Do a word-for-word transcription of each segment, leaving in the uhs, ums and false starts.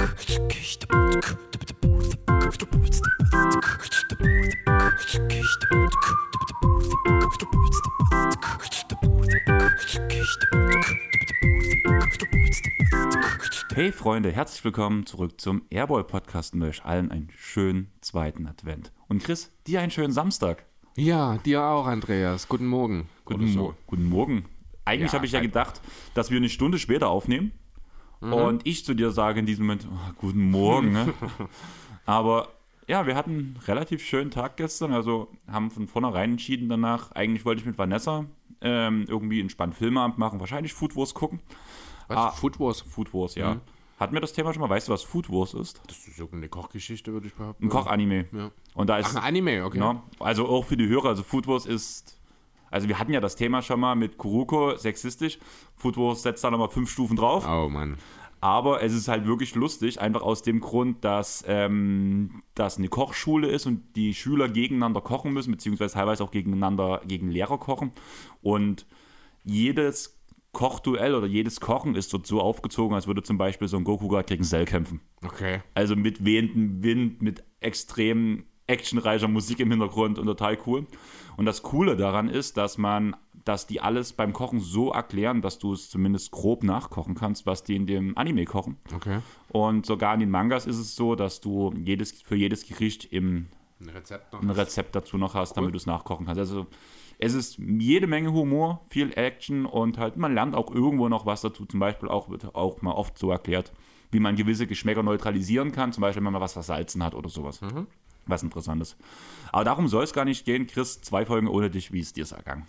Hey Freunde, herzlich willkommen zurück zum Airball-Podcast und euch allen einen schönen zweiten Advent. Und Chris, dir einen schönen Samstag. Ja, dir auch, Andreas. Guten Morgen. Guten, so. Mo- Guten Morgen. Eigentlich ja, habe ich ja gedacht, dass wir eine Stunde später aufnehmen mhm. und ich zu dir sage in diesem Moment, oh, guten Morgen. Ne? Aber ja, wir hatten einen relativ schönen Tag gestern, also haben von vornherein entschieden danach, eigentlich wollte ich mit Vanessa ähm, irgendwie entspannt Filmeabend machen, wahrscheinlich Food Wars gucken. Was? Ah, Food Wars? Food Wars, ja. Mhm. Hatten wir das Thema schon mal? Weißt du, was Food Wars ist? Das ist irgendeine Kochgeschichte, würde ich behaupten. Ein Kochanime. Ja. Und da ist, Ach, ein Anime, okay. No, also auch für die Hörer, also Food Wars ist, also wir hatten ja das Thema schon mal mit Kuruko, sexistisch. Food Wars setzt da nochmal fünf Stufen drauf. Oh Mann. Aber es ist halt wirklich lustig, einfach aus dem Grund, dass ähm, das eine Kochschule ist und die Schüler gegeneinander kochen müssen, beziehungsweise teilweise auch gegeneinander, gegen Lehrer kochen. Und jedes Kochduell oder jedes Kochen ist dort so aufgezogen, als würde zum Beispiel so ein Goku gerade gegen Cell kämpfen. Okay. Also mit wehendem Wind, mit extrem actionreicher Musik im Hintergrund und total cool. Und das Coole daran ist, dass man, dass die alles beim Kochen so erklären, dass du es zumindest grob nachkochen kannst, was die in dem Anime kochen. Okay. Und sogar in den Mangas ist es so, dass du jedes, für jedes Gericht im, ein, Rezept noch ein Rezept dazu noch hast, cool. damit du es nachkochen kannst. Also es ist jede Menge Humor, viel Action und halt man lernt auch irgendwo noch was dazu. Zum Beispiel auch wird auch mal oft so erklärt, wie man gewisse Geschmäcker neutralisieren kann. Zum Beispiel, wenn man was versalzen hat oder sowas. Mhm. Was Interessantes. Aber darum soll es gar nicht gehen. Chris, zwei Folgen ohne dich. Wie ist dir es ergangen?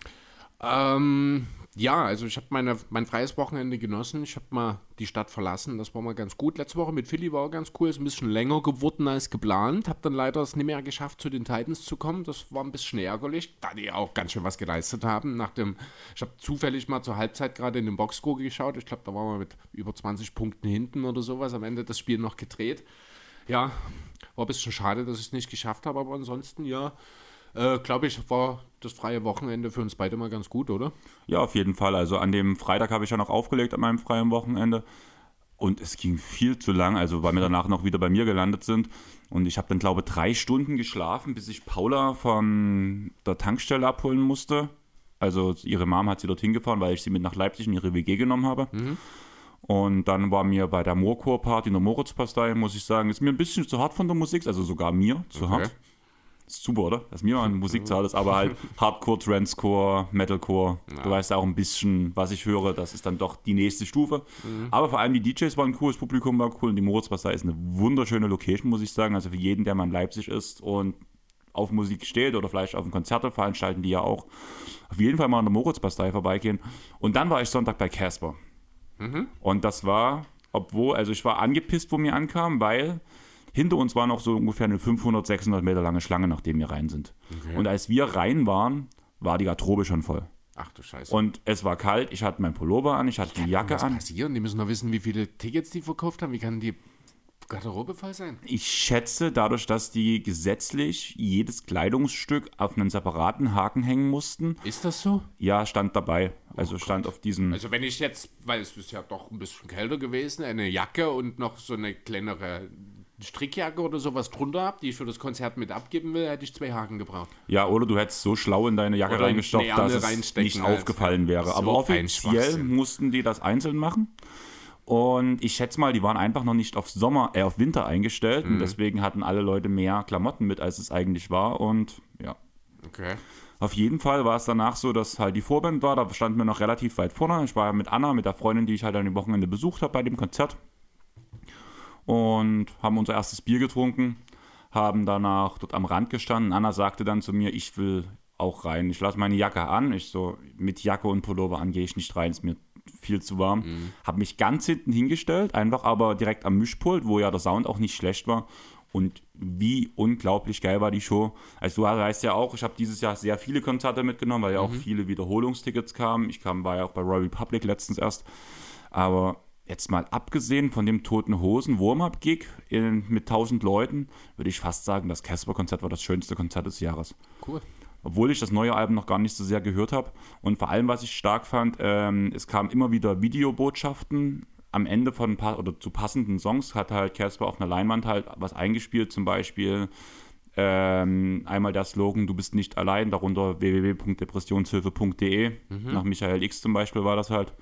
Ähm, ja, also ich habe meine mein freies Wochenende genossen. Ich habe mal die Stadt verlassen. Das war mal ganz gut. Letzte Woche mit Philly war auch ganz cool. Ist ein bisschen länger geworden als geplant. Habe dann leider es nicht mehr geschafft, zu den Titans zu kommen. Das war ein bisschen ärgerlich, da die auch ganz schön was geleistet haben. Nach dem, ich habe zufällig mal zur Halbzeit gerade in den Boxscore geschaut. Ich glaube, da waren wir mit über zwanzig Punkten hinten oder sowas. Am Ende das Spiel noch gedreht. Ja, war ein bisschen schade, dass ich es nicht geschafft habe. Aber ansonsten, ja, äh, glaube ich, war das freie Wochenende für uns beide mal ganz gut, oder? Ja, auf jeden Fall. Also an dem Freitag habe ich ja noch aufgelegt an meinem freien Wochenende und es ging viel zu lang, also weil wir danach noch wieder bei mir gelandet sind und ich habe dann, glaube ich, drei Stunden geschlafen, bis ich Paula von der Tankstelle abholen musste. Also ihre Mom hat sie dorthin gefahren, weil ich sie mit nach Leipzig in ihre W G genommen habe. Mhm. Und dann war mir bei der Moorchor-Party in der Moritzpastei, muss ich sagen, ist mir ein bisschen zu hart von der Musik, also sogar mir zu okay. hart. Ist super, oder? Dass mir mal Musik zu hart ist, aber halt Hardcore, Trancecore, Metalcore. Ja. Du weißt ja auch ein bisschen, was ich höre, das ist dann doch die nächste Stufe. Mhm. Aber vor allem die D Js waren cool, das Publikum war cool und die Moritzpastei ist eine wunderschöne Location, muss ich sagen. Also für jeden, der mal in Leipzig ist und auf Musik steht oder vielleicht auf Konzerte veranstalten, die ja auch auf jeden Fall mal an der Moritzpastei vorbeigehen. Und dann war ich Sonntag bei Casper. Mhm. Und das war, obwohl, also ich war angepisst, wo mir ankam, weil hinter uns war noch so ungefähr eine fünfhundert, sechshundert Meter lange Schlange, nachdem wir rein sind. Okay. Und als wir rein waren, war die Garderobe schon voll. Ach du Scheiße. Und es war kalt, ich hatte meinen Pullover an, ich hatte die Jacke was an. Was passieren? Die müssen doch wissen, wie viele Tickets die verkauft haben. Wie kann die Garderobe voll sein? Ich schätze, dadurch, dass die gesetzlich jedes Kleidungsstück auf einen separaten Haken hängen mussten. Ist das so? Ja, stand dabei. Also oh stand auf diesem... Also wenn ich jetzt, weil es ist ja doch ein bisschen kälter gewesen, eine Jacke und noch so eine kleinere Strickjacke oder sowas drunter habe, die ich für das Konzert mit abgeben will, hätte ich zwei Haken gebraucht. Ja, oder du hättest so schlau in deine Jacke oder reingestopft, dass es nicht aufgefallen wäre. So aber offiziell mussten die das einzeln machen. Und ich schätze mal, die waren einfach noch nicht auf Sommer, äh, auf Winter eingestellt. Mhm. Und deswegen hatten alle Leute mehr Klamotten mit, als es eigentlich war. Und ja. Okay. Auf jeden Fall war es danach so, dass halt die Vorband war. Da standen wir noch relativ weit vorne. Ich war mit Anna, mit der Freundin, die ich halt an dem Wochenende besucht habe bei dem Konzert. Und haben unser erstes Bier getrunken. Haben danach dort am Rand gestanden. Anna sagte dann zu mir, ich will auch rein. Ich lasse meine Jacke an. Ich so, mit Jacke und Pullover an gehe ich nicht rein. Ist mir viel zu warm. Mhm. Habe mich ganz hinten hingestellt, einfach aber direkt am Mischpult, wo ja der Sound auch nicht schlecht war. Und wie unglaublich geil war die Show. Also du weißt ja auch, ich habe dieses Jahr sehr viele Konzerte mitgenommen, weil ja auch mhm. viele Wiederholungstickets kamen. Ich kam, war ja auch bei Royal Republic letztens erst. Aber jetzt mal abgesehen von dem Toten Hosen Warm-Up-Gig mit tausend Leuten, würde ich fast sagen, das Casper-Konzert war das schönste Konzert des Jahres. Cool. Obwohl ich das neue Album noch gar nicht so sehr gehört habe. Und vor allem, was ich stark fand, ähm, es kamen immer wieder Videobotschaften am Ende von ein paar, oder zu passenden Songs hat halt Casper auf einer Leinwand halt was eingespielt, zum Beispiel ähm, einmal der Slogan, du bist nicht allein, darunter w w w punkt depressionshilfe punkt d e, mhm. nach Michael X zum Beispiel war das halt.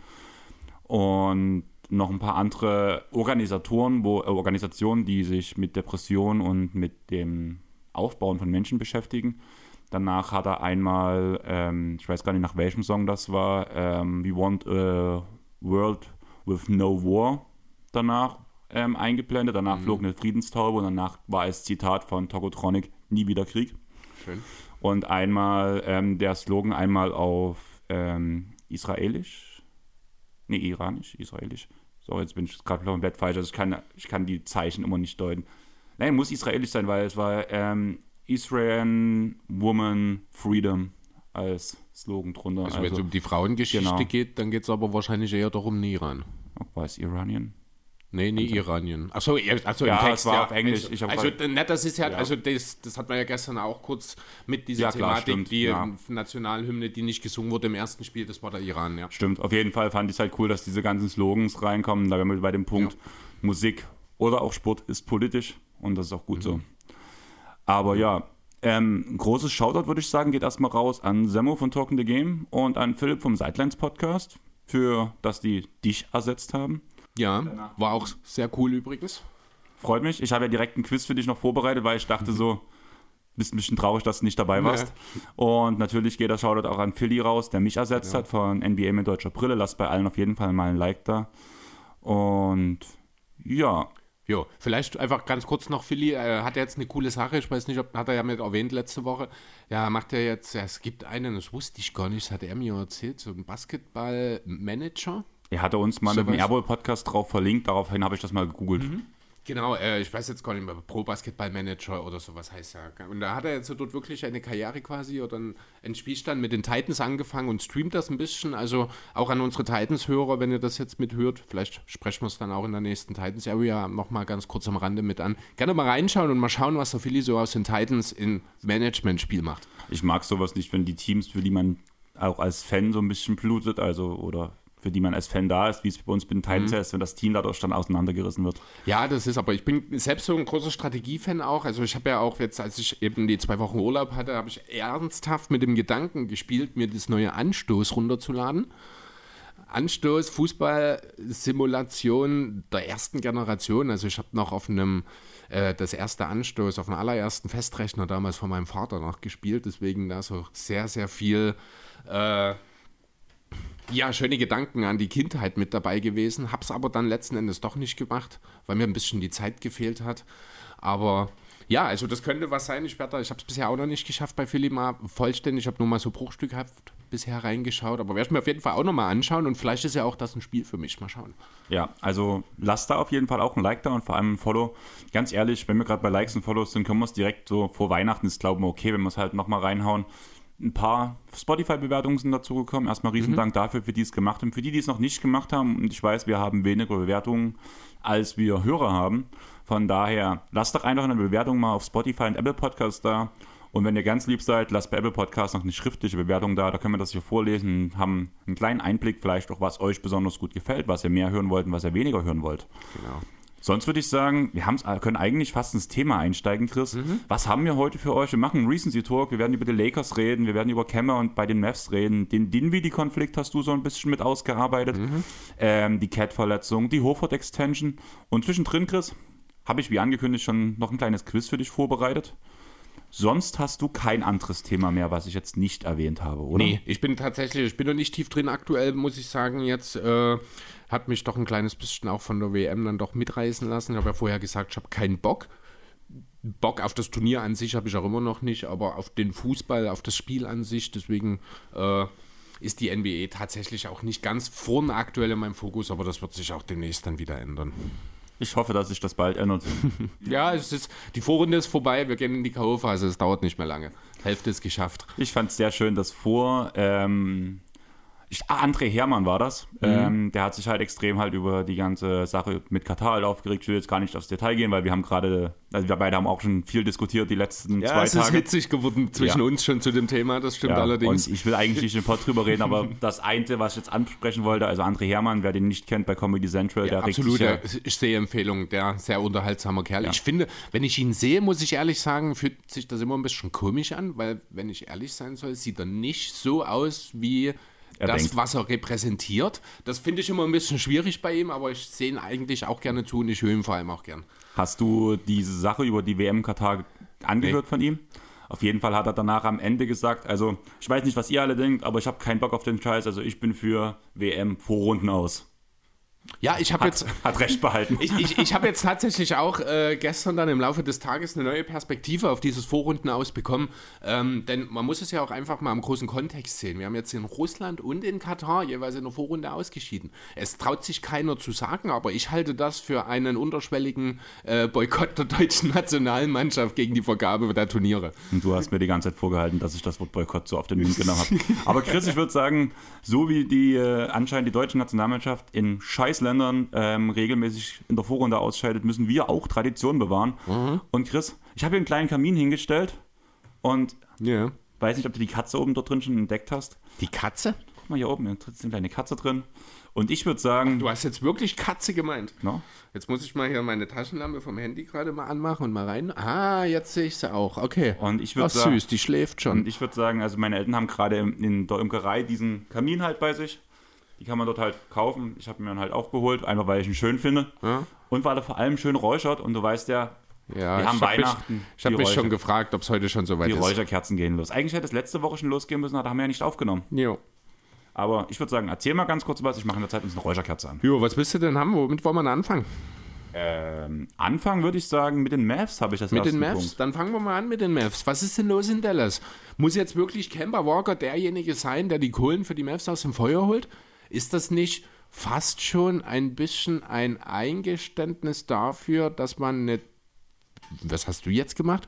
Und noch ein paar andere Organisatoren, wo, äh, Organisationen, die sich mit Depressionen und mit dem Aufbauen von Menschen beschäftigen. Danach hat er einmal, ähm, ich weiß gar nicht nach welchem Song das war, ähm, We Want a World with No War danach ähm, eingeblendet. Danach mhm. flog eine Friedenstaube und danach war es Zitat von Tokotronic, nie wieder Krieg. Schön. Und einmal ähm, der Slogan einmal auf ähm, Israelisch, nee, Iranisch, Israelisch. So, jetzt bin ich gerade komplett falsch. Also ich kann, ich kann die Zeichen immer nicht deuten. Nein, muss israelisch sein, weil es war ähm, Israel Woman Freedom als Slogan drunter. Also, also wenn es um die Frauengeschichte genau. geht, dann geht es aber wahrscheinlich eher doch um den Iran. War es Iranien? Nee, nie Iranien. Achso, also ja, im Text, es war ja. auf Englisch. Ich also, grad, ne, das ist ja, ja. also das, das hat man ja gestern auch kurz mit dieser ja, klar, Thematik, stimmt, die ja. Nationalhymne, die nicht gesungen wurde im ersten Spiel, das war der Iran, ja. Stimmt, auf jeden Fall fand ich es halt cool, dass diese ganzen Slogans reinkommen. Da wären wir bei dem Punkt, ja. Musik oder auch Sport ist politisch und das ist auch gut mhm. so. Aber ja, ähm, ein großes Shoutout, würde ich sagen, geht erstmal raus an Semmo von Talking the Game und an Philipp vom Sidelines Podcast, für dass die dich ersetzt haben. Ja, war auch sehr cool übrigens. Freut mich. Ich habe ja direkt ein Quiz für dich noch vorbereitet, weil ich dachte so, bist ein bisschen traurig, dass du nicht dabei warst. Nee. Und natürlich geht das Shoutout auch an Philly raus, der mich ersetzt ja. hat von N B A mit deutscher Brille. Lasst bei allen auf jeden Fall mal ein Like da. Und ja. Jo, vielleicht einfach ganz kurz noch, Philly äh, hat jetzt eine coole Sache, ich weiß nicht, ob hat er ja mit erwähnt letzte Woche. Ja, macht er jetzt, ja, es gibt einen, das wusste ich gar nicht, das hat er mir erzählt, so einen Basketball-Manager. Er hatte uns mal so mit dem Airball-Podcast drauf verlinkt, daraufhin habe ich das mal gegoogelt. Mhm. Genau, äh, ich weiß jetzt gar nicht mehr, Pro-Basketball-Manager oder sowas heißt ja. Und da hat er jetzt dort wirklich eine Karriere quasi oder einen, einen Spielstand mit den Titans angefangen und streamt das ein bisschen. Also auch an unsere Titans-Hörer, wenn ihr das jetzt mithört, vielleicht sprechen wir es dann auch in der nächsten Titans-Area nochmal ganz kurz am Rande mit an. Gerne mal reinschauen und mal schauen, was der Philly so aus den Titans im Management-Spiel macht. Ich mag sowas nicht, wenn die Teams, für die man auch als Fan so ein bisschen blutet, also oder für die man als Fan da ist, wie es bei uns bei den Titans mhm. ist, wenn das Team dadurch dann auseinandergerissen wird. Ja, das ist, aber ich bin selbst so ein großer Strategiefan auch. Also ich habe ja auch jetzt, als ich eben die zwei Wochen Urlaub hatte, habe ich ernsthaft mit dem Gedanken gespielt, mir das neue Anstoß runterzuladen. Anstoß, Fußball-Simulation der ersten Generation. Also ich habe noch auf einem, äh, das erste Anstoß, auf dem allerersten Festrechner damals von meinem Vater noch gespielt. Deswegen da so sehr, sehr viel äh, ja, schöne Gedanken an die Kindheit mit dabei gewesen, hab's aber dann letzten Endes doch nicht gemacht, weil mir ein bisschen die Zeit gefehlt hat. Aber ja, also das könnte was sein. Ich, werde, ich habe es bisher auch noch nicht geschafft bei Philly mal vollständig. Ich habe nur mal so bruchstückhaft bisher reingeschaut, aber werde ich mir auf jeden Fall auch nochmal anschauen und vielleicht ist ja auch das ein Spiel für mich. Mal schauen. Ja, also lasst da auf jeden Fall auch ein Like da und vor allem ein Follow. Ganz ehrlich, wenn wir gerade bei Likes und Follows sind, können wir es direkt so vor Weihnachten, ist glauben wir okay, wenn wir es halt nochmal reinhauen. Ein paar Spotify-Bewertungen sind dazu gekommen. Erstmal riesen mhm. Dank dafür, für die es gemacht haben. Für die, die es noch nicht gemacht haben, und ich weiß, wir haben weniger Bewertungen, als wir Hörer haben. Von daher, lasst doch einfach eine Bewertung mal auf Spotify und Apple Podcasts da. Und wenn ihr ganz lieb seid, lasst bei Apple Podcasts noch eine schriftliche Bewertung da. Da können wir das hier vorlesen und haben einen kleinen Einblick vielleicht auch, was euch besonders gut gefällt, was ihr mehr hören wollt und was ihr weniger hören wollt. Genau. Sonst würde ich sagen, wir können eigentlich fast ins Thema einsteigen, Chris. Mhm. Was haben wir heute für euch? Wir machen einen Recency Talk, wir werden über die Lakers reden, wir werden über Kemmer und bei den Mavs reden. Den Dinwiddie-Konflikt hast du so ein bisschen mit ausgearbeitet. Mhm. Ähm, die Cat-Verletzung, die Horford-Extension. Und zwischendrin, Chris, habe ich wie angekündigt schon noch ein kleines Quiz für dich vorbereitet. Sonst hast du kein anderes Thema mehr, was ich jetzt nicht erwähnt habe, oder? Nee, ich bin tatsächlich, ich bin noch nicht tief drin aktuell, muss ich sagen, jetzt äh, hat mich doch ein kleines bisschen auch von der W M dann doch mitreißen lassen. Ich habe ja vorher gesagt, ich habe keinen Bock. Bock auf das Turnier an sich habe ich auch immer noch nicht, aber auf den Fußball, auf das Spiel an sich, deswegen äh, ist die N B A tatsächlich auch nicht ganz vorne aktuell in meinem Fokus, aber das wird sich auch demnächst dann wieder ändern. Ich hoffe, dass sich das bald ändert. Ja, es ist, die Vorrunde ist vorbei, wir gehen in die K O-Phase, es dauert nicht mehr lange. Hälfte ist geschafft. Ich fand es sehr schön, dass vor, ähm, Ich, ah, André Hermann war das. Mhm. Ähm, der hat sich halt extrem halt über die ganze Sache mit Katar halt aufgeregt. Ich will jetzt gar nicht aufs Detail gehen, weil wir haben gerade, also wir beide haben auch schon viel diskutiert die letzten ja, zwei es Tage. Es ist hitzig geworden zwischen ja. uns schon zu dem Thema, das stimmt ja, allerdings. Und ich will eigentlich nicht im Pod drüber reden, aber das eine, was ich jetzt ansprechen wollte, also André Hermann, wer den nicht kennt bei Comedy Central, ja, der absolut, ja, ich sehe Empfehlung, der sehr unterhaltsamer Kerl. Ja. Ich finde, wenn ich ihn sehe, muss ich ehrlich sagen, fühlt sich das immer ein bisschen komisch an, weil, wenn ich ehrlich sein soll, sieht er nicht so aus wie Er das, denkt. was er repräsentiert. Das finde ich immer ein bisschen schwierig bei ihm, aber ich sehe ihn eigentlich auch gerne zu und ich höre ihn vor allem auch gern. Hast du diese Sache über die W M Katar angehört nee. von ihm? Auf jeden Fall hat er danach am Ende gesagt, also ich weiß nicht, was ihr alle denkt, aber ich habe keinen Bock auf den Scheiß, also ich bin für W M-Vorrunden aus. Ja, ich habe jetzt... Hat recht behalten. Ich, ich, ich habe jetzt tatsächlich auch äh, gestern dann im Laufe des Tages eine neue Perspektive auf dieses Vorrunden aus bekommen. Ähm, denn man muss es ja auch einfach mal im großen Kontext sehen. Wir haben jetzt in Russland und in Katar jeweils in der Vorrunde ausgeschieden. Es traut sich keiner zu sagen, aber ich halte das für einen unterschwelligen äh, Boykott der deutschen Nationalmannschaft gegen die Vergabe der Turniere. Und du hast mir die ganze Zeit vorgehalten, dass ich das Wort Boykott so auf den Mund genommen habe. Aber Chris, ich würde sagen, so wie die äh, anscheinend die deutsche Nationalmannschaft in Scheiß Ländern ähm, regelmäßig in der Vorrunde ausscheidet, müssen wir auch Tradition bewahren. Mhm. Und Chris, ich habe hier einen kleinen Kamin hingestellt und yeah. weiß nicht, ob du die Katze oben dort drin schon entdeckt hast. Die Katze? Guck mal hier oben, da ist eine kleine Katze drin. Und ich würde sagen... Du hast jetzt wirklich Katze gemeint? No? Jetzt muss ich mal hier meine Taschenlampe vom Handy gerade mal anmachen und mal rein. Ah, jetzt sehe ich sie auch. Okay. Und ich würde sagen... süß, die schläft schon. Und ich würde sagen, also meine Eltern haben gerade in der Imkerei diesen Kamin halt bei sich. Die kann man dort halt kaufen. Ich habe mir dann halt auch geholt, einfach weil ich ihn schön finde. Ja. Und weil er vor allem schön räuchert. Und du weißt ja, ja wir haben ich Weihnachten. Mich, ich habe mich schon gefragt, ob es heute schon soweit die ist. Die Räucherkerzen gehen los. Eigentlich hätte es letzte Woche schon losgehen müssen, aber haben wir ja nicht aufgenommen. Jo. Aber ich würde sagen, erzähl mal ganz kurz was. Ich mache in der Zeit uns eine Räucherkerze an. Jo, was willst du denn haben? Womit wollen wir denn anfangen? Ähm, anfangen würde ich sagen, mit den Mavs habe ich das Mit den Mavs? Punkt. Dann fangen wir mal an mit den Mavs. Was ist denn los in Dallas? Muss jetzt wirklich Kemba Walker derjenige sein, der die Kohlen für die Mavs aus dem Feuer holt? Ist das nicht fast schon ein bisschen ein Eingeständnis dafür, dass man nicht... Was hast du jetzt gemacht?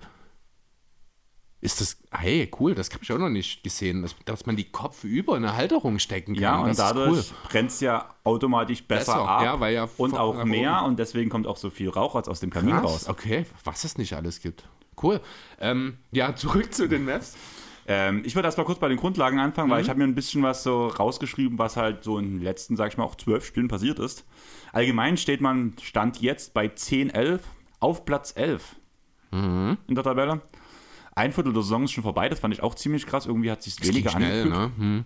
Ist das... Hey, cool, das habe ich auch noch nicht gesehen, dass, dass man die Kopf über eine Halterung stecken kann. Ja, und das dadurch ist cool. brennt es ja automatisch besser, besser ab ja, weil ja und auch mehr und deswegen kommt auch so viel Rauch als aus dem Kamin Krass, raus. Okay, was es nicht alles gibt. Cool. Ähm, ja, zurück zu den Mavs. Ähm, ich würde erst mal kurz bei den Grundlagen anfangen, mhm. weil ich habe mir ein bisschen was so rausgeschrieben, was halt so in den letzten, sag ich mal, auch zwölf Spielen passiert ist. Allgemein steht man, Stand jetzt bei zehn elf auf Platz elf mhm. in der Tabelle. Ein Viertel der Saison ist schon vorbei, das fand ich auch ziemlich krass. Irgendwie hat es sich weniger schnell, angefühlt. Ne? Mhm.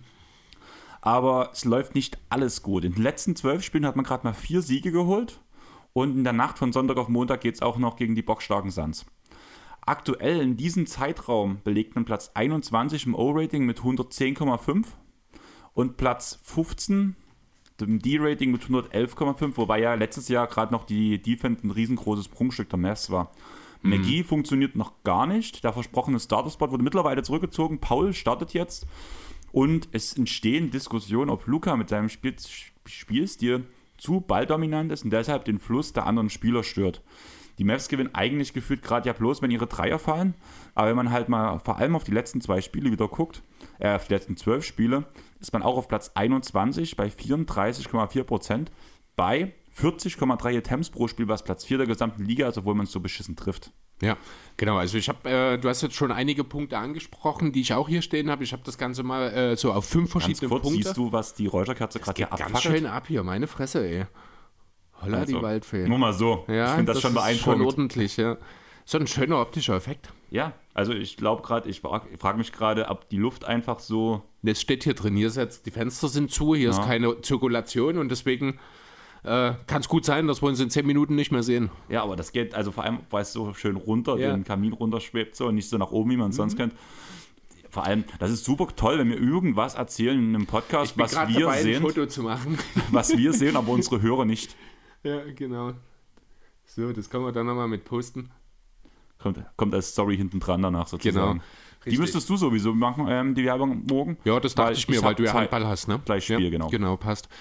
Aber es läuft nicht alles gut. In den letzten zwölf Spielen hat man gerade mal vier Siege geholt und in der Nacht von Sonntag auf Montag geht es auch noch gegen die bockstarken Suns. Aktuell in diesem Zeitraum belegt man Platz einundzwanzig im O-Rating mit hundertzehn Komma fünf und Platz fünfzehn im D-Rating mit hundertelf Komma fünf, wobei ja letztes Jahr gerade noch die Defense ein riesengroßes Prunkstück der Mavs war. Mhm. McGee funktioniert noch gar nicht, der versprochene Starter-Spot wurde mittlerweile zurückgezogen, Paul startet jetzt und es entstehen Diskussionen, ob Luka mit seinem Spiel, Spielstil zu balldominant ist und deshalb den Fluss der anderen Spieler stört. Die Mavs gewinnen eigentlich gefühlt gerade ja bloß, wenn ihre Dreier fallen. Aber wenn man halt mal vor allem auf die letzten zwei Spiele wieder guckt, äh, auf die letzten zwölf Spiele, ist man auch auf Platz einundzwanzig bei vierunddreißig Komma vier Prozent bei vierzig Komma drei Attempts pro Spiel, was Platz vier der gesamten Liga ist, obwohl man es so beschissen trifft. Ja, genau. Also ich habe, äh, du hast jetzt schon einige Punkte angesprochen, die ich auch hier stehen habe. Ich habe das Ganze mal äh, so auf fünf verschiedene Ganz kurz, Punkte. Siehst du, was die Räucherkerze gerade hier abfackelt? Ganz schön ab hier, meine Fresse, ey. Holla, also, die Waldfee. Nur mal so. Ja, ich finde das, das schon beeindruckend. Schon ordentlich, ja. So ein schöner optischer Effekt. Ja, also ich glaube gerade, ich frage mich gerade, ob die Luft einfach so... Es steht hier drin, hier ist jetzt, die Fenster sind zu, hier ja. ist keine Zirkulation und deswegen äh, kann es gut sein, dass wir uns in zehn Minuten nicht mehr sehen. Ja, aber das geht, also vor allem, weil es so schön runter, ja. den Kamin runterschwebt so und nicht so nach oben, wie man es mhm. sonst kennt. Vor allem, das ist super toll, wenn wir irgendwas erzählen in einem Podcast, ich bin was wir dabei, sehen. Ein Foto zu machen. Was wir sehen, aber unsere Hörer nicht. Ja, genau. So, das können wir dann nochmal mit posten. Kommt, kommt als Story hinten dran danach sozusagen. Genau. Die Richtig. Müsstest du sowieso machen, ähm, die Werbung morgen. Ja, das dachte weil ich mir, ich weil du ja Zeit, Handball hast, ne? Gleich Spiel, ja, genau. Genau, passt.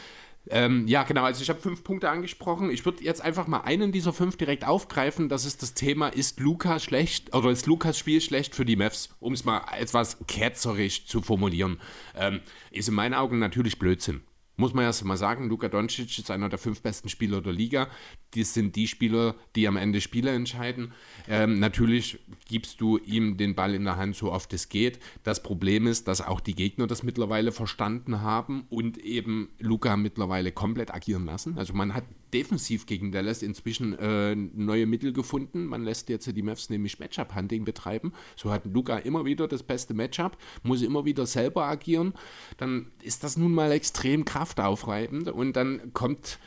Ähm, ja, genau, also ich habe fünf Punkte angesprochen. Ich würde jetzt einfach mal einen dieser fünf direkt aufgreifen. Das ist das Thema, ist Luka schlecht, oder ist Lukas Spiel schlecht für die Mavs? Um es mal etwas ketzerisch zu formulieren. Ähm, ist in meinen Augen natürlich Blödsinn. Muss man erst mal sagen, Luka Doncic ist einer der fünf besten Spieler der Liga. Das sind die Spieler, die am Ende Spiele entscheiden. Ähm, natürlich gibst du ihm den Ball in der Hand, so oft es geht. Das Problem ist, dass auch die Gegner das mittlerweile verstanden haben und eben Luka mittlerweile komplett agieren lassen. Also man hat defensiv gegen Dallas inzwischen äh, neue Mittel gefunden. Man lässt jetzt die Mavs nämlich Matchup-Hunting betreiben. So hat Luka immer wieder das beste Matchup, muss immer wieder selber agieren. Dann ist das nun mal extrem kraftaufreibend und dann kommt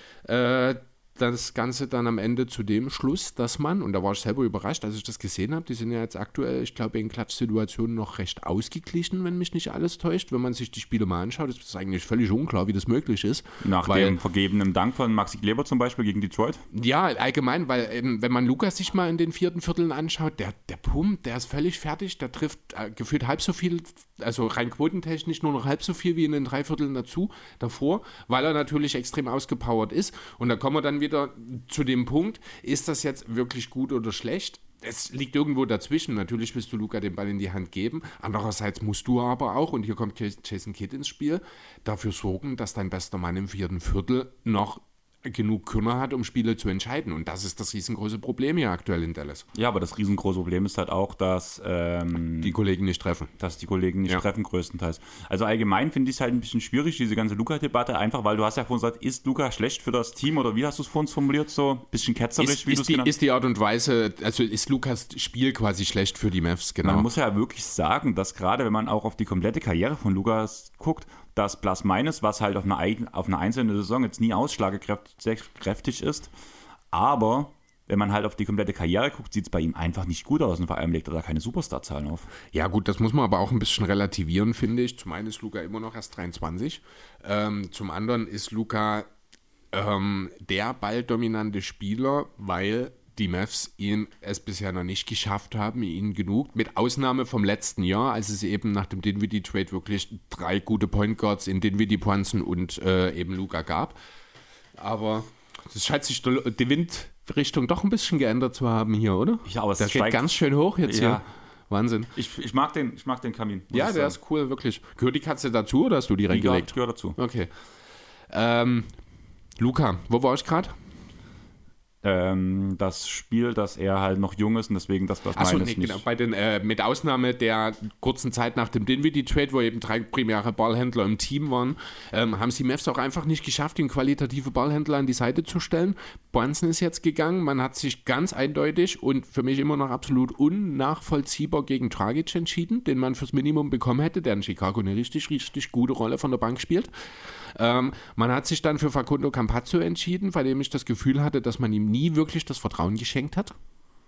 äh, das Ganze dann am Ende zu dem Schluss, dass man, und da war ich selber überrascht, als ich das gesehen habe, die sind ja jetzt aktuell, ich glaube, in Klatschsituationen noch recht ausgeglichen, wenn mich nicht alles täuscht. Wenn man sich die Spiele mal anschaut, ist es eigentlich völlig unklar, wie das möglich ist. Nach weil, dem vergebenen Dank von Maxi Kleber zum Beispiel gegen Detroit? Ja, allgemein, weil eben, wenn man Lukas sich mal in den vierten Vierteln anschaut, der, der pumpt, der ist völlig fertig, der trifft äh, gefühlt halb so viel, also rein quotentechnisch nur noch halb so viel wie in den drei Vierteln dazu, davor, weil er natürlich extrem ausgepowert ist. Und da kommen wir dann wieder zu dem Punkt, ist das jetzt wirklich gut oder schlecht? Es liegt irgendwo dazwischen. Natürlich willst du Luka den Ball in die Hand geben. Andererseits musst du aber auch, und hier kommt Jason Kidd ins Spiel, dafür sorgen, dass dein bester Mann im vierten Viertel noch genug Körner hat, um Spiele zu entscheiden. Und das ist das riesengroße Problem hier aktuell in Dallas. Ja, aber das riesengroße Problem ist halt auch, dass ähm, die Kollegen nicht treffen. Dass die Kollegen nicht ja. treffen, größtenteils. Also allgemein finde ich es halt ein bisschen schwierig, diese ganze Luka-Debatte, einfach weil du hast ja vorhin gesagt, ist Luka schlecht für das Team oder wie hast du es vorhin formuliert, so ein bisschen ketzerisch, ist, wie du es genannt hast? Ist die Art und Weise, also ist Lukas Spiel quasi schlecht für die Mavs, genau. Man muss ja wirklich sagen, dass gerade wenn man auch auf die komplette Karriere von Lukas guckt, das Plus-Minus, was halt auf einer, auf einer einzelnen Saison jetzt nie ausschlagkräftig ist, aber wenn man halt auf die komplette Karriere guckt, sieht es bei ihm einfach nicht gut aus und vor allem legt er da keine Superstar-Zahlen auf. Ja gut, das muss man aber auch ein bisschen relativieren, finde ich. Zum einen ist Luka immer noch erst dreiundzwanzig, ähm, zum anderen ist Luka ähm, der balldominante Spieler, weil die Mavs ihn es bisher noch nicht geschafft haben, ihn genug, mit Ausnahme vom letzten Jahr, als es eben nach dem Dinwiddie-Trade wirklich drei gute Point Guards in Dinwiddie, Brunson und äh, eben Luka gab. Aber es scheint sich die Windrichtung doch ein bisschen geändert zu haben hier, oder? Ja, aber es das geht ganz schön hoch jetzt ja. hier. Wahnsinn. Ich, ich, mag den, ich mag den Kamin. Ja, der ist cool, wirklich. Gehört die Katze dazu oder hast du die reingelegt? Ja, gehört dazu. Okay. Ähm, Luka, wo war ich gerade? Ähm, das Spiel, dass er halt noch jung ist und deswegen das, was Achso, meines nee, nicht. Genau, bei den, äh, mit Ausnahme der kurzen Zeit nach dem Dinwiddie-Trade, wo eben drei primäre Ballhändler im Team waren, ähm, haben sie Mavs auch einfach nicht geschafft, ihm qualitative Ballhändler an die Seite zu stellen. Brunson ist jetzt gegangen, man hat sich ganz eindeutig und für mich immer noch absolut unnachvollziehbar gegen Dragic entschieden, den man fürs Minimum bekommen hätte, der in Chicago eine richtig, richtig gute Rolle von der Bank spielt. Ähm, man hat sich dann für Facundo Campazzo entschieden, bei dem ich das Gefühl hatte, dass man ihm nie wirklich das Vertrauen geschenkt hat.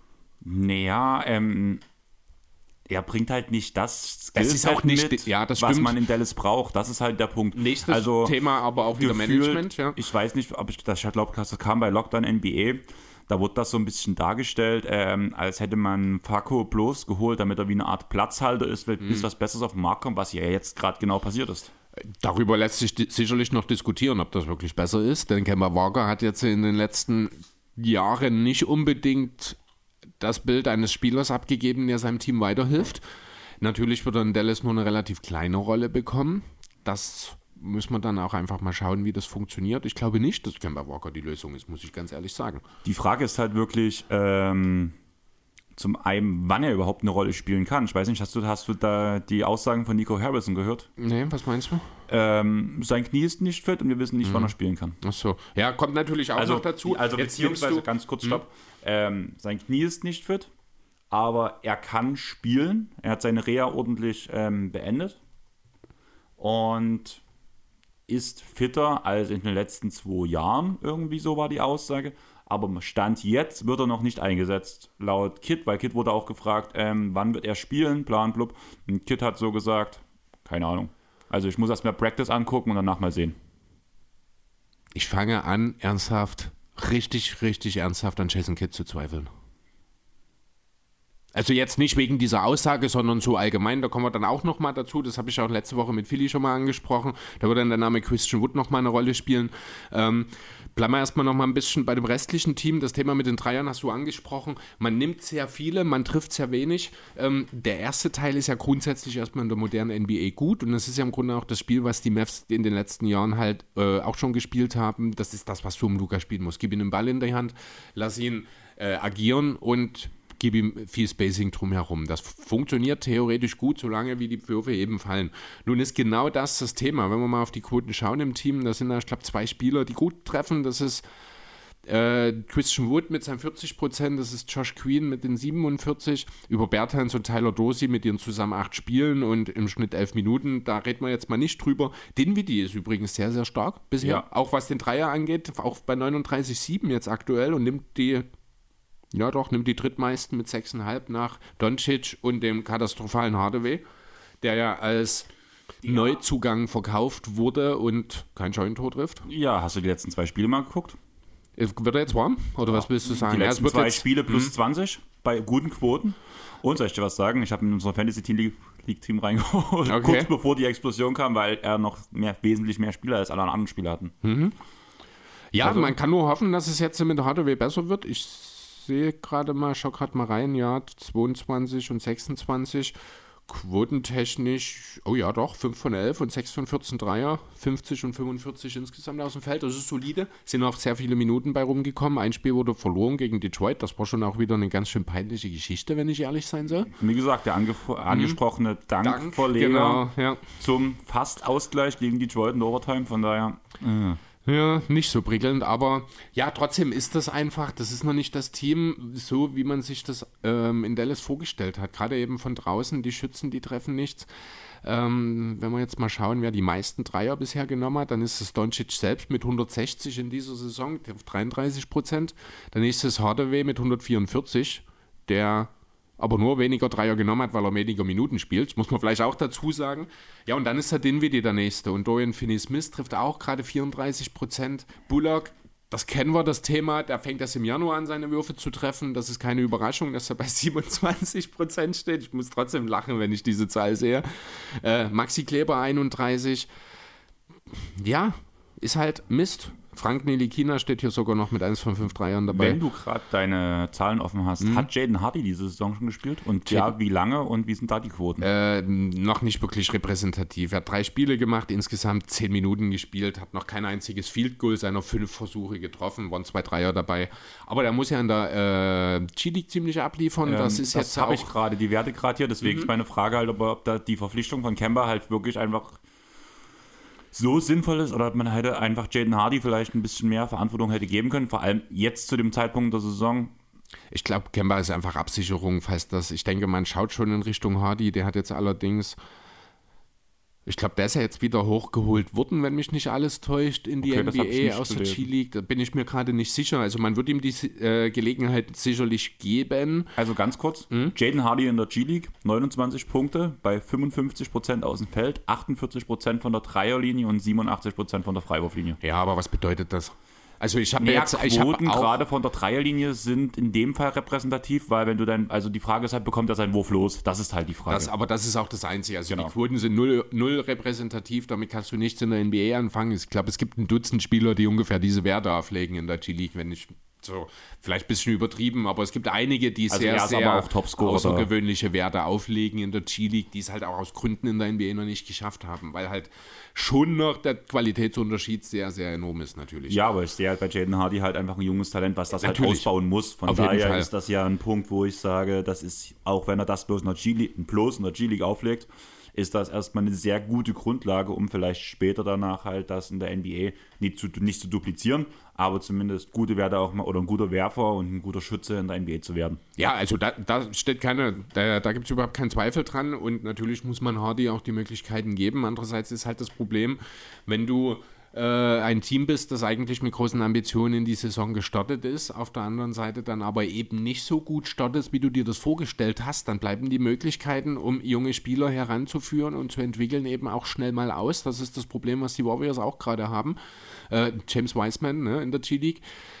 Naja, ähm, er bringt halt nicht das Skillset mit, ja, das was stimmt. man in Dallas braucht. Das ist halt der Punkt. Nächstes also, Thema aber auch wieder gefühlt, Management. Ja. Ich weiß nicht, ob ich das, ich glaube, das kam bei Lockdown N B A. Da wurde das so ein bisschen dargestellt, ähm, als hätte man Facu bloß geholt, damit er wie eine Art Platzhalter ist, bis mhm. was Besseres auf den Markt kommt, was ja jetzt gerade genau passiert ist. Darüber lässt sich di- sicherlich noch diskutieren, ob das wirklich besser ist, denn Kemba Walker hat jetzt in den letzten Jahren nicht unbedingt das Bild eines Spielers abgegeben, der seinem Team weiterhilft. Natürlich wird er in Dallas nur eine relativ kleine Rolle bekommen. Das muss man dann auch einfach mal schauen, wie das funktioniert. Ich glaube nicht, dass Kemba Walker die Lösung ist, muss ich ganz ehrlich sagen. Die Frage ist halt wirklich, ähm, zum einen, wann er überhaupt eine Rolle spielen kann. Ich weiß nicht, hast du, hast du da die Aussagen von Nico Harrison gehört? Nee, was meinst du? Ähm, sein Knie ist nicht fit und wir wissen nicht, mhm. wann er spielen kann. Ach so. Ja, kommt natürlich auch also, noch dazu. Also Jetzt beziehungsweise, du, ganz kurz, stopp. Mhm. Ähm, sein Knie ist nicht fit, aber er kann spielen. Er hat seine Reha ordentlich ähm, beendet und ist fitter als in den letzten zwei Jahren. Irgendwie so war die Aussage. Aber Stand jetzt wird er noch nicht eingesetzt, laut Kid, weil Kid wurde auch gefragt, ähm, wann wird er spielen, plan, blub. Und Kid hat so gesagt, keine Ahnung. Also ich muss erst mal Practice angucken und danach mal sehen. Ich fange an, ernsthaft, richtig, richtig ernsthaft an Jason Kidd zu zweifeln. Also jetzt nicht wegen dieser Aussage, sondern so allgemein, da kommen wir dann auch nochmal dazu, das habe ich auch letzte Woche mit Philly schon mal angesprochen, da wird dann der Name Christian Wood nochmal eine Rolle spielen. Ähm, bleiben wir erstmal nochmal ein bisschen bei dem restlichen Team, das Thema mit den Dreiern hast du angesprochen, man nimmt sehr viele, man trifft sehr wenig. Ähm, der erste Teil ist ja grundsätzlich erstmal in der modernen N B A gut und das ist ja im Grunde auch das Spiel, was die Mavs in den letzten Jahren halt äh, auch schon gespielt haben, das ist das, was du um Luka spielen musst. Gib ihm den Ball in die Hand, lass ihn äh, agieren und gib ihm viel Spacing drumherum. Das funktioniert theoretisch gut, solange wie die Würfe eben fallen. Nun ist genau das das Thema. Wenn wir mal auf die Quoten schauen im Team, da sind da, ich glaube, zwei Spieler, die gut treffen. Das ist äh, Christian Wood mit seinen vierzig Prozent, das ist Josh Green mit den siebenundvierzig, über Bertans und Tyler Dorsey mit ihren zusammen acht Spielen und im Schnitt elf Minuten. Da reden wir jetzt mal nicht drüber. Dinwiddie ist übrigens sehr, sehr stark bisher, Ja. auch was den Dreier angeht, auch bei neununddreißig Komma sieben jetzt aktuell und nimmt die Ja doch, nimmt die drittmeisten mit sechs Komma fünf nach Doncic und dem katastrophalen Hardaway, der ja als ja. Neuzugang verkauft wurde und kein Scheunentor trifft. Ja, hast du die letzten zwei Spiele mal geguckt? Wird er jetzt warm? Oder ja. was willst du sagen? Die letzten ja, zwei jetzt, Spiele plus mh. zwanzig bei guten Quoten. Und soll ich dir was sagen? Ich habe in unser Fantasy-Team reingeholt, okay. kurz bevor die Explosion kam, weil er noch mehr, wesentlich mehr Spieler als alle anderen Spieler hatten. Mhm. Ja, also, man kann nur hoffen, dass es jetzt mit Hardaway besser wird. Ich sehe gerade mal, schau gerade mal rein, ja, zweiundzwanzig und sechsundzwanzig, quotentechnisch, oh ja doch, fünf von elf und sechs von vierzehn Dreier, fünfzig und fünfundvierzig insgesamt aus dem Feld, das ist solide, sind auch sehr viele Minuten bei rumgekommen, ein Spiel wurde verloren gegen Detroit, das war schon auch wieder eine ganz schön peinliche Geschichte, wenn ich ehrlich sein soll. Wie gesagt, der angef- angesprochene mhm. Dankverleger Dank, genau, ja. zum Fast-Ausgleich gegen Detroit in Overtime, von daher... Äh. Ja, nicht so prickelnd, aber ja, trotzdem ist das einfach, das ist noch nicht das Team, so wie man sich das ähm, in Dallas vorgestellt hat. Gerade eben von draußen, die Schützen, die treffen nichts. Ähm, wenn wir jetzt mal schauen, wer die meisten Dreier bisher genommen hat, dann ist es Doncic selbst mit hundertsechzig in dieser Saison, der auf dreiunddreißig Prozent. Dann ist es Hardaway mit hundertvierundvierzig, der aber nur weniger Dreier genommen hat, weil er weniger Minuten spielt, muss man vielleicht auch dazu sagen. Ja, und dann ist der Dinwiddie der Nächste und Dorian Finney-Smith trifft auch gerade vierunddreißig Prozent. Bullock, das kennen wir, das Thema, der fängt erst im Januar an, seine Würfe zu treffen. Das ist keine Überraschung, dass er bei siebenundzwanzig Prozent steht. Ich muss trotzdem lachen, wenn ich diese Zahl sehe. Äh, Maxi Kleber einunddreißig. Ja, ist halt Mist. Frank Ntilikina steht hier sogar noch mit eins von fünf Dreiern dabei. Wenn du gerade deine Zahlen offen hast, mhm. hat Jaden Hardy diese Saison schon gespielt? Und Jaden, ja, wie lange und wie sind da die Quoten? Äh, noch nicht wirklich repräsentativ. Er hat drei Spiele gemacht, insgesamt zehn Minuten gespielt, hat noch kein einziges Field Goal seiner fünf Versuche getroffen, waren zwei Dreier dabei. Aber der muss ja in der äh, G-League ziemlich abliefern. Ähm, das ist das jetzt habe auch... ich gerade, die Werte gerade hier, deswegen mhm. ist meine Frage halt, ob, ob da die Verpflichtung von Kemba halt wirklich einfach so sinnvoll ist oder man hätte einfach Jaden Hardy vielleicht ein bisschen mehr Verantwortung hätte geben können, vor allem jetzt zu dem Zeitpunkt der Saison. Ich glaube, Kemba ist einfach Absicherung, falls das, ich denke, man schaut schon in Richtung Hardy, der hat jetzt allerdings, ich glaube, der ist ja jetzt wieder hochgeholt worden, wenn mich nicht alles täuscht, in die okay, N B A aus der G-League. Da bin ich mir gerade nicht sicher. Also man wird ihm die äh, Gelegenheit sicherlich geben. Also ganz kurz, hm? Jaden Hardy in der G-League, neunundzwanzig Punkte bei fünfundfünfzig Prozent aus dem Feld, achtundvierzig Prozent von der Dreierlinie und siebenundachtzig Prozent von der Freiwurflinie. Ja, aber was bedeutet das? Also ich habe mehr jetzt ich Quoten gerade von der Dreierlinie sind in dem Fall repräsentativ, weil wenn du dann, also die Frage ist halt, bekommt er seinen Wurf los? Das ist halt die Frage. Das, aber das ist auch das Einzige. Also genau. Die Quoten sind null, null repräsentativ, damit kannst du nichts in der N B A anfangen. Ich glaube, es gibt ein Dutzend Spieler, die ungefähr diese Werte auflegen in der G-League, wenn ich so, vielleicht ein bisschen übertrieben, aber es gibt einige, die also sehr, sehr aber auch außergewöhnliche Werte auflegen in der G-League, die es halt auch aus Gründen in der N B A noch nicht geschafft haben, weil halt schon noch der Qualitätsunterschied sehr, sehr enorm ist natürlich. Ja, aber ich sehe halt bei Jaden Hardy halt einfach ein junges Talent, was das natürlich halt ausbauen muss. Von Auf daher ist das ja ein Punkt, wo ich sage, das ist, auch wenn er das bloß in der G-League, bloß in der G-League auflegt, ist das erstmal eine sehr gute Grundlage, um vielleicht später danach halt das in der N B A nicht zu, nicht zu duplizieren, aber zumindest gute Werte auch mal oder ein guter Werfer und ein guter Schütze in der N B A zu werden. Ja, also da, da steht keine, da, da gibt es überhaupt keinen Zweifel dran und natürlich muss man Hardy auch die Möglichkeiten geben. Andererseits ist halt das Problem, wenn du äh, ein Team bist, das eigentlich mit großen Ambitionen in die Saison gestartet ist, auf der anderen Seite dann aber eben nicht so gut startest, wie du dir das vorgestellt hast, dann bleiben die Möglichkeiten, um junge Spieler heranzuführen und zu entwickeln, eben auch schnell mal aus. Das ist das Problem, was die Warriors auch gerade haben. Äh, James Wiseman, ne, in der G-League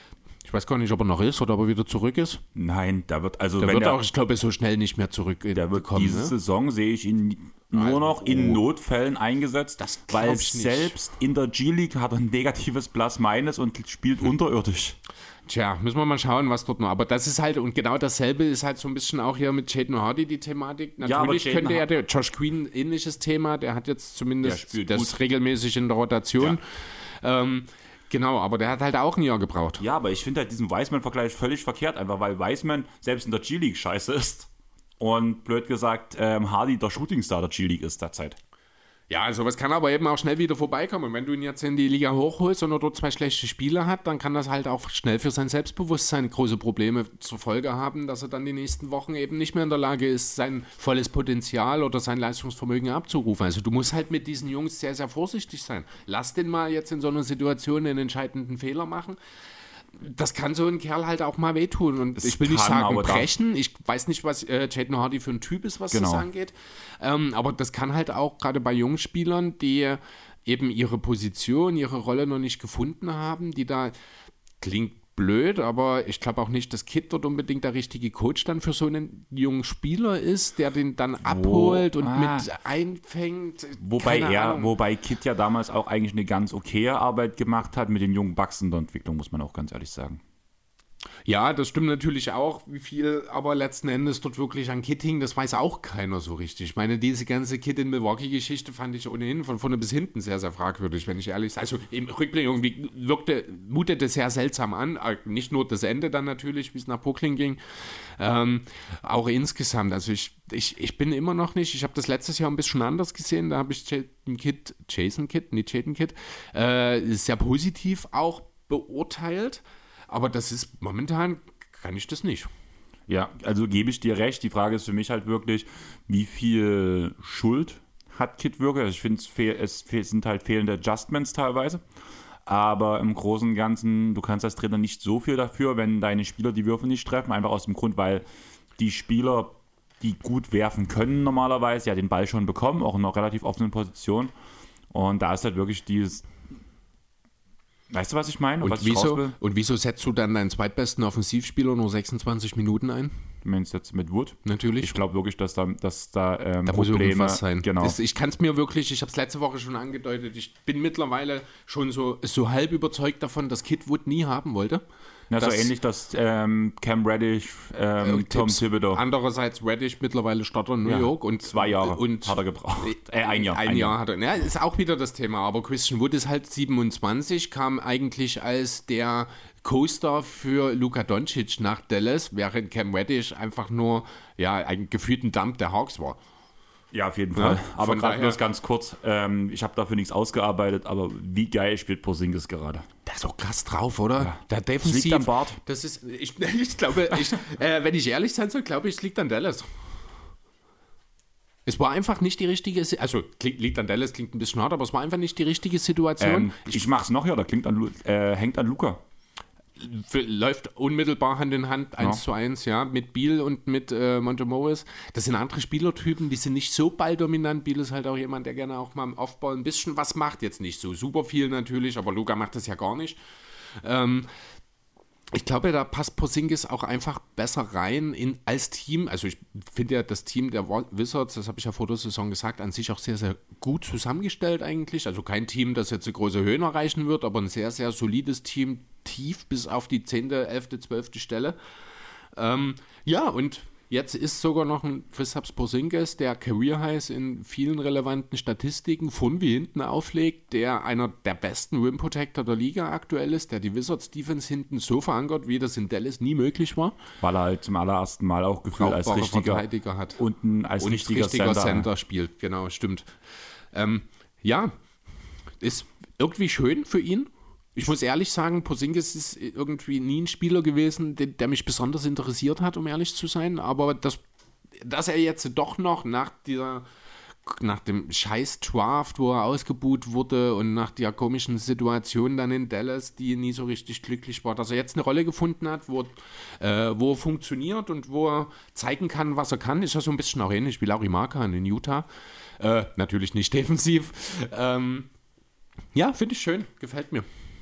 Ich weiß gar nicht, ob er noch ist oder ob er wieder zurück ist. Nein, da wird also Der wenn wird der, auch, ich glaube, so schnell nicht mehr zurück. der wird kommen, diese ne? Saison sehe ich ihn nur Also, noch in oh. Notfällen eingesetzt, Das glaub weil ich nicht. selbst in der G-League hat er ein negatives Plus-Minus und spielt Hm. unterirdisch. Tja, müssen wir mal schauen, was dort noch. Aber das ist halt, und genau dasselbe ist halt so ein bisschen auch hier mit Jaden Hardy die Thematik. Ja, aber Natürlich Jaden könnte ja Har- der Josh Green ähnliches Thema, der hat jetzt Der zumindest spielt das gut. regelmäßig in der Rotation. Ähm, genau, aber der hat halt auch ein Jahr gebraucht. Ja, aber ich finde halt diesen Wiseman-Vergleich völlig verkehrt, einfach weil Wiseman selbst in der G-League scheiße ist und blöd gesagt ähm, Hardy der Shootingstar der G-League ist derzeit. Ja, also was kann aber eben auch schnell wieder vorbeikommen. Und wenn du ihn jetzt in die Liga hochholst und er dort zwei schlechte Spiele hat, dann kann das halt auch schnell für sein Selbstbewusstsein große Probleme zur Folge haben, dass er dann die nächsten Wochen eben nicht mehr in der Lage ist, sein volles Potenzial oder sein Leistungsvermögen abzurufen. Also du musst halt mit diesen Jungs sehr, sehr vorsichtig sein. Lass den mal jetzt in so einer Situation einen entscheidenden Fehler machen. Das kann so ein Kerl halt auch mal wehtun. Und Es ich will nicht kann, sagen aber da- brechen. Ich weiß nicht, was äh, Jaden Hardy für ein Typ ist, was Genau. das angeht. Ähm, aber das kann halt auch gerade bei jungen Spielern, die eben ihre Position, ihre Rolle noch nicht gefunden haben, die da, klingt blöd, aber ich glaube auch nicht, dass Kid dort unbedingt der richtige Coach dann für so einen jungen Spieler ist, der den dann abholt und ah. mit einfängt. Wobei Keine er, Ahnung. wobei Kid ja damals auch eigentlich eine ganz okaye Arbeit gemacht hat mit den jungen Bucks in der Entwicklung, muss man auch ganz ehrlich sagen. Ja, das stimmt natürlich auch, wie viel aber letzten Endes dort wirklich an Kid hing, das weiß auch keiner so richtig. Ich meine, diese ganze Kid in Milwaukee-Geschichte fand ich ohnehin von vorne bis hinten sehr, sehr fragwürdig, wenn ich ehrlich sage. Also im Rückblick irgendwie wirkte, mutete sehr seltsam an, nicht nur das Ende dann natürlich, wie es nach Brooklyn ging, ähm, auch insgesamt. Also ich, ich, ich bin immer noch nicht, ich habe das letztes Jahr ein bisschen anders gesehen, da habe ich Jason Kidd, Jason Kidd, nicht Jaden Kidd, äh, sehr positiv auch beurteilt. Aber das ist momentan, kann ich das nicht. Ja, also gebe ich dir recht. Die Frage ist für mich halt wirklich, wie viel Schuld hat Kid wirklich? Also ich finde, es, fehl, es fehl, sind halt fehlende Adjustments teilweise. Aber im Großen und Ganzen, du kannst als Trainer nicht so viel dafür, wenn deine Spieler die Würfe nicht treffen. Einfach aus dem Grund, weil die Spieler, die gut werfen können normalerweise, ja den Ball schon bekommen, auch in einer relativ offenen Position. Und da ist halt wirklich dieses... Weißt du, was ich meine? Und, was ich raus wieso, will? und wieso setzt du dann deinen zweitbesten Offensivspieler nur sechsundzwanzig Minuten ein? Du meinst jetzt mit Wood? Natürlich. Ich glaube wirklich, dass da, dass da, ähm, Da muss Probleme... irgendwas sein. Genau. Das, ich kann es mir wirklich, ich habe es letzte Woche schon angedeutet, ich bin mittlerweile schon so, so halb überzeugt davon, dass Kid Wood nie haben wollte. Ja, so das- ähnlich, dass ähm, Cam Reddish, ähm, Äh, Tom Tipps. Thibodeau, Andererseits Reddish mittlerweile Starter in New Ja, York und zwei Jahre und hat er gebraucht. Äh, ein Jahr. Ein, Jahr hat er. Ja, ist auch wieder das Thema. Aber Christian Wood ist halt siebenundzwanzig, kam eigentlich als der Co-Star für Luka Doncic nach Dallas, während Cam Reddish einfach nur ja, ein gefühlten Dump der Hawks war. Ja, auf jeden Ja, Fall. aber von gerade daher- bloß ganz kurz, ähm, ich habe dafür nichts ausgearbeitet, aber wie geil spielt Porzingis gerade? Der ist auch krass drauf, oder? Ja. Der Das defensiv. liegt am Bart. Das ist, ich, ich glaube, ich, äh, wenn ich ehrlich sein soll, glaube ich, es liegt an Dallas. Es war einfach nicht die richtige, Si- also klingt, liegt an Dallas, klingt ein bisschen hart, aber es war einfach nicht die richtige Situation. Ähm, ich mach's noch, ja, da klingt an, Lu- äh, hängt an Luka. Für, läuft unmittelbar Hand in Hand, eins Ja. zu eins, ja, mit Beal und mit äh, Monte Morris. Das sind andere Spielertypen, die sind nicht so balldominant. Beal ist halt auch jemand, der gerne auch mal im Aufbau ein bisschen was macht. Jetzt nicht so super viel natürlich, aber Luka macht das ja gar nicht. Ähm, ich glaube, da passt Porzingis auch einfach besser rein in, als Team. Also ich finde ja das Team der Wizards, das habe ich ja vor der Saison gesagt, an sich auch sehr, sehr gut zusammengestellt eigentlich. Also kein Team, das jetzt eine große Höhen erreichen wird, aber ein sehr, sehr solides Team, tief bis auf die zehnte, elfte, zwölfte Stelle. Ähm, ja, und jetzt ist sogar noch ein Kristaps Porzingis, der Career Highs in vielen relevanten Statistiken von wie hinten auflegt, der einer der besten Rim Protector der Liga aktuell ist, der die Wizards Defense hinten so verankert, wie das in Dallas nie möglich war. Weil er halt zum allerersten Mal auch gefühlt als Brauchbare richtiger Verteidiger hat. unten als Und richtiger, richtiger Center. Center spielt, genau, stimmt. Ähm, ja, ist irgendwie schön für ihn. Ich muss ehrlich sagen, Porzingis ist irgendwie nie ein Spieler gewesen, der, der mich besonders interessiert hat, um ehrlich zu sein. Aber das, dass er jetzt doch noch nach dieser, nach dem scheiß Draft, wo er ausgebuht wurde und nach der komischen Situation dann in Dallas, die nie so richtig glücklich war, dass er jetzt eine Rolle gefunden hat, wo, äh, wo er funktioniert und wo er zeigen kann, was er kann, ist ja so ein bisschen auch ähnlich wie Lauri Markkanen in Utah. Äh, natürlich nicht defensiv. Ähm, ja, finde ich schön, gefällt mir.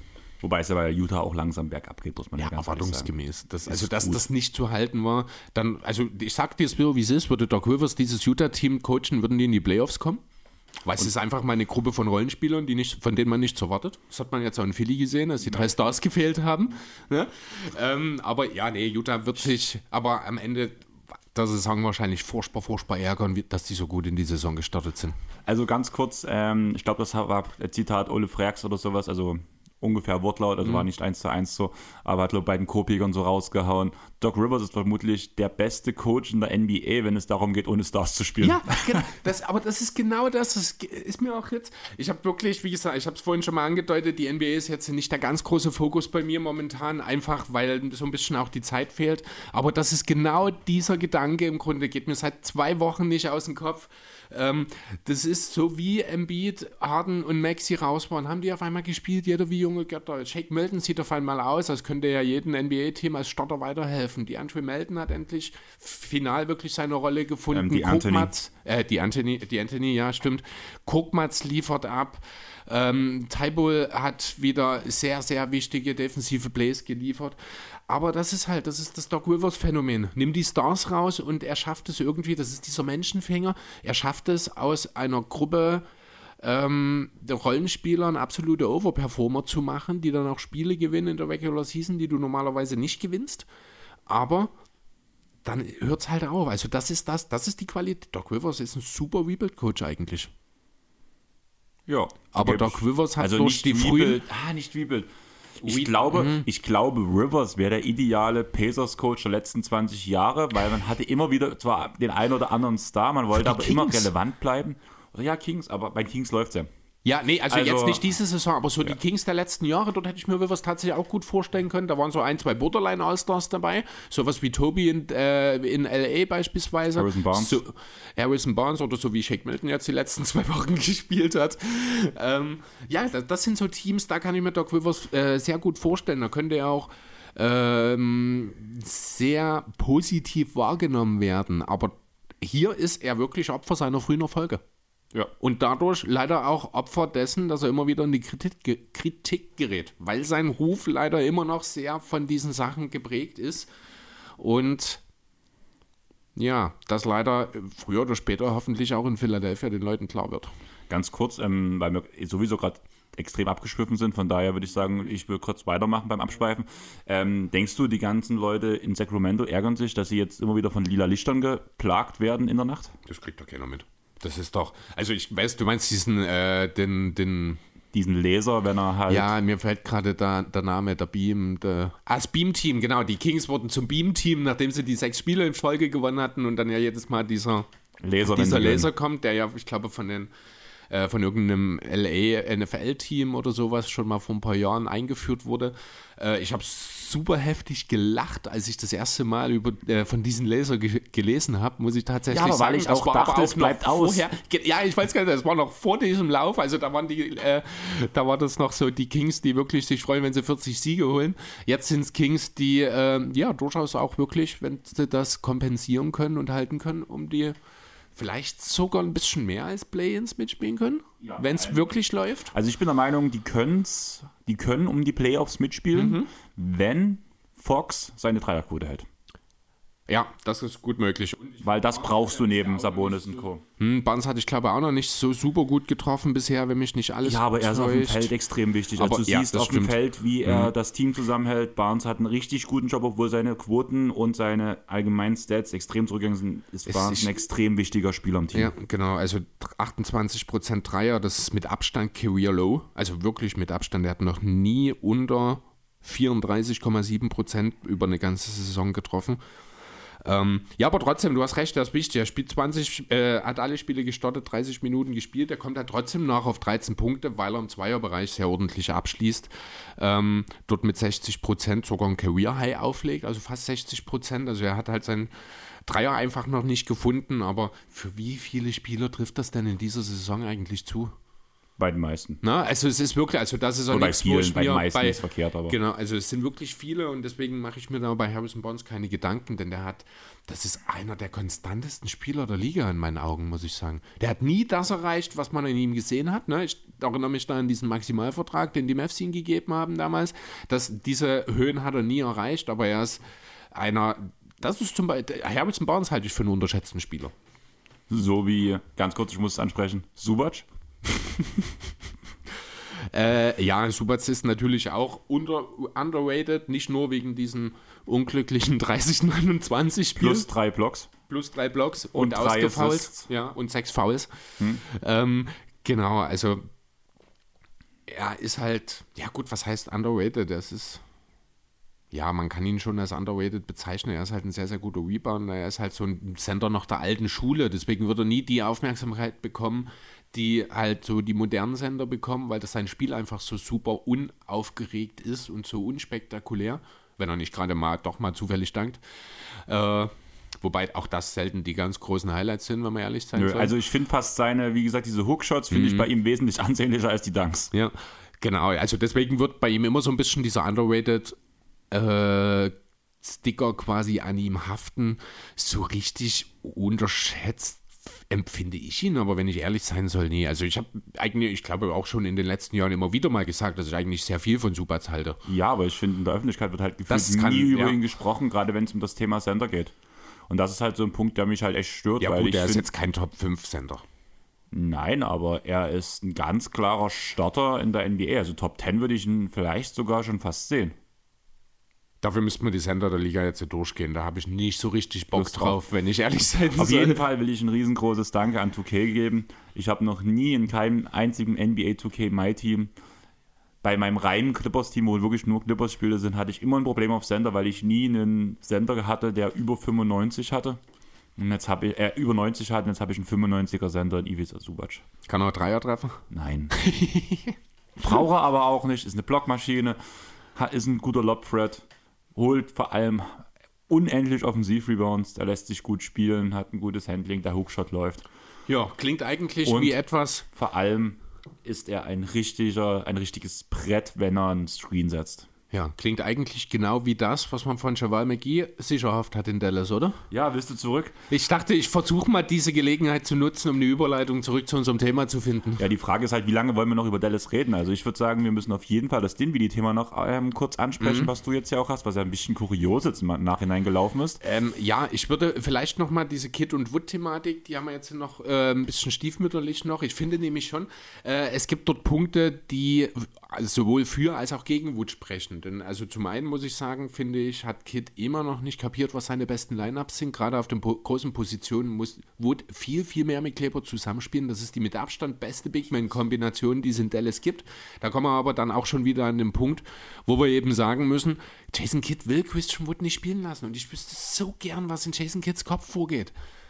Wobei es ja bei Utah auch langsam bergab geht, muss man ja, ja ganz ehrlich sagen. erwartungsgemäß. Das, also, dass gut. das nicht zu halten war, dann, also ich sag dir es wie es ist, würde Doc Rivers dieses Utah-Team coachen, würden die in die Playoffs kommen? Weil es ist einfach mal eine Gruppe von Rollenspielern, die nicht, von denen man nichts erwartet. Das hat man jetzt auch in Philly gesehen, als die drei Stars gefehlt haben. Ne? Ähm, aber ja, nee, Utah wird sich aber am Ende der Saison wahrscheinlich furchtbar, furchtbar ärgern, dass die so gut in die Saison gestartet sind. Also ganz kurz, ähm, ich glaube, das war Zitat Ole Freaks oder sowas, also ungefähr Wortlaut, also mhm. war nicht eins zu eins so, aber hat, glaube ich, bei den Co-Pegern so rausgehauen. Doc Rivers ist vermutlich der beste Coach in der N B A, wenn es darum geht, ohne Stars zu spielen. Ja, genau. Das, aber das ist genau das. Das ist mir auch jetzt, ich habe wirklich, wie gesagt, ich habe es vorhin schon mal angedeutet, die N B A ist jetzt nicht der ganz große Fokus bei mir momentan, einfach weil so ein bisschen auch die Zeit fehlt. Aber das ist genau dieser Gedanke im Grunde, geht mir seit zwei Wochen nicht aus dem Kopf. Ähm, das ist so wie Embiid, Harden und Maxey raus waren, haben die auf einmal gespielt, jeder wie junge Götter. Shake Milton sieht auf einmal aus, als könnte ja jedem N B A-Team als Starter weiterhelfen. Die Andre Melton hat endlich final wirklich seine Rolle gefunden. Ähm, die Anthony. Kokmatz, äh, die Anthony, die Anthony, ja, stimmt. Kokmatz liefert ab. Ähm, Thybulle hat wieder sehr, sehr wichtige defensive Plays geliefert. Aber das ist halt, das ist das Doc Rivers-Phänomen. Nimm die Stars raus und er schafft es irgendwie, das ist dieser Menschenfänger, er schafft es aus einer Gruppe ähm, der Rollenspieler einen absolute Overperformer zu machen, die dann auch Spiele gewinnen in der Regular Season, die du normalerweise nicht gewinnst. Aber dann hört es halt auf. Also das ist das, das ist die Qualität. Doc Rivers ist ein super Rebuild-Coach eigentlich. Ja. Aber Doc Rivers hat also durch nicht die frühen... Ah, nicht Rebuild. Ich glaube, mhm. ich glaube, Rivers wäre der ideale Pacers-Coach der letzten zwanzig Jahre, weil man hatte immer wieder zwar den einen oder anderen Star, man wollte aber Kings. immer relevant bleiben. Oder ja, Kings, aber bei Kings läuft es ja. Ja, nee, also, also jetzt nicht diese Saison, aber so ja. die Kings der letzten Jahre, dort hätte ich mir Rivers tatsächlich auch gut vorstellen können. Da waren so ein, zwei Borderline-All-Stars dabei. Sowas wie Toby in, äh, in L A beispielsweise. Harrison Barnes. So, Harrison Barnes oder so wie Shake Milton jetzt die letzten zwei Wochen gespielt hat. Ähm, ja, das, das sind so Teams, da kann ich mir Doc Rivers äh, sehr gut vorstellen. Da könnte er auch ähm, sehr positiv wahrgenommen werden. Aber hier ist er wirklich Opfer seiner frühen Erfolge. Ja. Und dadurch leider auch Opfer dessen, dass er immer wieder in die Kritik, Kritik gerät, weil sein Ruf leider immer noch sehr von diesen Sachen geprägt ist und ja, das leider früher oder später hoffentlich auch in Philadelphia den Leuten klar wird. Ganz kurz, ähm, weil wir sowieso gerade extrem abgeschwiffen sind, von daher würde ich sagen, ich will kurz weitermachen beim Abschweifen. Ähm, denkst du, die ganzen Leute in Sacramento ärgern sich, dass sie jetzt immer wieder von lila Lichtern geplagt werden in der Nacht? Das kriegt doch keiner mit. Das ist doch, also ich weiß, du meinst diesen, äh, den, den diesen Laser, wenn er halt... Ja, mir fällt gerade da, der Name, der Beam, der... Ah, das Beam-Team, genau, die Kings wurden zum Beam-Team, nachdem sie die sechs Spiele in Folge gewonnen hatten und dann ja jedes Mal dieser Laser, dieser Laser kommt, der ja, ich glaube, von den äh, von irgendeinem L A N F L-Team oder sowas schon mal vor ein paar Jahren eingeführt wurde. Äh, ich habe super heftig gelacht, als ich das erste Mal über, äh, von diesen Laser ge- gelesen habe, muss ich tatsächlich ja, aber sagen. Weil ich das auch war dachte, aber auch es bleibt noch aus. Vorher. Ja, ich weiß gar nicht, das war noch vor diesem Lauf, also da waren die, äh, da war das noch so die Kings, die wirklich sich freuen, wenn sie vierzig Siege holen. Jetzt sind es Kings, die äh, ja durchaus auch wirklich, wenn sie das kompensieren können und halten können, um die vielleicht sogar ein bisschen mehr als Play-ins mitspielen können, ja, wenn es wirklich läuft. Also ich bin der Meinung, die, können's, die können um die Playoffs mitspielen, mhm. wenn Fox seine Dreierquote hält. Ja, das ist gut möglich. Und Weil das brauchst du neben Sabonis und Co. Hm, Barnes hatte ich glaube auch noch nicht so super gut getroffen bisher, wenn mich nicht alles Ja, aber er ist auf dem täuscht. Feld extrem wichtig. Aber, also du ja, siehst auf stimmt. dem Feld, wie mhm. er das Team zusammenhält. Barnes hat einen richtig guten Job, obwohl seine Quoten und seine allgemeinen Stats extrem zurückgegangen sind. Ist Barnes ein extrem wichtiger Spieler im Team. Ja, genau. Also achtundzwanzig Prozent Dreier, das ist mit Abstand Career Low. Also wirklich mit Abstand. Er hat noch nie unter vierunddreißig Komma sieben Prozent über eine ganze Saison getroffen. Ähm, ja, aber trotzdem, du hast recht, das ist wichtig. Er spielt zwanzig, äh, hat alle Spiele gestartet, dreißig Minuten gespielt. Er kommt halt trotzdem nach auf dreizehn Punkte, weil er im Zweierbereich sehr ordentlich abschließt. Ähm, dort mit sechzig Prozent sogar ein Career-High auflegt, also fast sechzig Prozent. Also er hat halt seinen Dreier einfach noch nicht gefunden. Aber für wie viele Spieler trifft das denn in dieser Saison eigentlich zu? Bei den meisten. Na, also es ist wirklich, also das ist auch Oder bei nichts, vielen, wo ich bei mir den meisten bei, ist verkehrt, aber. Genau, also es sind wirklich viele und deswegen mache ich mir da bei Harrison Barnes keine Gedanken, denn der hat, das ist einer der konstantesten Spieler der Liga in meinen Augen, muss ich sagen. Der hat nie das erreicht, was man in ihm gesehen hat. Ne? Ich erinnere mich da an diesen Maximalvertrag, den die Mavs ihm gegeben haben damals. Das, diese Höhen hat er nie erreicht, aber er ist einer, das ist zum Beispiel, Harrison Barnes halte ich für einen unterschätzten Spieler. So wie, ganz kurz, ich muss es ansprechen, Zubac. Äh, ja, Zubac ist natürlich auch unter, underrated, nicht nur wegen diesen unglücklichen dreißig neunundzwanzig Spielen. Plus drei Blocks. Plus drei Blocks und, Und drei ausgefoult. Assists. Ja, und sechs Fouls. Hm. Ähm, genau, also er ist halt, ja gut, was heißt underrated? Das ist, ja, man kann ihn schon als underrated bezeichnen. Er ist halt ein sehr, sehr guter Rebounder. Er ist halt so ein Center nach der alten Schule. Deswegen wird er nie die Aufmerksamkeit bekommen, die halt so die modernen Sender bekommen, weil das sein Spiel einfach so super unaufgeregt ist und so unspektakulär, wenn er nicht gerade mal doch mal zufällig dankt. Äh, wobei auch das selten die ganz großen Highlights sind, wenn man ehrlich sein Nö, soll. also ich finde fast seine, wie gesagt, diese Hookshots finde Mhm. ich bei ihm wesentlich ansehnlicher als die Dunks. Ja, genau. Also deswegen wird bei ihm immer so ein bisschen dieser underrated äh, Sticker quasi an ihm haften. So richtig unterschätzt empfinde ich ihn, aber wenn ich ehrlich sein soll, nee. Also ich habe eigentlich, ich glaube auch schon in den letzten Jahren immer wieder mal gesagt, dass ich eigentlich sehr viel von Zubac halte. Ja, aber ich finde, in der Öffentlichkeit wird halt gefühlt Das kann- nie über ja. ihn gesprochen, gerade wenn es um das Thema Center geht. Und das ist halt so ein Punkt, der mich halt echt stört, Ja weil gut, ich der ist find, jetzt kein Top fünf Center. nein, aber er ist ein ganz klarer Starter in der N B A. Also Top zehn würde ich ihn vielleicht sogar schon fast sehen. Dafür müsste man die Center der Liga jetzt so durchgehen. Da habe ich nicht so richtig Bock Lust drauf, drauf. wenn ich ehrlich sein Auf soll. jeden Fall will ich ein riesengroßes Danke an zwei K geben. Ich habe noch nie in keinem einzigen N B A zwei K My Team, bei meinem reinen Clippers-Team, wo wirklich nur Clippers-Spiele sind, hatte ich immer ein Problem auf Center, weil ich nie einen Center hatte, der über fünfundneunzig hatte. Und jetzt habe ich, äh, über neunzig hatte, und jetzt habe ich einen fünfundneunziger Center in Ivica Zubac. Kann er Dreier treffen? Nein. Braucht er aber auch nicht, ist eine Blockmaschine, hat- ist ein guter Lob-Threat, holt vor allem unendlich Offensiv-Rebounds, der lässt sich gut spielen, hat ein gutes Handling, der Hookshot läuft. Ja, klingt eigentlich Und- wie etwas. Vor allem ist er ein richtiger, ein richtiges Brett, wenn er einen Screen setzt. Ja, klingt eigentlich genau wie das, was man von Javal McGee sicherhaft hat in Dallas, oder? Ja, willst du zurück? Ich dachte, ich versuche mal diese Gelegenheit zu nutzen, um eine Überleitung zurück zu unserem Thema zu finden. Ja, die Frage ist halt, wie lange wollen wir noch über Dallas reden? Also ich würde sagen, wir müssen auf jeden Fall das Dinwiddie-Thema noch ähm, kurz ansprechen, Mhm. was du jetzt ja auch hast, was ja ein bisschen kurios jetzt im Nachhinein gelaufen ist. Ähm, ja, ich würde vielleicht noch mal diese Kid- und Wood-Thematik, die haben wir jetzt noch äh, ein bisschen stiefmütterlich noch. Ich finde nämlich schon, äh, es gibt dort Punkte, die sowohl für als auch gegen Wood sprechen. Denn also zum einen muss ich sagen, finde ich, hat Kid immer noch nicht kapiert, was seine besten Lineups sind. Gerade auf den po- großen Positionen muss Wood viel, viel mehr mit Kleber zusammenspielen. Das ist die mit Abstand beste Big-Man-Kombination, die es in Dallas gibt. Da kommen wir aber dann auch schon wieder an den Punkt, wo wir eben sagen müssen, Jason Kidd will Christian Wood nicht spielen lassen. Und ich wüsste so gern, was in Jason Kidds Kopf vorgeht.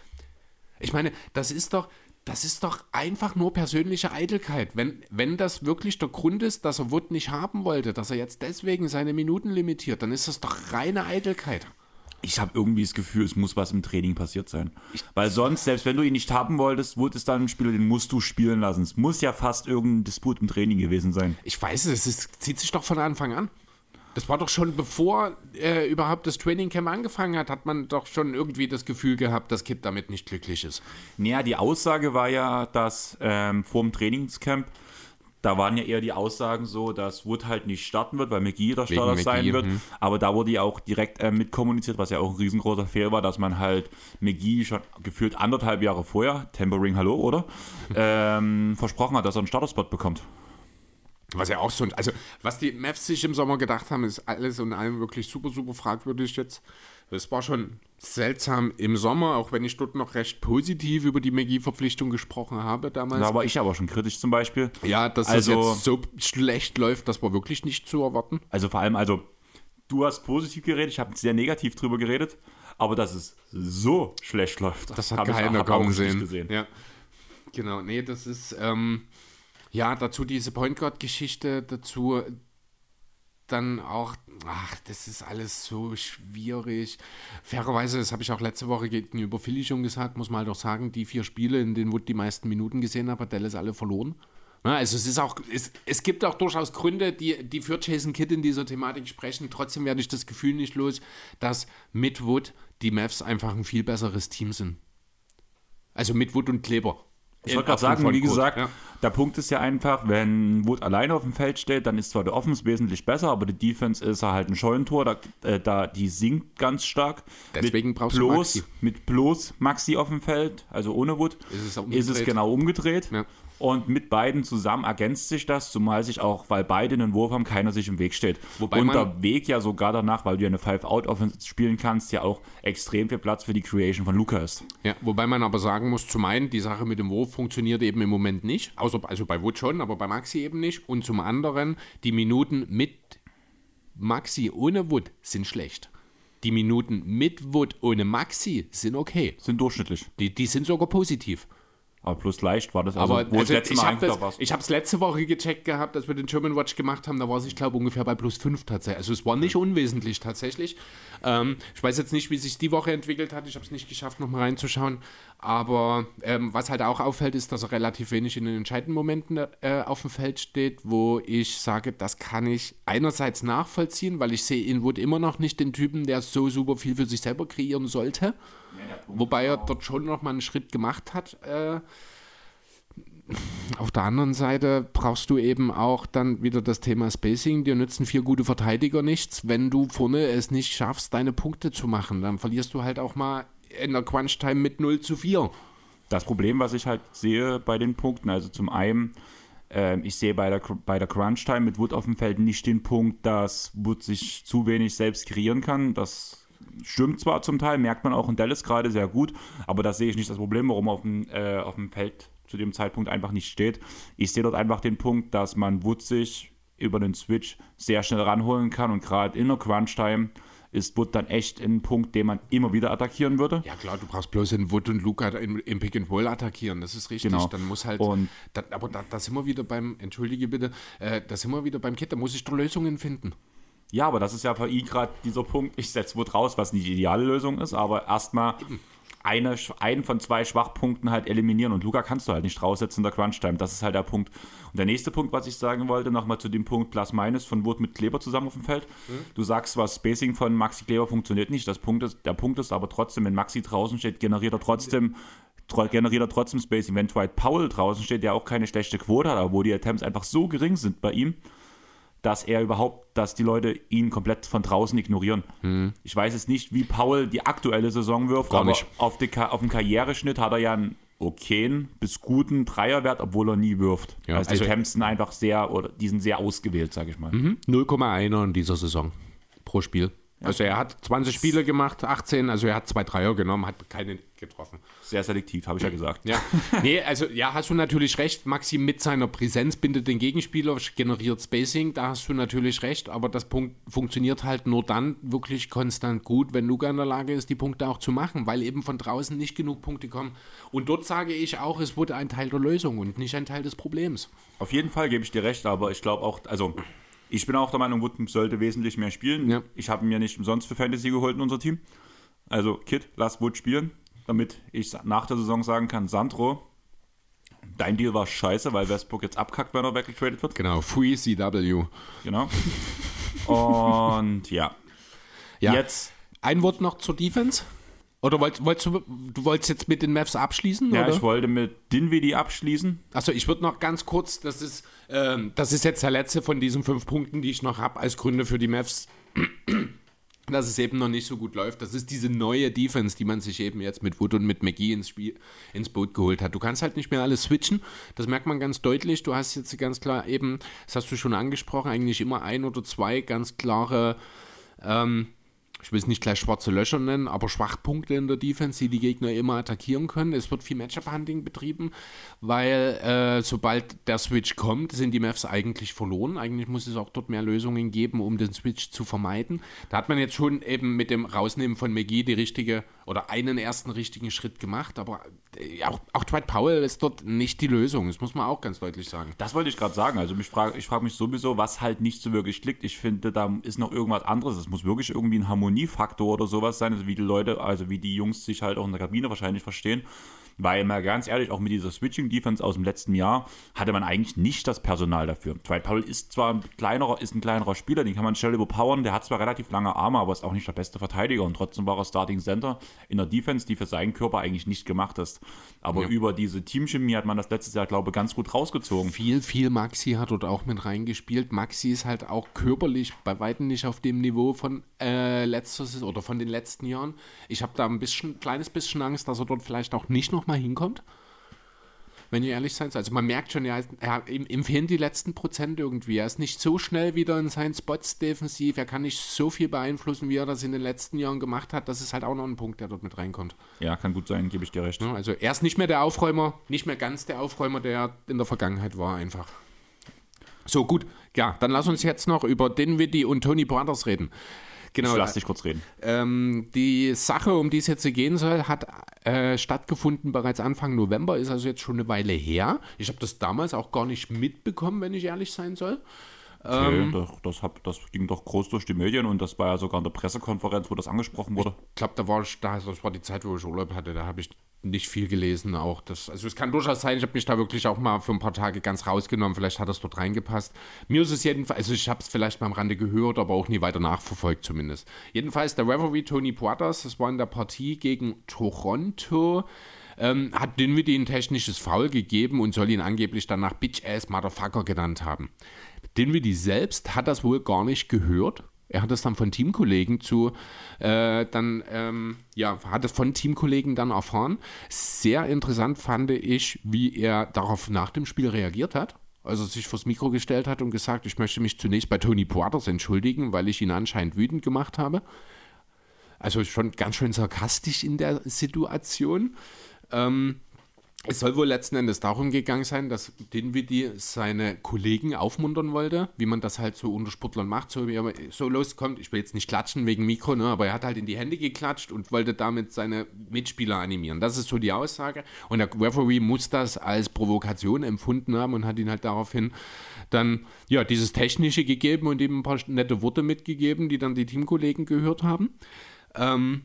Ich meine, das ist doch, das ist doch einfach nur persönliche Eitelkeit. Wenn, wenn das wirklich der Grund ist, dass er Wood nicht haben wollte, dass er jetzt deswegen seine Minuten limitiert, dann ist das doch reine Eitelkeit. Ich habe irgendwie das Gefühl, es muss was im Training passiert sein. Weil sonst, selbst wenn du ihn nicht haben wolltest, Wood ist dann ein Spieler, den musst du spielen lassen. Es muss ja fast irgendein Disput im Training gewesen sein. Ich weiß es, es zieht sich doch von Anfang an. Das war doch schon, bevor äh, überhaupt das Trainingcamp angefangen hat, hat man doch schon irgendwie das Gefühl gehabt, dass Kid damit nicht glücklich ist. Naja, die Aussage war ja, dass ähm, vor dem Trainingscamp, da waren ja eher die Aussagen so, dass Wood halt nicht starten wird, weil McGee der Wegen Starter sein McGee, wird. hm. Aber da wurde ja auch direkt ähm, mitkommuniziert, was ja auch ein riesengroßer Fehler war, dass man halt McGee schon gefühlt anderthalb Jahre vorher, Tempering, hallo, oder? ähm, versprochen hat, dass er einen Starterspot bekommt. Was ja auch so, also was die Mavs sich im Sommer gedacht haben, ist alles und allem wirklich super, super fragwürdig jetzt. Es war schon seltsam im Sommer, auch wenn ich dort noch recht positiv über die McGee-Verpflichtung gesprochen habe damals. Da war ich aber schon kritisch zum Beispiel. Ja, dass Also- das jetzt so schlecht läuft, das war wirklich nicht zu erwarten. Also vor allem, also du hast positiv geredet, ich habe sehr negativ drüber geredet, aber dass es so schlecht läuft, Das hat hab ich- keiner hab auch kommen nicht sehen. gesehen. Ja. Genau, nee, das ist, ähm, ja, dazu diese Point Guard-Geschichte, dazu dann auch, ach, das ist alles so schwierig. Fairerweise, das habe ich auch letzte Woche gegenüber Philly schon gesagt, muss man halt auch sagen, die vier Spiele, in denen Wood die meisten Minuten gesehen hat, hat Dallas alle verloren. Ja, also es ist auch, es, es gibt auch durchaus Gründe, die, die für Jason Kidd in dieser Thematik sprechen. Trotzdem werde ich das Gefühl nicht los, dass mit Wood die Mavs einfach ein viel besseres Team sind. Also mit Wood und Kleber. Ich wollte gerade sagen, wie gesagt, ja. Der Punkt ist ja einfach, wenn Wood alleine auf dem Feld steht, dann ist zwar der Offense wesentlich besser, aber die Defense ist halt ein Scheunentor, da, äh, da, die sinkt ganz stark. Deswegen mit brauchst bloß, du Maxi. Mit bloß Maxi auf dem Feld, also ohne Wood, ist es, ist es genau umgedreht. Ja. Und mit beiden zusammen ergänzt sich das, zumal sich auch, weil beide einen Wurf haben, keiner sich im Weg steht. Wobei und man, der Weg ja sogar danach, weil du ja eine Five-Out-Offense spielen kannst, ja auch extrem viel Platz für die Creation von Luka ist. Ja, wobei man aber sagen muss, zum einen, die Sache mit dem Wurf funktioniert eben im Moment nicht, außer, also bei Wood schon, aber bei Maxi eben nicht. Und zum anderen, die Minuten mit Maxi ohne Wood sind schlecht. Die Minuten mit Wood ohne Maxi sind okay. Sind durchschnittlich. Die, die sind sogar positiv. Aber plus leicht war das. Also, aber wo also, letzte ich Mal habe das, ich habe es letzte Woche gecheckt gehabt, als wir den German Watch gemacht haben, da war es, ich glaube, ungefähr bei plus fünf tatsächlich. Also es war nicht unwesentlich tatsächlich. Ähm, ich weiß jetzt nicht, wie sich die Woche entwickelt hat. Ich habe es nicht geschafft, nochmal reinzuschauen. Aber ähm, was halt auch auffällt, ist, dass er relativ wenig in den entscheidenden Momenten äh, auf dem Feld steht, wo ich sage, das kann ich einerseits nachvollziehen, weil ich sehe in Wood immer noch nicht den Typen, der so super viel für sich selber kreieren sollte. Ja, wobei er dort schon nochmal einen Schritt gemacht hat. Äh, Auf der anderen Seite brauchst du eben auch dann wieder das Thema Spacing. Dir nützen vier gute Verteidiger nichts, wenn du vorne es nicht schaffst, deine Punkte zu machen. Dann verlierst du halt auch mal in der Crunch-Time mit null zu vier. Das Problem, was ich halt sehe bei den Punkten, also zum einen, äh, ich sehe bei der, bei der Crunch-Time mit Wood auf dem Feld nicht den Punkt, dass Wood sich zu wenig selbst kreieren kann. Das stimmt zwar zum Teil, merkt man auch in Dallas gerade sehr gut, aber das sehe ich nicht das Problem, warum auf dem, äh, auf dem Feld zu dem Zeitpunkt einfach nicht steht. Ich sehe dort einfach den Punkt, dass man Wood sich über den Switch sehr schnell ranholen kann und gerade in der Crunch-Time ist Wood dann echt ein Punkt, den man immer wieder attackieren würde. Ja klar, du brauchst bloß in Wood und Luka im, im Pick and Roll attackieren, das ist richtig. Genau. Dann muss halt, und da, aber da, da sind wir wieder beim, entschuldige bitte, äh, da sind wir wieder beim Kit, da muss ich doch Lösungen finden. Ja, aber das ist ja für ihn gerade dieser Punkt, ich setze Wood raus, was nicht die ideale Lösung ist, aber erstmal eine, einen von zwei Schwachpunkten halt eliminieren und Luka kannst du halt nicht raussetzen in der Crunch-Time, das ist halt der Punkt. Und der nächste Punkt, was ich sagen wollte, nochmal zu dem Punkt Plus-Minus von Wood mit Kleber zusammen auf dem Feld. Mhm. Du sagst, was Spacing von Maxi Kleber funktioniert nicht, das Punkt ist, der Punkt ist aber trotzdem, wenn Maxi draußen steht, generiert er trotzdem generiert er trotzdem Spacing. Wenn Dwight Powell draußen steht, der auch keine schlechte Quote hat, aber wo die Attempts einfach so gering sind bei ihm, dass er überhaupt, dass die Leute ihn komplett von draußen ignorieren. Hm. Ich weiß jetzt nicht, wie Powell die aktuelle Saison wirft, Gar aber nicht. Auf, die, auf dem Karriereschnitt hat er ja einen okayen bis guten Dreierwert, obwohl er nie wirft. Ja, also, also die Attempts sind einfach sehr, oder die sind sehr ausgewählt, sage ich mal. Mhm. null Komma eins in dieser Saison pro Spiel. Ja. Also er hat zwanzig Spiele gemacht, achtzehn, also er hat zwei Dreier genommen, hat keine getroffen. Sehr selektiv, habe ich ja gesagt. Ja, nee, also ja, hast du natürlich recht. Maxi mit seiner Präsenz bindet den Gegenspieler, generiert Spacing, da hast du natürlich recht, aber das Punkt funktioniert halt nur dann wirklich konstant gut, wenn Luka in der Lage ist, die Punkte auch zu machen, weil eben von draußen nicht genug Punkte kommen. Und dort sage ich auch, es wurde ein Teil der Lösung und nicht ein Teil des Problems. Auf jeden Fall gebe ich dir recht, aber ich glaube auch, also ich bin auch der Meinung, Wood sollte wesentlich mehr spielen. Ja. Ich habe ihn ja nicht umsonst für Fantasy geholt in unser Team. Also Kid, lass Wood spielen, damit ich nach der Saison sagen kann, Sandro, dein Deal war scheiße, weil Westbrook jetzt abkackt, wenn er weggetradet wird. Genau, Free C W. Genau. Und ja. ja. Jetzt. Ein Wort noch zur Defense. Oder wolltest, wolltest du, du wolltest jetzt mit den Mavs abschließen? Ja, oder? Ich wollte mit Dinwiddie abschließen. Achso, ich würde noch ganz kurz, das ist, ähm, das ist jetzt der letzte von diesen fünf Punkten, die ich noch habe als Gründe für die Mavs, dass es eben noch nicht so gut läuft. Das ist diese neue Defense, die man sich eben jetzt mit Wood und mit McGee ins Spiel, ins Boot geholt hat. Du kannst halt nicht mehr alles switchen, das merkt man ganz deutlich. Du hast jetzt ganz klar eben, das hast du schon angesprochen, eigentlich immer ein oder zwei ganz klare, ähm, ich will es nicht gleich schwarze Löcher nennen, aber Schwachpunkte in der Defense, die die Gegner immer attackieren können. Es wird viel Matchup-Hunting betrieben, weil äh, sobald der Switch kommt, sind die Mavs eigentlich verloren. Eigentlich muss es auch dort mehr Lösungen geben, um den Switch zu vermeiden. Da hat man jetzt schon eben mit dem Rausnehmen von McGee die richtige oder einen ersten richtigen Schritt gemacht, aber äh, auch, auch Dwight Powell ist dort nicht die Lösung. Das muss man auch ganz deutlich sagen. Das wollte ich gerade sagen. Also mich frag, ich frage mich sowieso, was halt nicht so wirklich klickt. Ich finde, da ist noch irgendwas anderes. Es muss wirklich irgendwie ein Harmoniefaktor oder sowas sein, also wie die Leute, also wie die Jungs sich halt auch in der Kabine wahrscheinlich verstehen. weil mal ganz ehrlich, auch mit dieser Switching-Defense aus dem letzten Jahr hatte man eigentlich nicht das Personal dafür. Dwight Powell ist zwar ein kleinerer, ist ein kleinerer Spieler, den kann man schnell überpowern, der hat zwar relativ lange Arme, aber ist auch nicht der beste Verteidiger und trotzdem war er Starting Center in der Defense, die für seinen Körper eigentlich nicht gemacht ist. Aber ja. über diese Teamchemie hat man das letztes Jahr, glaube ich, ganz gut rausgezogen. Viel, viel Maxi hat dort auch mit reingespielt. Maxi ist halt auch körperlich bei weitem nicht auf dem Niveau von äh, letztes oder von den letzten Jahren. Ich habe da ein bisschen, kleines bisschen Angst, dass er dort vielleicht auch nicht nochmal hinkommt. Wenn ihr ehrlich seid. Also man merkt schon, ja, er, ihm, ihm fehlen die letzten Prozent irgendwie. Er ist nicht so schnell wieder in seinen Spots defensiv. Er kann nicht so viel beeinflussen, wie er das in den letzten Jahren gemacht hat. Das ist halt auch noch ein Punkt, der dort mit reinkommt. Ja, kann gut sein, gebe ich dir recht. Ja, also er ist nicht mehr der Aufräumer, nicht mehr ganz der Aufräumer, der er in der Vergangenheit war einfach. So, gut. Ja, dann lass uns jetzt noch über Dinwiddie und Tony Brothers reden. Genau, ich lass dich kurz reden. Ähm, die Sache, um die es jetzt gehen soll, hat äh, stattgefunden bereits Anfang November, ist also jetzt schon eine Weile her. Ich habe das damals auch gar nicht mitbekommen, wenn ich ehrlich sein soll. Okay, ähm, das, das, hab, das ging doch groß durch die Medien und das war ja sogar in der Pressekonferenz, wo das angesprochen wurde. Ich glaube, da war ich, da, das war die Zeit, wo ich Urlaub hatte, da habe ich nicht viel gelesen auch. Das, also es kann durchaus sein, ich habe mich da wirklich auch mal für ein paar Tage ganz rausgenommen, vielleicht hat das dort reingepasst. Mir ist es jedenfalls, also ich habe es vielleicht mal am Rande gehört, aber auch nie weiter nachverfolgt zumindest. Jedenfalls der Referee Tony Brothers, das war in der Partie gegen Toronto, ähm, hat Dinwiddie ein technisches Foul gegeben und soll ihn angeblich danach Bitch-Ass Motherfucker genannt haben. Dinwiddie selbst hat das wohl gar nicht gehört. Er hat es dann von Teamkollegen zu, äh, dann, ähm, ja, hat es von Teamkollegen dann erfahren. Sehr interessant fand ich, wie er darauf nach dem Spiel reagiert hat. Also sich vors Mikro gestellt hat und gesagt, ich möchte mich zunächst bei Tony Brothers entschuldigen, weil ich ihn anscheinend wütend gemacht habe. Also schon ganz schön sarkastisch in der Situation. Ähm, Es soll wohl letzten Endes darum gegangen sein, dass Dinwiddie seine Kollegen aufmuntern wollte, wie man das halt so unter Sportlern macht, so wie er so loskommt. Ich will jetzt nicht klatschen wegen Mikro, ne, aber er hat halt in die Hände geklatscht und wollte damit seine Mitspieler animieren. Das ist so die Aussage. Und der Referee muss das als Provokation empfunden haben und hat ihn halt daraufhin dann ja dieses Technische gegeben und ihm ein paar nette Worte mitgegeben, die dann die Teamkollegen gehört haben. Ähm,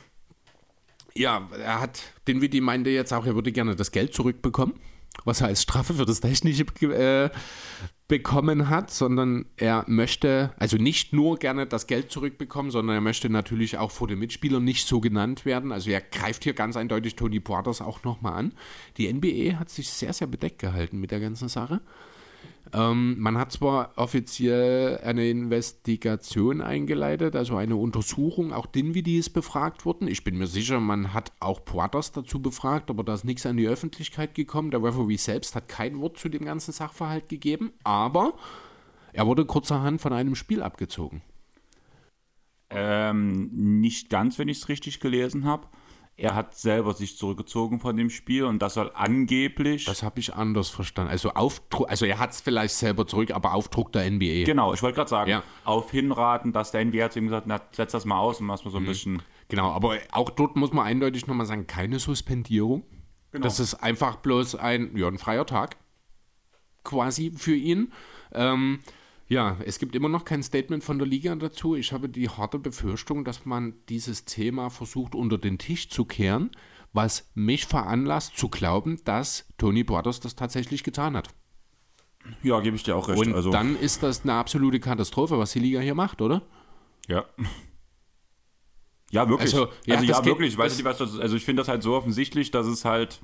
Ja, er hat, Dinwiddie meinte jetzt auch, er würde gerne das Geld zurückbekommen, was er als Strafe für das Technische äh, bekommen hat, sondern er möchte, also nicht nur gerne das Geld zurückbekommen, sondern er möchte natürlich auch vor den Mitspielern nicht so genannt werden. Also er greift hier ganz eindeutig Tony Brothers auch nochmal an. Die N B A hat sich sehr, sehr bedeckt gehalten mit der ganzen Sache. Ähm, man hat zwar offiziell eine Investigation eingeleitet, also eine Untersuchung, auch Dinwiddie ist befragt worden. Ich bin mir sicher, man hat auch Brothers dazu befragt, aber da ist nichts an die Öffentlichkeit gekommen. Der Referee selbst hat kein Wort zu dem ganzen Sachverhalt gegeben, aber er wurde kurzerhand von einem Spiel abgezogen. Ähm, nicht ganz, wenn ich es richtig gelesen habe. Er hat selber sich zurückgezogen von dem Spiel und das soll angeblich... Das habe ich anders verstanden. Also, Aufdruck, also er hat es vielleicht selber zurück, aber Aufdruck der N B A. Genau, ich wollte gerade sagen, ja. auf Hinraten, dass der N B A hat ihm gesagt, na, setz das mal aus und machst mal so ein mhm. bisschen... Genau, aber auch dort muss man eindeutig nochmal sagen, keine Suspendierung. Genau. Das ist einfach bloß ein, ja, ein freier Tag quasi für ihn. Ähm, Ja, es gibt immer noch kein Statement von der Liga dazu. Ich habe die harte Befürchtung, dass man dieses Thema versucht unter den Tisch zu kehren, was mich veranlasst zu glauben, dass Tony Brothers das tatsächlich getan hat. Ja, gebe ich dir auch recht. Und also, dann ist das eine absolute Katastrophe, was die Liga hier macht, oder? Ja. Ja, wirklich. Also, ja, also, ja geht, wirklich. Ich weiß nicht, was das ist. Also ich finde das halt so offensichtlich, dass es halt...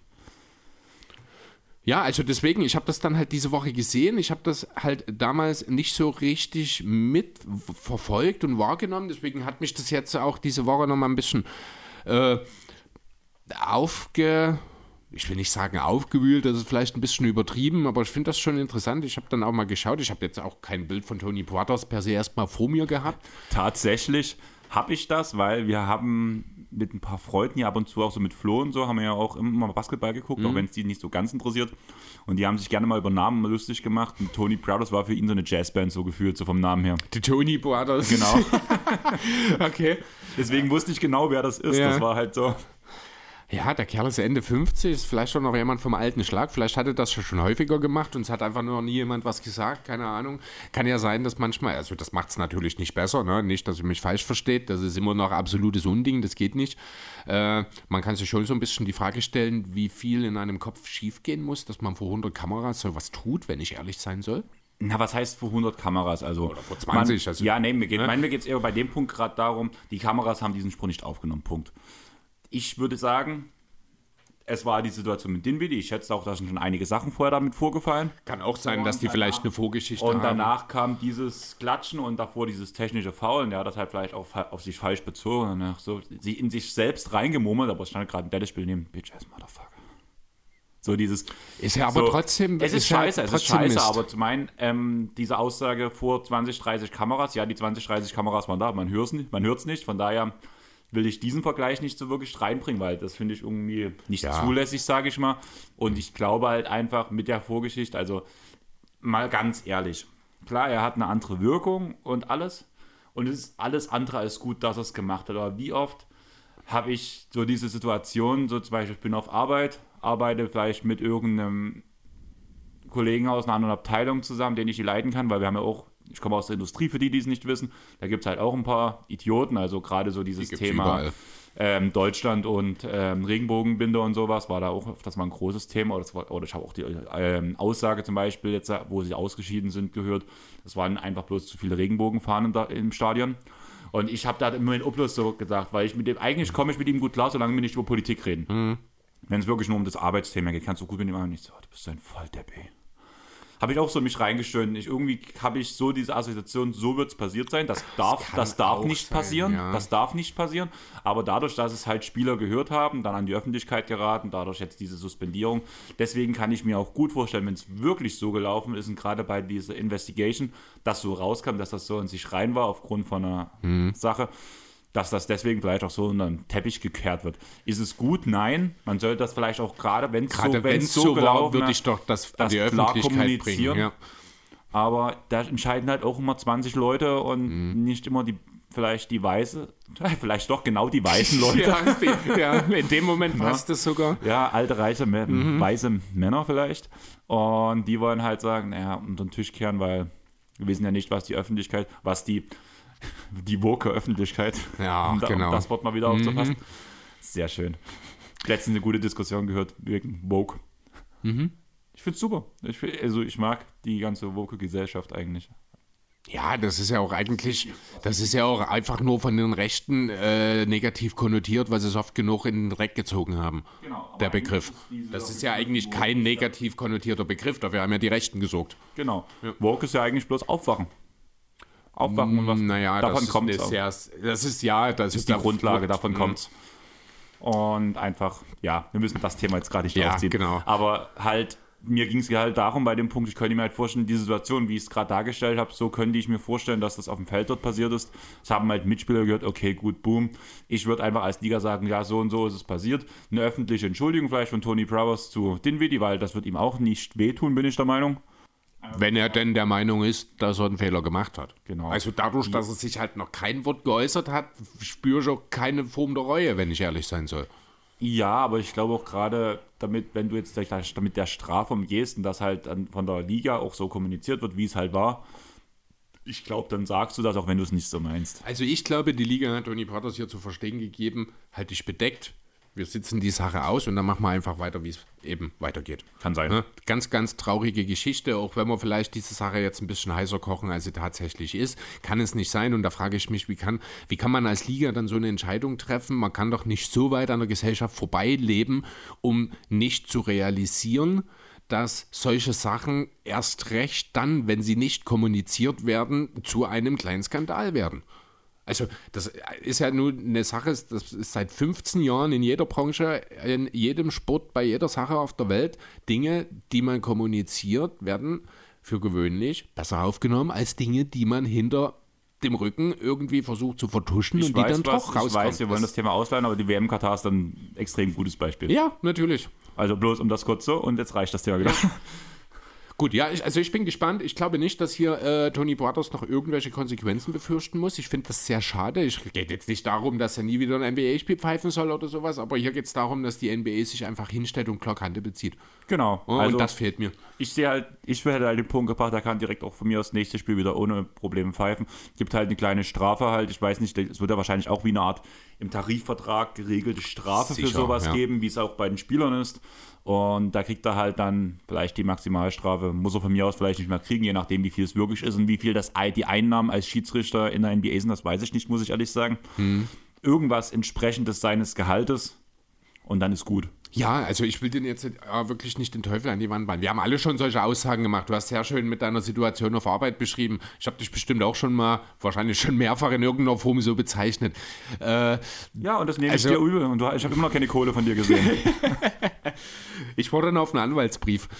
Ja, also deswegen, ich habe das dann halt diese Woche gesehen. Ich habe das halt damals nicht so richtig mitverfolgt und wahrgenommen. Deswegen hat mich das jetzt auch diese Woche nochmal ein bisschen äh, aufge... Ich will nicht sagen aufgewühlt, das ist vielleicht ein bisschen übertrieben, aber ich finde das schon interessant. Ich habe dann auch mal geschaut. Ich habe jetzt auch kein Bild von Tony Brothers per se erstmal vor mir gehabt. Tatsächlich habe ich das, weil wir haben mit ein paar Freunden ja ab und zu auch so mit Flo und so, haben wir ja auch immer mal Basketball geguckt, mhm. auch wenn es die nicht so ganz interessiert. Und die haben sich gerne mal über Namen lustig gemacht. Und Tony Brothers war für ihn so eine Jazzband, so gefühlt, so vom Namen her. Die Tony Brothers. Genau. Okay. Deswegen wusste ich genau, wer das ist. Ja. Das war halt so. Ja, der Kerl ist Ende fünfzig, ist vielleicht schon noch jemand vom alten Schlag. Vielleicht hat er das schon häufiger gemacht und es hat einfach nur nie jemand was gesagt, keine Ahnung. Kann ja sein, dass manchmal, also das macht es natürlich nicht besser, ne? Nicht, dass ihr mich falsch versteht, das ist immer noch absolutes Unding, das geht nicht. Äh, man kann sich schon so ein bisschen die Frage stellen, wie viel in einem Kopf schiefgehen muss, dass man vor hundert Kameras so was tut, wenn ich ehrlich sein soll. Na, was heißt vor hundert Kameras? Also, Oder vor zwanzig. Man, also, ja, nee, mir geht ne? es eher bei dem Punkt gerade darum, die Kameras haben diesen Spruch nicht aufgenommen, Punkt. Ich würde sagen, es war die Situation mit Dinwiddie. Ich schätze auch, da sind schon einige Sachen vorher damit vorgefallen. Kann auch sein, dass die vielleicht eine Vorgeschichte und haben. Und danach kam dieses Klatschen und davor dieses technische Foulen. Der hat das halt vielleicht auch auf sich falsch bezogen. Und danach so sie in sich selbst reingemurmelt, aber es stand gerade ein Dallas-Spiel neben Bitch-ass Motherfucker. So dieses... Ist ja aber so, trotzdem... Es ist, ist scheiße, es ist Mist. scheiße, aber zu meinen, ähm, diese Aussage vor zwanzig, dreißig Kameras, ja, die zwanzig, dreißig Kameras waren da, man hört es nicht, man hört's nicht, von daher... will ich diesen Vergleich nicht so wirklich reinbringen, weil das finde ich irgendwie nicht ja. zulässig, sage ich mal. Und ich glaube halt einfach mit der Vorgeschichte, also mal ganz ehrlich, klar, er hat eine andere Wirkung und alles. Und es ist alles andere als gut, dass er es gemacht hat. Aber wie oft habe ich so diese Situation, so zum Beispiel, ich bin auf Arbeit, arbeite vielleicht mit irgendeinem Kollegen aus einer anderen Abteilung zusammen, den ich die leiten kann, weil wir haben ja auch, ich komme aus der Industrie, für die, die es nicht wissen, da gibt es halt auch ein paar Idioten, also gerade so dieses Thema ähm, Deutschland und ähm, Regenbogenbinde und sowas, war da auch das war ein großes Thema, oder, das war, oder ich habe auch die ähm, Aussage zum Beispiel, jetzt, wo sie ausgeschieden sind, gehört, das waren einfach bloß zu viele Regenbogenfahnen da, im Stadion. Und ich habe da immer in Upload so gesagt, weil ich mit dem, eigentlich komme ich mit ihm gut klar, solange wir nicht über Politik reden. Mhm. Wenn es wirklich nur um das Arbeitsthema geht, kannst du gut mit ihm auch nicht so, du bist ein Volldepp, ey. Habe ich auch so mich reingestöhnt. Ich, irgendwie habe ich so diese Assoziation, so wird es passiert sein. Das darf, das, das darf nicht sein, passieren. Ja. Das darf nicht passieren. Aber dadurch, dass es halt Spieler gehört haben, dann an die Öffentlichkeit geraten, dadurch jetzt diese Suspendierung. Deswegen kann ich mir auch gut vorstellen, wenn es wirklich so gelaufen ist und gerade bei dieser Investigation, dass so rauskam, dass das so in sich rein war aufgrund von einer hm. Sache, dass das deswegen vielleicht auch so unter den Teppich gekehrt wird. Ist es gut? Nein. Man sollte das vielleicht auch gerade, wenn es so, wenn's so, so gelaufen würde ich doch das, das an die Öffentlichkeit bringen. Ja. Aber da entscheiden halt auch immer zwanzig Leute und mhm. nicht immer die, vielleicht die Weiße, vielleicht doch genau die weißen Leute. ja, die, ja, in dem Moment passt es sogar. Ja, alte, reiche, mhm. weiße Männer vielleicht. Und die wollen halt sagen, naja, unter den Tisch kehren, weil wir wissen ja nicht, was die Öffentlichkeit, was die die woke Öffentlichkeit, ja, um, genau. um das Wort mal wieder aufzufassen. Mhm. Sehr schön. Letztens eine gute Diskussion gehört wegen woke. Mhm. Ich finde es super. Ich find, also ich mag die ganze woke Gesellschaft eigentlich. Ja, das ist ja auch eigentlich, das ist ja auch einfach nur von den Rechten äh, negativ konnotiert, weil sie es oft genug in den Dreck gezogen haben, genau, der Begriff. Ist das ist ja eigentlich kein negativ konnotierter Begriff, dafür haben ja die Rechten gesorgt. Genau. Ja. Woke ist ja eigentlich bloß Aufwachen. Aufwachen und was naja, davon kommt es. Das ist ja, das, das ist die Grundlage, davon kommt. Und einfach, ja, wir müssen das Thema jetzt gerade nicht ja, aufziehen. Genau. Aber halt, mir ging es halt darum bei dem Punkt, ich könnte mir halt vorstellen, die Situation, wie ich es gerade dargestellt habe, so könnte ich mir vorstellen, dass das auf dem Feld dort passiert ist. Es haben halt Mitspieler gehört, okay, gut, boom. Ich würde einfach als Liga sagen, ja, so und so ist es passiert. Eine öffentliche Entschuldigung vielleicht von Tony Bowers zu Dinwiddie, weil das wird ihm auch nicht wehtun, bin ich der Meinung. Wenn er denn der Meinung ist, dass er einen Fehler gemacht hat. Genau. Also dadurch, dass er sich halt noch kein Wort geäußert hat, spüre ich auch keine Form der Reue, wenn ich ehrlich sein soll. Ja, aber ich glaube auch gerade, damit, wenn du jetzt damit der Strafe umgehst und das halt von der Liga auch so kommuniziert wird, wie es halt war, ich glaube, dann sagst du das, auch wenn du es nicht so meinst. Also ich glaube, die Liga hat Tony Porters hier zu verstehen gegeben, halt dich bedeckt. Wir sitzen die Sache aus und dann machen wir einfach weiter, wie es eben weitergeht. Kann sein. Ne? Ganz, ganz traurige Geschichte, auch wenn wir vielleicht diese Sache jetzt ein bisschen heißer kochen, als sie tatsächlich ist. Kann es nicht sein und da frage ich mich, wie kann, wie kann man als Liga dann so eine Entscheidung treffen? Man kann doch nicht so weit an der Gesellschaft vorbeileben, um nicht zu realisieren, dass solche Sachen erst recht dann, wenn sie nicht kommuniziert werden, zu einem kleinen Skandal werden. Also das ist ja nur eine Sache, das ist seit fünfzehn Jahren in jeder Branche, in jedem Sport, bei jeder Sache auf der Welt, Dinge, die man kommuniziert, werden für gewöhnlich besser aufgenommen als Dinge, die man hinter dem Rücken irgendwie versucht zu vertuschen ich und die weiß, dann was, doch rauskommen. Ich weiß, wir wollen das Thema ausleihen, aber die W M Katar ist dann ein extrem gutes Beispiel. Ja, natürlich. Also bloß um das kurz so und jetzt reicht das Thema wieder. Gut, ja, ich, also ich bin gespannt. Ich glaube nicht, dass hier äh, Tony Brothers noch irgendwelche Konsequenzen befürchten muss. Ich finde das sehr schade. Es geht jetzt nicht darum, dass er nie wieder ein N B A-Spiel pfeifen soll oder sowas, aber hier geht es darum, dass die N B A sich einfach hinstellt und klar Kante bezieht. Genau. Oh, also und das fehlt mir. Ich sehe halt, ich hätte halt den Punkt gebracht, er kann direkt auch von mir aus das nächste Spiel wieder ohne Probleme pfeifen. Gibt halt eine kleine Strafe halt. Ich weiß nicht, es wird ja wahrscheinlich auch wie eine Art im Tarifvertrag geregelte Strafe Sicher, für sowas ja. geben, wie es auch bei den Spielern ist. Und da kriegt er halt dann vielleicht die Maximalstrafe, muss er von mir aus vielleicht nicht mehr kriegen, je nachdem, wie viel es wirklich ist und wie viel das die Einnahmen als Schiedsrichter in der N B A sind, das weiß ich nicht, muss ich ehrlich sagen. Hm. Irgendwas entsprechendes seines Gehaltes und dann ist gut. Ja, also ich will den jetzt äh, wirklich nicht den Teufel an die Wand malen. Wir haben alle schon solche Aussagen gemacht. Du hast sehr schön mit deiner Situation auf Arbeit beschrieben. Ich habe dich bestimmt auch schon mal, wahrscheinlich schon mehrfach in irgendeiner Form so bezeichnet. Äh, ja, und das nehme also, ich dir übel. Und du, ich habe immer noch keine Kohle von dir gesehen. Ich warte dann auf einen Anwaltsbrief.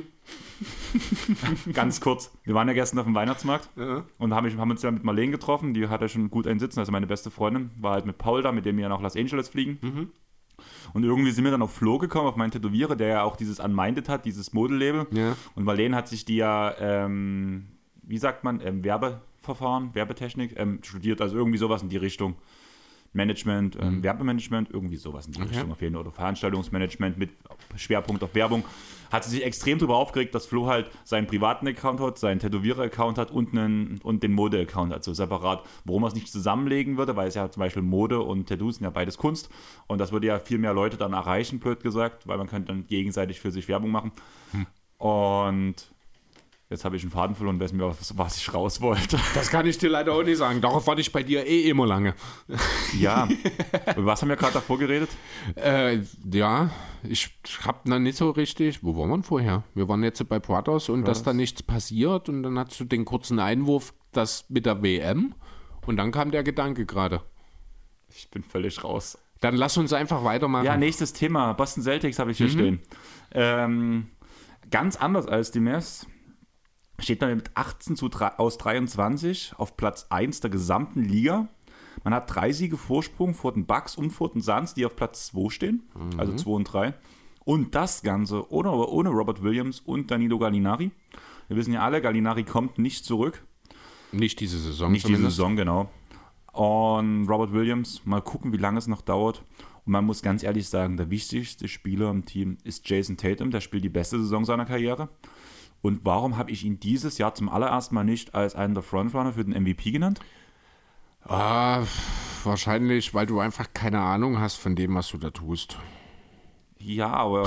Ganz kurz. Wir waren ja gestern auf dem Weihnachtsmarkt ja. und haben, haben uns ja mit Marlene getroffen. Die hatte schon gut einen Sitzen. Also meine beste Freundin war halt mit Paul da, mit dem wir nach Los Angeles fliegen. Mhm. Und irgendwie sind wir dann auf Flo gekommen, auf meinen Tätowierer, der ja auch dieses Unminded hat, dieses Modelabel. Ja. Und Marlene hat sich die ja, ähm, wie sagt man, ähm, Werbeverfahren, Werbetechnik ähm, studiert, also irgendwie sowas in die Richtung. Management, ähm, mhm. Werbemanagement, irgendwie sowas in die okay. Richtung auf jeden Fall. Oder Veranstaltungsmanagement mit Schwerpunkt auf Werbung. Hat sie sich extrem darüber aufgeregt, dass Flo halt seinen privaten Account hat, seinen Tätowierer-Account hat und, einen, und den Mode-Account, also separat. Warum er es nicht zusammenlegen würde, weil es ja zum Beispiel Mode und Tattoos sind ja beides Kunst. Und das würde ja viel mehr Leute dann erreichen, blöd gesagt, weil man könnte dann gegenseitig für sich Werbung machen. Hm. Und jetzt habe ich einen Faden verloren, weiß mir, was, was ich raus wollte. Das kann ich dir leider auch nicht sagen. Darauf warte ich bei dir eh immer lange. Ja. Über was haben wir gerade davor geredet? Äh, ja, ich habe noch nicht so richtig. Wo waren wir vorher? Wir waren jetzt bei Brothers und Brothers. Dass da nichts passiert. Und dann hast du den kurzen Einwurf, das mit der W M. Und dann kam der Gedanke gerade. Ich bin völlig raus. Dann lass uns einfach weitermachen. Ja, nächstes Thema. Boston Celtics habe ich hier mhm. stehen. Ähm, ganz anders als die Mavs. Steht man mit achtzehn zu drei, aus dreiundzwanzig auf Platz eins der gesamten Liga. Man hat drei Siege Vorsprung vor den Bucks und vor den Suns, die auf Platz zwei stehen, mhm. also zwei und drei. Und das Ganze ohne, ohne Robert Williams und Danilo Gallinari. Wir wissen ja alle, Gallinari kommt nicht zurück. Nicht diese Saison. Nicht zumindest. diese Saison, genau. Und Robert Williams, mal gucken, wie lange es noch dauert. Und man muss ganz ehrlich sagen, der wichtigste Spieler im Team ist Jason Tatum. Der spielt die beste Saison seiner Karriere. Und warum habe ich ihn dieses Jahr zum allerersten Mal nicht als einen der Frontrunner für den M V P genannt? Ah, wahrscheinlich, weil du einfach keine Ahnung hast von dem, was du da tust. Ja, aber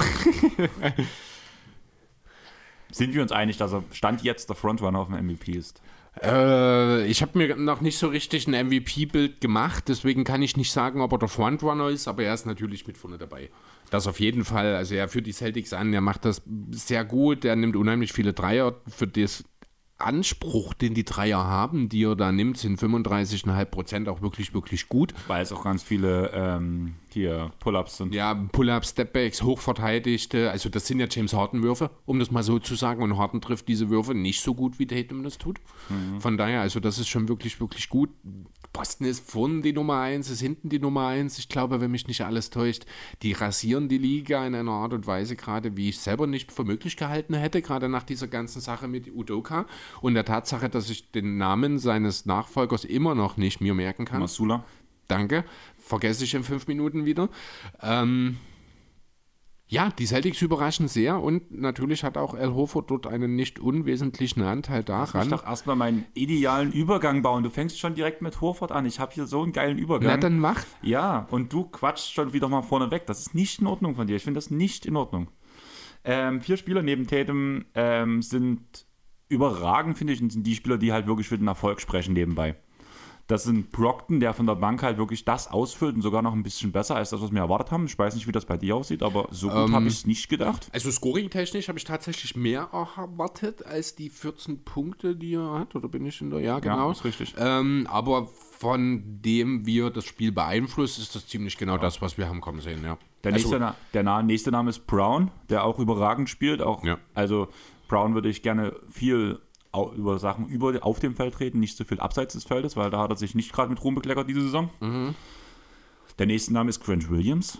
sind wir uns einig, dass er Stand jetzt der Frontrunner auf dem M V P ist? Äh, ich habe mir noch nicht so richtig ein M V P-Bild gemacht, deswegen kann ich nicht sagen, ob er der Frontrunner ist, aber er ist natürlich mit vorne dabei. Das auf jeden Fall, also er führt die Celtics an, er macht das sehr gut, er nimmt unheimlich viele Dreier. Für das Anspruch, den die Dreier haben, die er da nimmt, sind fünfunddreißig Komma fünf Prozent auch wirklich, wirklich gut. Weil es auch ganz viele ähm, hier Pull-Ups sind. Ja, Pull-Ups, Stepbacks, hochverteidigte, also das sind ja James Harden-Würfe, um das mal so zu sagen, und Harden trifft diese Würfe nicht so gut, wie Tatum das tut. Mhm. Von daher, also das ist schon wirklich, wirklich gut. Boston ist vorne die Nummer eins, ist hinten die Nummer eins. Ich glaube, wenn mich nicht alles täuscht, die rasieren die Liga in einer Art und Weise gerade, wie ich selber nicht für möglich gehalten hätte, gerade nach dieser ganzen Sache mit Udoka und der Tatsache, dass ich den Namen seines Nachfolgers immer noch nicht mir merken kann. Masula. Danke, vergesse ich in fünf Minuten wieder. Ähm... Ja, die Celtics überraschen sehr und natürlich hat auch Al Horford dort einen nicht unwesentlichen Anteil daran. Lass mich doch erstmal meinen idealen Übergang bauen. Du fängst schon direkt mit Horford an. Ich habe hier so einen geilen Übergang. Na, dann mach. Ja, und du quatschst schon wieder mal vorne weg. Das ist nicht in Ordnung von dir. Ich finde das nicht in Ordnung. Ähm, vier Spieler neben Tatum ähm, sind überragend, finde ich, und sind die Spieler, die halt wirklich für den Erfolg sprechen nebenbei. Das sind Brockton, der von der Bank halt wirklich das ausfüllt und sogar noch ein bisschen besser als das, was wir erwartet haben. Ich weiß nicht, wie das bei dir aussieht, aber so gut ähm, habe ich es nicht gedacht. Also scoring-technisch habe ich tatsächlich mehr erwartet als die vierzehn Punkte, die er hat. Oder bin ich in der... Ja, genau. Ja, ist richtig. Ähm, aber von dem, wie er das Spiel beeinflusst, ist das ziemlich genau ja. das, was wir haben kommen sehen, ja. Der, also, nächste, der Na- nächste Name ist Brown, der auch überragend spielt. Auch, ja. Also Brown würde ich gerne viel... über Sachen über auf dem Feld reden, nicht so viel abseits des Feldes, weil da hat er sich nicht gerade mit Ruhm bekleckert diese Saison. Mhm. Der nächste Name ist Grant Williams.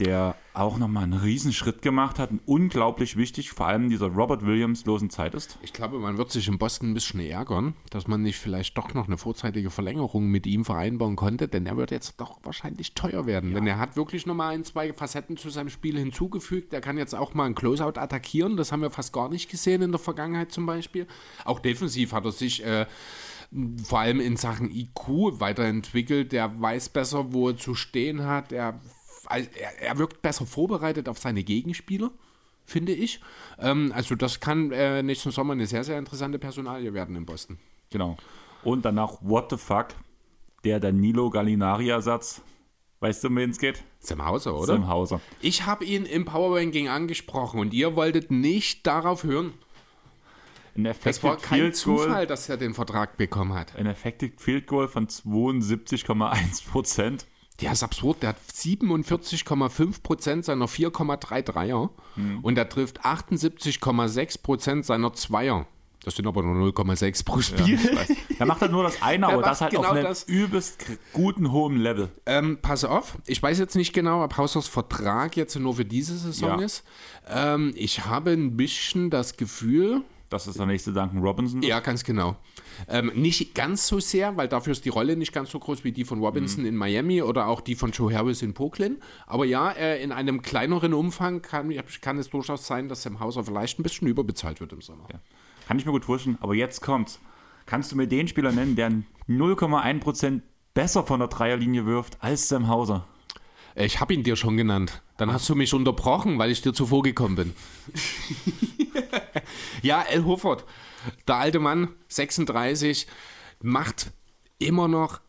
der auch nochmal einen Riesenschritt gemacht hat und unglaublich wichtig, vor allem in dieser Robert Williams losen Zeit ist. Ich glaube, man wird sich in Boston ein bisschen ärgern, dass man nicht vielleicht doch noch eine vorzeitige Verlängerung mit ihm vereinbaren konnte, denn er wird jetzt doch wahrscheinlich teuer werden. Ja. Denn er hat wirklich nochmal ein, zwei Facetten zu seinem Spiel hinzugefügt. Er kann jetzt auch mal ein Closeout attackieren, das haben wir fast gar nicht gesehen in der Vergangenheit zum Beispiel. Auch defensiv hat er sich äh, vor allem in Sachen I Q weiterentwickelt. Der weiß besser, wo er zu stehen hat. Er Also er, er wirkt besser vorbereitet auf seine Gegenspieler, finde ich. Ähm, also das kann äh, nächsten Sommer eine sehr, sehr interessante Personalie werden in Boston. Genau. Und danach, what the fuck, der Danilo Gallinari-Ersatz. Weißt du, um wen es geht? Sam Hauser, oder? Sam Hauser. Ich habe ihn im Powerranking angesprochen und ihr wolltet nicht darauf hören. Es war kein Zufall, dass er den Vertrag bekommen hat. Ein Effective Field Goal von zweiundsiebzig Komma eins Prozent. Der ist absurd, der hat siebenundvierzig Komma fünf Prozent seiner vier Komma drei Dreier hm. und er trifft achtundsiebzig Komma sechs Prozent seiner Zweier. Das sind aber nur null Komma sechs pro Spiel. Ja, er macht halt nur das eine, aber das halt genau auf einem das. übelst guten, hohen Level. Ähm, pass auf, ich weiß jetzt nicht genau, ob Hausers Vertrag jetzt nur für diese Saison ja. ist. Ähm, ich habe ein bisschen das Gefühl... Das ist der nächste Duncan Robinson. Ja, ganz genau. Ähm, nicht ganz so sehr, weil dafür ist die Rolle nicht ganz so groß wie die von Robinson mhm. in Miami oder auch die von Joe Harris in Brooklyn. Aber ja, äh, in einem kleineren Umfang kann, kann es durchaus sein, dass Sam Hauser vielleicht ein bisschen überbezahlt wird im Sommer. Ja. Kann ich mir gut vorstellen, aber jetzt kommt's. Kannst du mir den Spieler nennen, der null Komma eins Prozent besser von der Dreierlinie wirft als Sam Hauser? Ich habe ihn dir schon genannt. Dann hast du mich unterbrochen, weil ich dir zuvor gekommen bin. Ja, Al Horford, der alte Mann, sechsunddreißig, macht immer noch,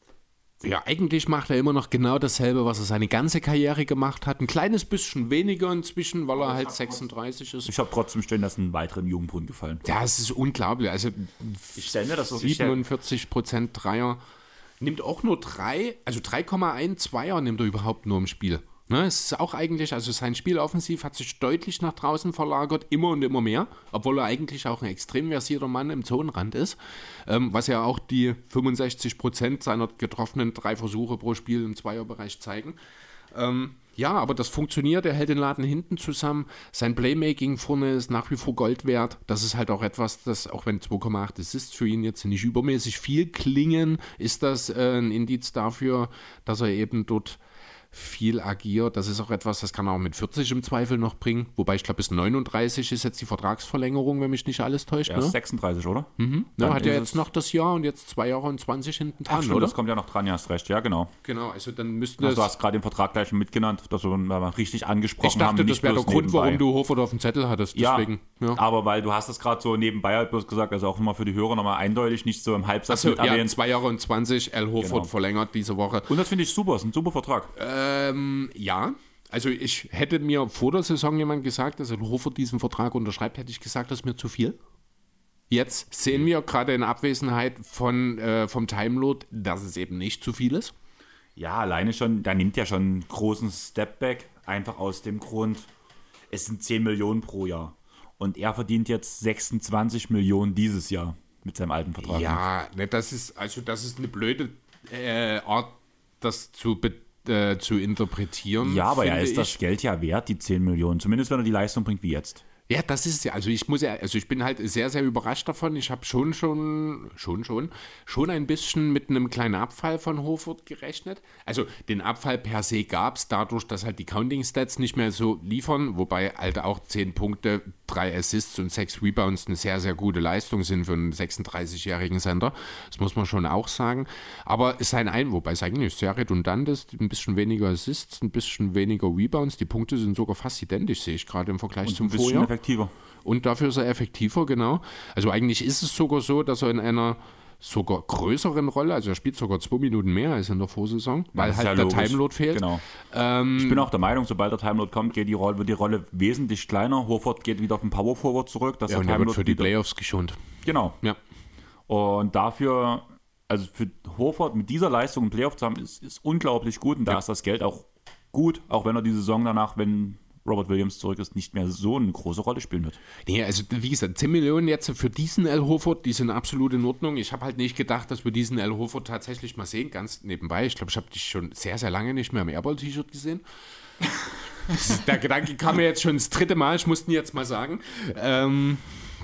ja, eigentlich macht er immer noch genau dasselbe, was er seine ganze Karriere gemacht hat. Ein kleines bisschen weniger inzwischen, weil er halt sechsunddreißig ist. Ich habe trotzdem stehen lassen, einen weiteren Jungbrunnen gefallen. Ja, es ist unglaublich. Also ich stelle mir das so siebenundvierzig Prozent Dreier. Nimmt auch nur drei, also drei Komma eins Zweier nimmt er überhaupt nur im Spiel. Ne, es ist auch eigentlich, also sein Spiel offensiv hat sich deutlich nach draußen verlagert, immer und immer mehr, obwohl er eigentlich auch ein extrem versierter Mann im Zonenrand ist, ähm, was ja auch die fünfundsechzig Prozent seiner getroffenen drei Versuche pro Spiel im Zweierbereich zeigen. Ähm, ja, aber das funktioniert, er hält den Laden hinten zusammen, sein Playmaking vorne ist nach wie vor Gold wert, das ist halt auch etwas, das, auch wenn zwei Komma acht Assists für ihn jetzt nicht übermäßig viel klingen, ist das äh, ein Indiz dafür, dass er eben dort viel agiert. Das ist auch etwas, das kann er auch mit vierzig im Zweifel noch bringen. Wobei ich glaube, bis neununddreißig ist jetzt die Vertragsverlängerung, wenn mich nicht alles täuscht. Er ist ne? sechsunddreißig, oder? Mhm. Ja, hat ja jetzt noch das Jahr und jetzt zwei Jahre und zwanzig hinten dran, Ach, stimmt, oder? Das kommt ja noch dran, ja, hast recht. Ja, genau. Genau, also dann müssten also, Du hast gerade den Vertrag gleich mitgenannt, dass wir mal richtig angesprochen haben. Ich dachte, haben, das wäre der Grund, nebenbei. Warum du Horford auf dem Zettel hattest. Deswegen, ja, ja, aber weil du hast das gerade so nebenbei halt bloß gesagt, also auch nochmal für die Hörer nochmal eindeutig, nicht so im Halbsatz mit erwähnt. Ja, zwei Jahre und zwanzig, Al Horford genau. verlängert diese Woche. Und das finde ich super, ist ein super Vertrag. Ähm, ja, also ich hätte mir vor der Saison jemand gesagt, dass Al Horford diesen Vertrag unterschreibt, hätte ich gesagt, das ist mir zu viel. Jetzt sehen wir gerade in Abwesenheit von, äh, vom Timelord, dass es eben nicht zu viel ist. Ja, alleine schon, da nimmt ja schon einen großen Stepback, einfach aus dem Grund, es sind zehn Millionen pro Jahr. Und er verdient jetzt sechsundzwanzig Millionen dieses Jahr mit seinem alten Vertrag. Ja, ne, das ist, also das ist eine blöde äh, Art, das zu be- Äh, zu interpretieren. Ja, aber er ist ich. das Geld ja wert, die zehn Millionen. Zumindest, wenn er die Leistung bringt wie jetzt. Ja, das ist ja, also ich muss ja, also ich bin halt sehr, sehr überrascht davon. Ich habe schon, schon, schon, schon, schon ein bisschen mit einem kleinen Abfall von Horford gerechnet. Also den Abfall per se gab es dadurch, dass halt die Counting-Stats nicht mehr so liefern, wobei halt auch zehn Punkte, drei Assists und sechs Rebounds eine sehr, sehr gute Leistung sind für einen sechsunddreißigjährigen Center. Das muss man schon auch sagen. Aber es sein ein, wobei es eigentlich sehr redundant ist, ein bisschen weniger Assists, ein bisschen weniger Rebounds. Die Punkte sind sogar fast identisch, sehe ich gerade im Vergleich und zum ein bisschen Vorjahr. Effektiver. Und dafür ist er effektiver, genau. Also eigentlich ist es sogar so, dass er in einer sogar größeren Rolle, also er spielt sogar zwei Minuten mehr als in der Vorsaison, weil ja, halt ja der logisch. Timelord fehlt. Genau. Ähm, ich bin auch der Meinung, sobald der Timelord kommt, geht die Rolle, wird die Rolle wesentlich kleiner. Horford geht wieder auf den Power Forward zurück. Dass ja, der und er wird für die Playoffs geschont. Genau. Ja. Und dafür, also für Horford mit dieser Leistung im Playoff zu haben, ist, ist unglaublich gut. Und da ja. ist das Geld auch gut, auch wenn er die Saison danach, wenn Robert Williams zurück ist, nicht mehr so eine große Rolle spielen wird. Nee, also wie gesagt, zehn Millionen jetzt für diesen Al Horford, die sind absolut in Ordnung. Ich habe halt nicht gedacht, dass wir diesen Al Horford tatsächlich mal sehen, ganz nebenbei. Ich glaube, ich habe dich schon sehr, sehr lange nicht mehr im Airball-T-Shirt gesehen. Der Gedanke kam mir jetzt schon das dritte Mal, ich musste ihn jetzt mal sagen. Ähm,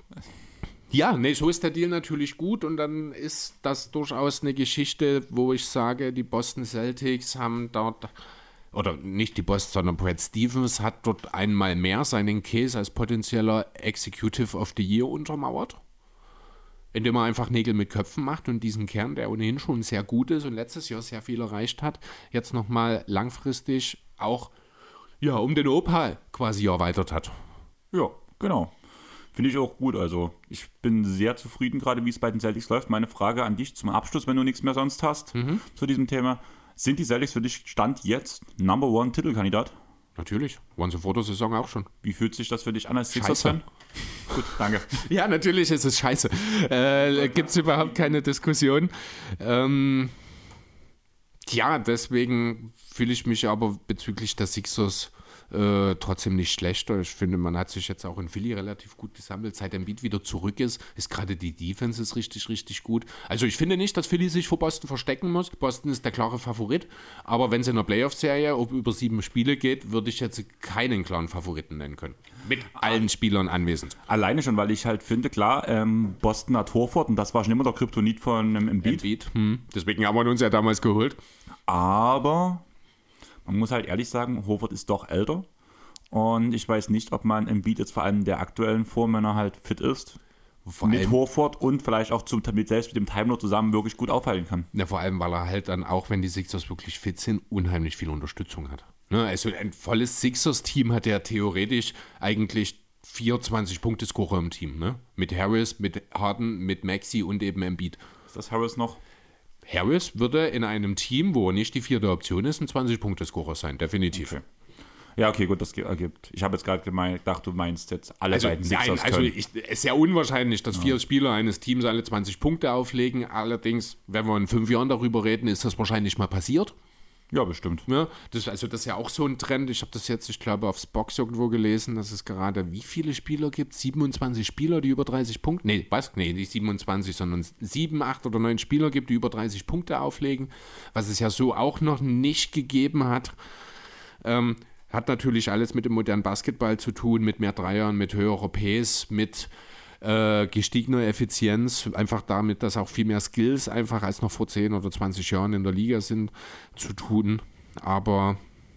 ja, nee, so ist der Deal natürlich gut und dann ist das durchaus eine Geschichte, wo ich sage, die Boston Celtics haben dort, oder nicht die Boston, sondern Brad Stevens hat dort einmal mehr seinen Case als potenzieller Executive of the Year untermauert, indem er einfach Nägel mit Köpfen macht und diesen Kern, der ohnehin schon sehr gut ist und letztes Jahr sehr viel erreicht hat, jetzt nochmal langfristig auch ja, um den Opal quasi erweitert hat. Ja, genau. Finde ich auch gut. Also ich bin sehr zufrieden, gerade wie es bei den Celtics läuft. Meine Frage an dich zum Abschluss, wenn du nichts mehr sonst hast mhm. zu diesem Thema. Sind die Celtics für dich Stand jetzt Number One Titelkandidat? Natürlich. Waren sie vor der Saison auch schon. Wie fühlt sich das für dich an als Sixers-Fan? Gut, danke. Ja, natürlich ist es scheiße. Äh, Gibt es überhaupt keine Diskussion. Ähm... Ja, deswegen fühle ich mich aber bezüglich der Sixers äh, trotzdem nicht schlechter. Ich finde, man hat sich jetzt auch in Philly relativ gut gesammelt. Seit Embiid wieder zurück ist, ist gerade die Defense ist richtig, richtig gut. Also ich finde nicht, dass Philly sich vor Boston verstecken muss. Boston ist der klare Favorit. Aber wenn es in der Playoff-Serie über sieben Spiele geht, würde ich jetzt keinen klaren Favoriten nennen können. Mit allen Spielern anwesend. Alleine schon, weil ich halt finde, klar, ähm, Boston hat Horford und das war schon immer der Kryptonit von ähm, Embiid. Embiid. Hm. Deswegen haben wir uns ja damals geholt. Aber man muss halt ehrlich sagen, Horford ist doch älter und ich weiß nicht, ob man Embiid jetzt vor allem der aktuellen Form, wenn er halt fit ist, vor mit Horford und vielleicht auch zum, mit, selbst mit dem Time Lord zusammen wirklich gut aufhalten kann. Ja, vor allem, weil er halt dann, auch wenn die Sixers wirklich fit sind, unheimlich viel Unterstützung hat. Ne, also ein volles Sixers-Team hat ja theoretisch eigentlich vierundzwanzig-Punkte-Scorer im Team. Ne? Mit Harris, mit Harden, mit Maxey und eben Embiid. Ist das Harris noch? Harris würde in einem Team, wo er nicht die vierte Option ist, ein zwanzig-Punkte-Scorer sein, definitiv. Okay. Ja, okay, gut, das ergibt. Ich habe jetzt gerade gedacht, du meinst jetzt alle also, beiden Sixers. Nein, also ich, es ist sehr unwahrscheinlich, dass ja. vier Spieler eines Teams alle zwanzig Punkte auflegen. Allerdings, wenn wir in fünf Jahren darüber reden, ist das wahrscheinlich mal passiert. Ja, bestimmt. Ja, das, also das ist ja auch so ein Trend. Ich habe das jetzt, ich glaube, aufs Box irgendwo gelesen, dass es gerade wie viele Spieler gibt? siebenundzwanzig Spieler, die über dreißig Punkte, nee, was? Nee, nicht siebenundzwanzig, sondern sieben, acht oder neun Spieler gibt, die über dreißig Punkte auflegen, was es ja so auch noch nicht gegeben hat. Ähm, hat natürlich alles mit dem modernen Basketball zu tun, mit mehr Dreiern, mit höherer Pace, mit Äh, gestiegener Effizienz, einfach damit, dass auch viel mehr Skills einfach als noch vor zehn oder zwanzig Jahren in der Liga sind, zu tun. Aber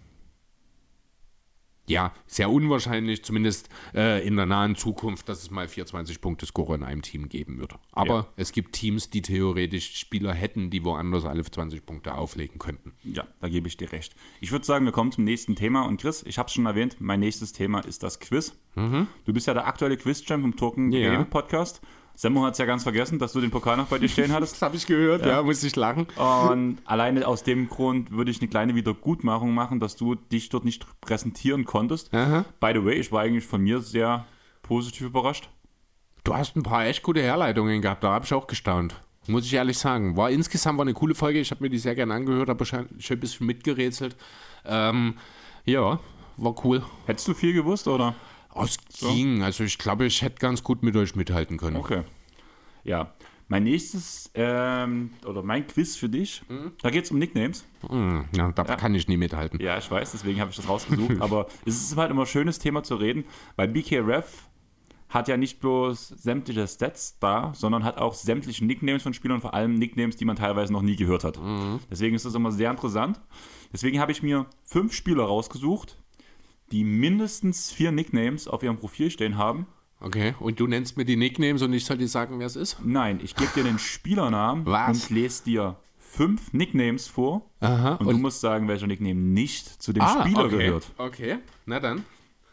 ja, sehr unwahrscheinlich, zumindest äh, in der nahen Zukunft, dass es mal vierundzwanzig-Punkte-Scorer in einem Team geben wird. Aber ja. es gibt Teams, die theoretisch Spieler hätten, die woanders alle zwanzig Punkte auflegen könnten. Ja, da gebe ich dir recht. Ich würde sagen, wir kommen zum nächsten Thema. Und Chris, ich habe es schon erwähnt, mein nächstes Thema ist das Quiz. Mhm. Du bist ja der aktuelle Quiz-Champ im Token ja. Game Podcast. Semmo hat es ja ganz vergessen, dass du den Pokal noch bei dir stehen hattest. Das habe ich gehört, ja. ja, muss ich lachen. Und alleine aus dem Grund würde ich eine kleine Wiedergutmachung machen, dass du dich dort nicht präsentieren konntest. Aha. By the way, ich war eigentlich von mir sehr positiv überrascht. Du hast ein paar echt gute Herleitungen gehabt, da habe ich auch gestaunt. Muss ich ehrlich sagen. War insgesamt war eine coole Folge, ich habe mir die sehr gerne angehört, habe schon ein bisschen mitgerätselt. Ähm, ja, war cool. Hättest du viel gewusst, oder? Es ging, so. Also ich glaube, ich hätte ganz gut mit euch mithalten können. Okay. Ja, mein nächstes, ähm, oder mein Quiz für dich, mhm. da geht es um Nicknames. Mhm. Ja, da ja. kann ich nie mithalten. Ja, ich weiß, deswegen habe ich das rausgesucht. Aber es ist halt immer ein schönes Thema zu reden, weil B K Ref hat ja nicht bloß sämtliche Stats da, sondern hat auch sämtliche Nicknames von Spielern, vor allem Nicknames, die man teilweise noch nie gehört hat. Mhm. Deswegen ist das immer sehr interessant. Deswegen habe ich mir fünf Spieler rausgesucht, die mindestens vier Nicknames auf ihrem Profil stehen haben. Okay, und du nennst mir die Nicknames und ich soll dir sagen, wer es ist? Nein, ich gebe dir den Spielernamen Was? und lese dir fünf Nicknames vor. Aha, und, und du musst sagen, welcher Nickname nicht zu dem ah, Spieler okay. gehört. Okay, na dann.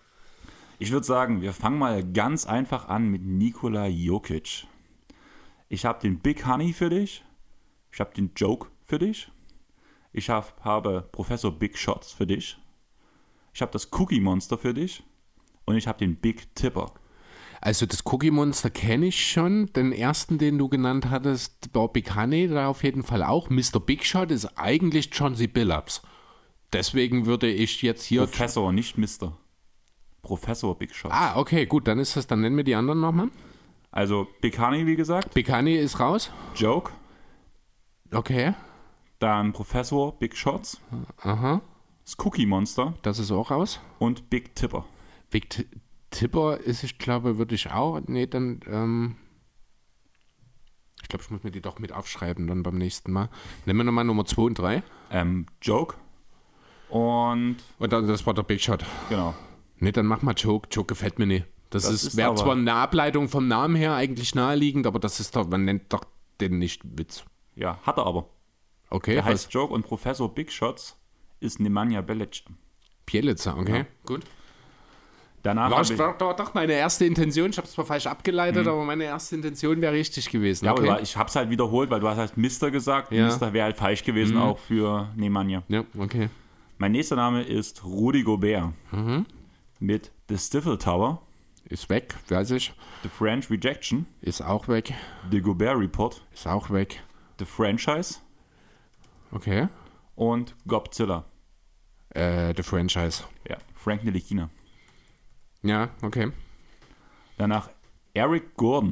Ich würde sagen, wir fangen mal ganz einfach an mit Nikola Jokic. Ich habe den Big Honey für dich. Ich habe den Joke für dich. Ich hab, habe Professor Big Shots für dich. Ich habe das Cookie Monster für dich und ich habe den Big Tipper. Also das Cookie Monster kenne ich schon. Den ersten, den du genannt hattest, war Big Honey, da auf jeden Fall auch. Mister Big Shot ist eigentlich Chauncey Billups. Deswegen würde ich jetzt hier... Professor, nicht Mister Professor Big Shots. Ah, okay, gut, dann ist das, dann nennen wir die anderen nochmal. Also Big Honey, wie gesagt. Big Honey ist raus. Joke. Okay. Dann Professor Big Shots. Aha. Das Cookie Monster. Das ist auch raus. Und Big Tipper. Big T- Tipper ist, ich glaube, würde ich auch. Nee, dann, ähm. Ich glaube, ich muss mir die doch mit aufschreiben dann beim nächsten Mal. Nehmen wir nochmal Nummer zwei und drei. Ähm, Joke. Und. Und dann, das war der Big Shot. Genau. Nee, dann mach mal Joke. Joke gefällt mir nicht. Das, Das ist, ist wäre aber- zwar eine Ableitung vom Namen her eigentlich naheliegend, aber das ist doch, man nennt doch den nicht Witz. Ja, hat er aber. Okay, Der was? heißt Joke und Professor Big Shots ist Nemanja Belic. Pielitzer, okay, Ja. gut. Danach War, habe ich, war, war doch meine erste Intention, ich habe es zwar falsch abgeleitet, aber meine erste Intention wäre richtig gewesen. ja, Okay. aber ich habe es halt wiederholt, weil du hast halt Mister gesagt. Ja. Mister wäre halt falsch gewesen, auch für Nemanja. Ja, okay. Mein nächster Name ist Rudy Gobert. Mit The Stifle Tower, Ist weg, weiß ich. The French Rejection, Ist auch weg. The Gobert Report, Ist auch weg. The Franchise Okay. und Godzilla. Äh, The Franchise. Ja, Frank Ntilikina. Ja, okay. Danach Eric Gordon.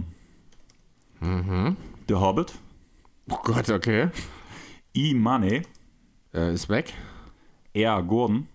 The Hobbit, Oh Gott, okay. E. Money, Äh, ist weg. R. Gordon,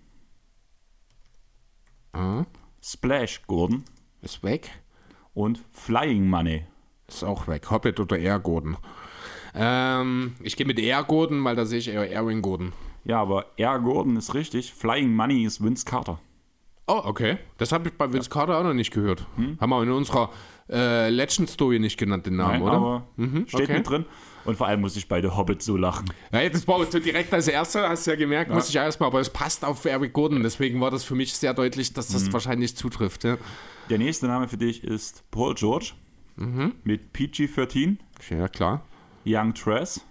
Ah, Splash Gordon ist weg. und Flying Money. Ist auch weg. Hobbit oder Air Gordon. Ähm, ich gehe mit Air Gordon, weil da sehe ich eher Aaron Gordon. Ja, aber R. Gordon ist richtig. Flying Money ist Vince Carter. Oh, okay. Das habe ich bei Vince Carter auch noch nicht gehört. Haben wir in unserer äh, Legend Story nicht genannt, den Namen, Nein, oder? aber steht okay. mit drin. Und vor allem muss ich bei The Hobbit so lachen. Ja, das war so direkt als Erster, hast du ja gemerkt, muss ich erstmal, aber es passt auf Eric Gordon, deswegen war das für mich sehr deutlich, dass das wahrscheinlich zutrifft. Ja, Der nächste Name für dich ist Paul George mit P G dreizehn, ja klar. Young Tress,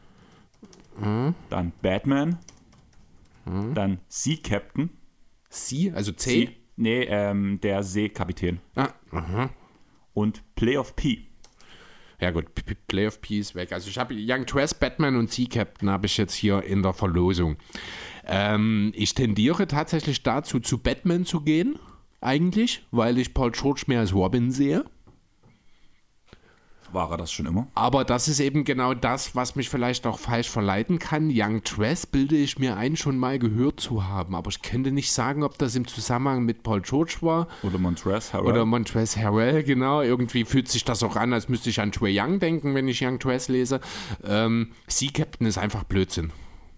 dann Batman, dann Sea Captain, Sie, also C. Sea, nee, ähm, der Seekapitän Ah, aha. und Playoff P. Ja gut, P- P- Play of P ist weg. Also ich habe Young Tress, Batman und Sea Captain habe ich jetzt hier in der Verlosung. Ähm, ich tendiere tatsächlich dazu, zu Batman zu gehen, eigentlich, weil ich Paul George mehr als Robin sehe. War er das schon immer? Aber das ist eben genau das, was mich vielleicht auch falsch verleiten kann. Young Tress bilde ich mir ein, schon mal gehört zu haben. Aber ich könnte nicht sagen, ob das im Zusammenhang mit Paul George war. Oder Montrezl Harrell? Oder Montrezl Harrell, genau. Irgendwie fühlt sich das auch an, als müsste ich an Trae Young denken, wenn ich Young Tress lese. Ähm, Sea Captain ist einfach Blödsinn.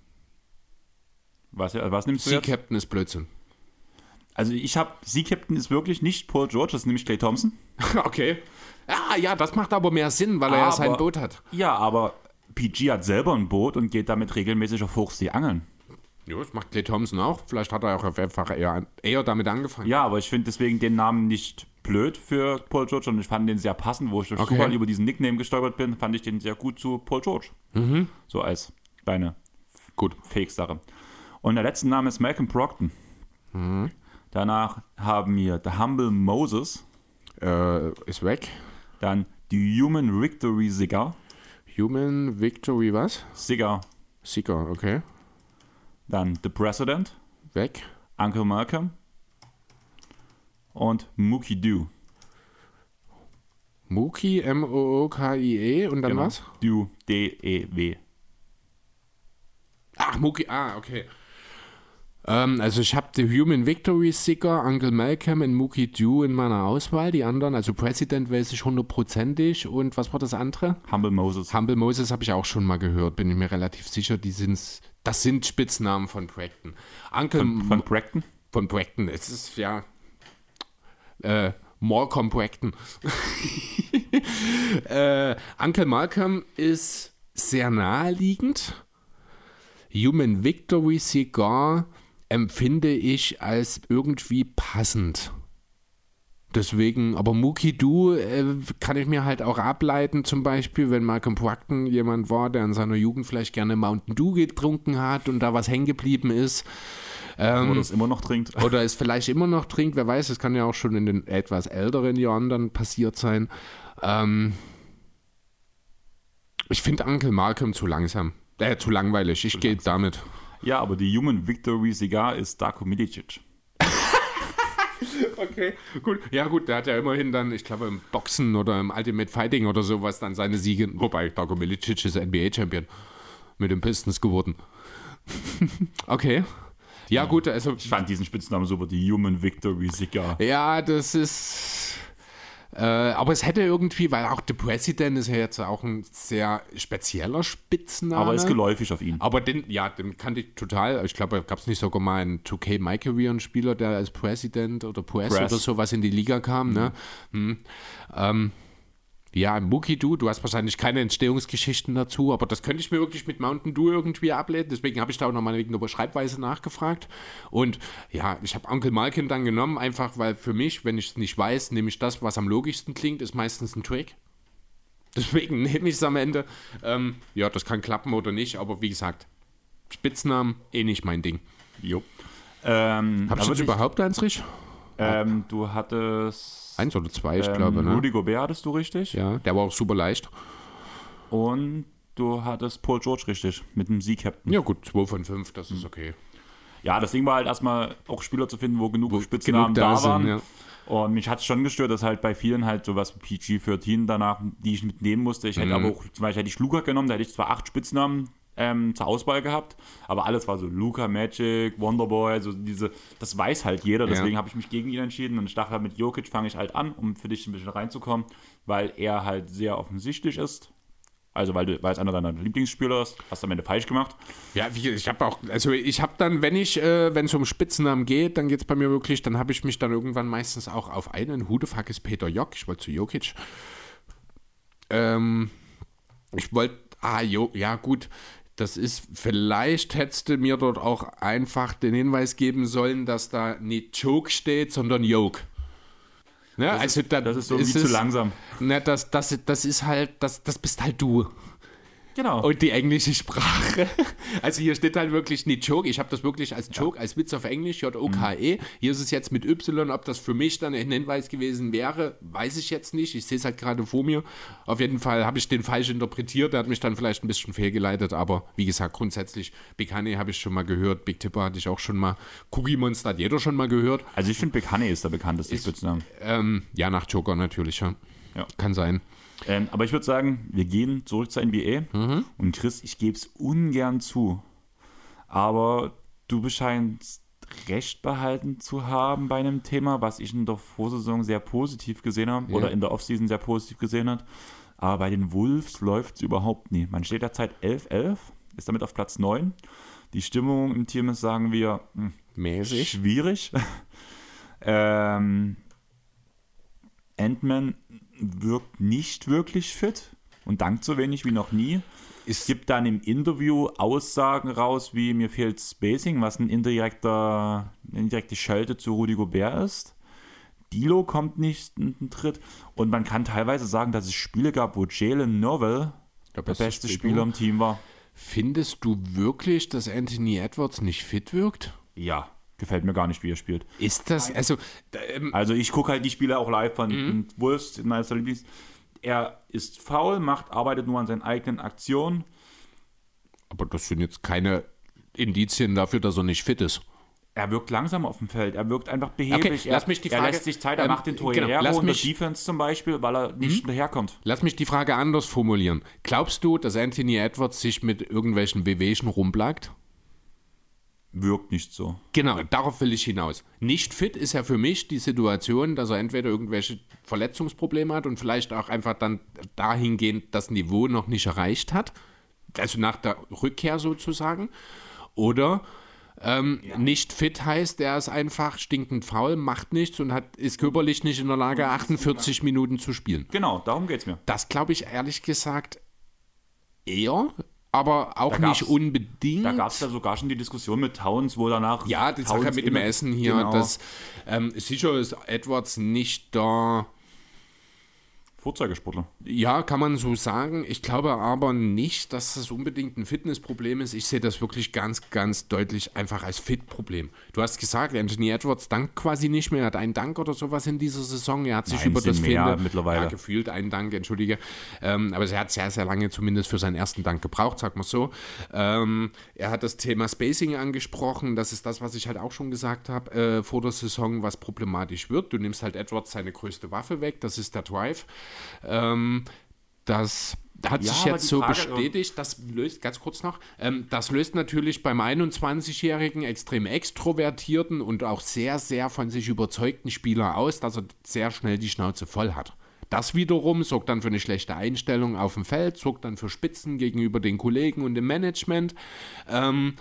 was, was nimmst du Sea jetzt? Captain ist Blödsinn. Also ich habe, Sea Captain ist wirklich nicht Paul George, das ist nämlich Klay Thompson. Okay. Ah, ja, das macht aber mehr Sinn, weil er ja Aber- sein Boot hat. Ja, aber P G hat selber ein Boot und geht damit regelmäßig auf Hochsee angeln. Ja, das macht Klay Thompson auch. Vielleicht hat er auch einfach eher, eher damit angefangen. Ja, aber ich finde deswegen den Namen nicht blöd für Paul George und ich fand den sehr passend, wo ich durch Okay. Zufall über diesen Nickname gestolpert bin, fand ich den sehr gut zu Paul George. So als kleine Gut. Fake-Sache. Und der letzte Name ist Malcolm Brogdon. Danach haben wir The Humble Moses, Äh, ist weg. dann The Human Victory Cigar, Human Victory was? Cigar, Seeker, okay. dann The President, Weg. Uncle Malcolm und Mookie Doo. Mookie, M O O K I E und dann Genau. was? Doo, D E W. Ach, Mookie, ah, okay. Ähm, also ich habe The Human Victory Seeker, Uncle Malcolm und Mookie Doo in meiner Auswahl. Die anderen, also President weiß ich hundertprozentig. Und was war das andere? Humble Moses. Humble Moses habe ich auch schon mal gehört, bin ich mir relativ sicher. Die sind's, das sind Spitznamen von Bragton. Uncle Von, von Bragdon? von Bragton, es ist ja äh, Malcolm Bragton. äh, Uncle Malcolm ist sehr naheliegend. Human Victory Cigar empfinde ich als irgendwie passend. Deswegen, aber Mookie Doo äh, kann ich mir halt auch ableiten, zum Beispiel, wenn Malcolm Brogdon jemand war, der in seiner Jugend vielleicht gerne Mountain Dew getrunken hat und da was hängen geblieben ist. Ähm, Oder es immer noch trinkt. oder es vielleicht immer noch trinkt, wer weiß, es kann ja auch schon in den etwas älteren Jahren dann passiert sein. Ähm, ich finde Uncle Malcolm zu langsam, äh, zu langweilig, ich gehe damit. Ja, aber die Human Victory Cigar ist Darko Milicic. Okay, gut. Ja gut, der hat ja immerhin dann, ich glaube im Boxen oder im Ultimate Fighting oder sowas dann seine Siege, wobei Darko Milicic ist N B A-Champion mit den Pistons geworden. Okay. Ja gut, also... Ich fand diesen Spitznamen super, die Human Victory Sieger. Ja, das ist... Äh, aber es hätte irgendwie, weil auch The President ist ja jetzt auch ein sehr spezieller Spitzname. Aber ist geläufig auf ihn. Aber den, ja, den kannte ich total. Ich glaube, gab es nicht sogar mal einen zwei K My Career, einen Spieler, der als President oder Press, Press. oder sowas in die Liga kam. Mhm. Ne? Hm. Ähm, ja, Mookie Du, du hast wahrscheinlich keine Entstehungsgeschichten dazu, aber das könnte ich mir wirklich mit Mountain Dew irgendwie ablehnen. Deswegen habe ich da auch nochmal wegen der Schreibweise nachgefragt. Und ja, ich habe Uncle Malkin dann genommen, einfach weil für mich, wenn ich es nicht weiß, nehme ich das, was am logischsten klingt, ist meistens ein Trick. Deswegen nehme ich es am Ende. Ähm, ja, das kann klappen oder nicht, aber wie gesagt, Spitznamen, eh nicht mein Ding. Jo. Ähm, Hab ich jetzt überhaupt eins richtig? Ähm, du hattest... Eins oder zwei, ich ähm, glaube, ne? Rudy Gobert hattest du richtig. Ja, der war auch super leicht. Und du hattest Paul George richtig, mit dem Sieg-Captain. Ja gut, zwei von fünf, das ist okay. Ja, das Ding war halt erstmal auch Spieler zu finden, wo genug wo Spitznamen genug da, da waren. Sind, ja. Und mich hat es schon gestört, dass halt bei vielen halt sowas wie P G vierzehn danach, die ich mitnehmen musste. Ich hätte mhm. aber auch, zum Beispiel hätte ich Luka genommen, da hätte ich zwar acht Spitznamen ähm, zur Auswahl gehabt, aber alles war so Luka, Magic, Wonderboy, also diese, das weiß halt jeder, deswegen ja. habe ich mich gegen ihn entschieden und ich dachte halt, mit Jokic fange ich halt an, um für dich ein bisschen reinzukommen, weil er halt sehr offensichtlich ist. Also weil du, weil es einer deiner Lieblingsspieler ist, hast du am Ende falsch gemacht. Ja, wie, ich habe auch, also ich habe dann, wenn ich, äh, wenn es um Spitznamen geht, dann geht es bei mir wirklich, dann habe ich mich dann irgendwann meistens auch auf einen, who the fuck ist Peter Jock, ich wollte zu Jokic. Ähm, ich wollte, ah, jo, ja gut, das ist, vielleicht hättest du mir dort auch einfach den Hinweis geben sollen, dass da nicht Joke steht, sondern Joke. Ne? Das, also, ist, da, das ist so wie zu langsam. Ne, das, das, das ist halt, das, das bist halt du. Genau. Und die englische Sprache. Also hier steht halt wirklich nicht Joke. Ich habe das wirklich als Joke, ja. als Witz auf Englisch, J O K E. Mhm. Hier ist es jetzt mit Y. Ob das für mich dann ein Hinweis gewesen wäre, weiß ich jetzt nicht. Ich sehe es halt gerade vor mir. Auf jeden Fall habe ich den falsch interpretiert. Der hat mich dann vielleicht ein bisschen fehlgeleitet. Aber wie gesagt, grundsätzlich, Big Honey habe ich schon mal gehört. Big Tipper hatte ich auch schon mal. Cookie Monster hat jeder schon mal gehört. Also ich finde, Big Honey ist der bekannteste Spitzname. Ähm, ja, nach Joker natürlich. Ja. Ja. Kann sein. Ähm, aber ich würde sagen, wir gehen zurück zur N B A. Mhm. Und Chris, ich gebe es ungern zu, aber du scheinst recht behalten zu haben bei einem Thema, was ich in der Vorsaison sehr positiv gesehen habe ja. oder in der Offseason sehr positiv gesehen habe. Aber bei den Wolves läuft es überhaupt nie. Man steht derzeit elf elf, ist damit auf Platz neun. Die Stimmung im Team ist, sagen wir, mh, mäßig schwierig. ähm, Ant-Man wirkt nicht wirklich fit und dankt so wenig wie noch nie. Es gibt dann im Interview Aussagen raus, wie mir fehlt Spacing, was ein indirekter, eine indirekte Schelte zu Rudy Gobert ist. D'Lo kommt nicht in den Tritt und man kann teilweise sagen, dass es Spiele gab, wo Jalen Noel der beste, beste Spieler im Team war. Findest du wirklich, dass Anthony Edwards nicht fit wirkt? Ja. Gefällt mir gar nicht, wie er spielt. Ist das, also... Ähm, also ich gucke halt die Spiele auch live von mhm. Wolves, meiner Lieblings. Er ist faul, macht, arbeitet nur an seinen eigenen Aktionen. Aber das sind jetzt keine Indizien dafür, dass er nicht fit ist. Er wirkt langsam auf dem Feld, er wirkt einfach behäbig. Okay, lass mich die Frage, er lässt sich Zeit, er ähm, macht den Tor genau, her und der Defense zum Beispiel, weil er nicht mhm. hinterherkommt. Lass mich die Frage anders formulieren. Glaubst du, dass Anthony Edwards sich mit irgendwelchen Wehwehchen rumplagt? Wirkt nicht so. Genau, darauf will ich hinaus. Nicht fit ist ja für mich die Situation, dass er entweder irgendwelche Verletzungsprobleme hat und vielleicht auch einfach dann dahingehend das Niveau noch nicht erreicht hat, also nach der Rückkehr sozusagen, oder ähm, ja. nicht fit heißt, er ist einfach stinkend faul, macht nichts und hat, ist körperlich nicht in der Lage, achtundvierzig Minuten zu spielen. Genau, darum geht's mir. Das glaube ich ehrlich gesagt eher. Aber auch nicht unbedingt. Da gab es ja sogar schon die Diskussion mit Towns, wo danach... Ja, die Sache mit dem Essen hier, genau. dass ähm, sicher ist Edwards nicht da Vorzeigesportler. Ja, kann man so sagen. Ich glaube aber nicht, dass das unbedingt ein Fitnessproblem ist. Ich sehe das wirklich ganz, ganz deutlich einfach als Fit-Problem. Du hast gesagt, Anthony Edwards dankt quasi nicht mehr. Er hat einen Dank oder sowas in dieser Saison. Er hat sich Nein, über das mehr Finde, mittlerweile. Ja, gefühlt einen Dank, entschuldige. Ähm, aber er hat sehr, sehr lange zumindest für seinen ersten Dank gebraucht, sag mal so. Ähm, er hat das Thema Spacing angesprochen. Das ist das, was ich halt auch schon gesagt habe äh, vor der Saison, was problematisch wird. Du nimmst halt Edwards seine größte Waffe weg. Das ist der Drive. Ähm, das hat Ja, sich aber jetzt die so Frage, bestätigt, das löst, ganz kurz noch, ähm, das löst natürlich beim einundzwanzigjährigen extrem extrovertierten und auch sehr, sehr von sich überzeugten Spieler aus, dass er sehr schnell die Schnauze voll hat. Das wiederum sorgt dann für eine schlechte Einstellung auf dem Feld, sorgt dann für Spitzen gegenüber den Kollegen und dem Management. Ähm,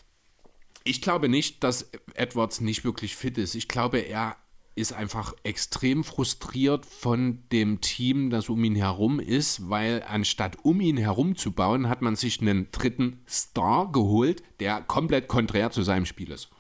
ich glaube nicht, dass Edwards nicht wirklich fit ist. Ich glaube, er ist einfach extrem frustriert von dem Team, das um ihn herum ist, weil anstatt um ihn herum zu bauen, hat man sich einen dritten Star geholt, der komplett konträr zu seinem Spiel ist.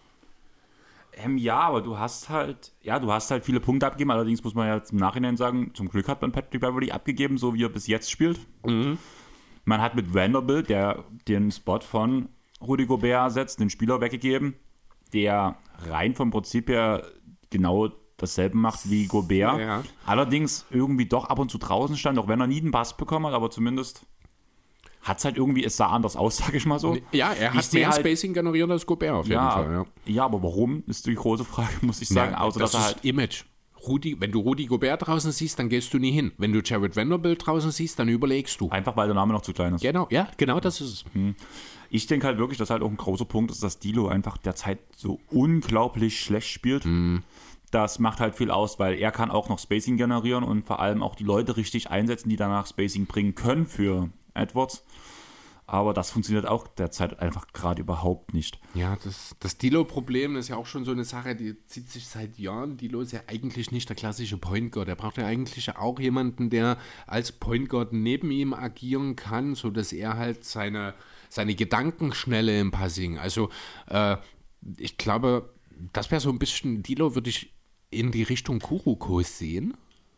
Ähm, ja, aber du hast halt, ja, du hast halt viele Punkte abgegeben, allerdings muss man ja jetzt im Nachhinein sagen, zum Glück hat man Patrick Beverley abgegeben, so wie er bis jetzt spielt. Mhm. Man hat mit Vanderbilt, der den Spot von Rudy Gobert ersetzt, den Spieler weggegeben, der rein vom Prinzip her genau dasselbe macht wie Gobert. Ja. Allerdings irgendwie doch ab und zu draußen stand, auch wenn er nie den Pass bekommen hat, aber zumindest hat es halt irgendwie, es sah anders aus, sag ich mal so. Ja, er hat ich mehr halt, halt, Spacing generiert als Gobert auf jeden ja, Fall. Ja, ja, aber warum, ist die große Frage, muss ich sagen. Ja, Außer, das dass er ist halt Image. Rudi, wenn du Rudy Gobert draußen siehst, dann gehst du nie hin. Wenn du Jared Vanderbilt draußen siehst, dann überlegst du. einfach, weil der Name noch zu klein ist. Genau, ja, genau das ist es. Ich denke halt wirklich, dass halt auch ein großer Punkt ist, dass D'Lo einfach derzeit so unglaublich schlecht spielt. Mhm. Das macht halt viel aus, weil er kann auch noch Spacing generieren und vor allem auch die Leute richtig einsetzen, die danach Spacing bringen können für Edwards. Aber das funktioniert auch derzeit einfach gerade überhaupt nicht. Ja, das, das D'Lo-Problem ist ja auch schon so eine Sache, die zieht sich seit Jahren. D'Lo ist ja eigentlich nicht der klassische Point Guard. Er braucht ja eigentlich auch jemanden, der als Point Guard neben ihm agieren kann, sodass er halt seine, seine Gedankenschnelle im Passing, also äh, ich glaube, das wäre so ein bisschen, D'Lo würde ich in die Richtung Kurokos sehen.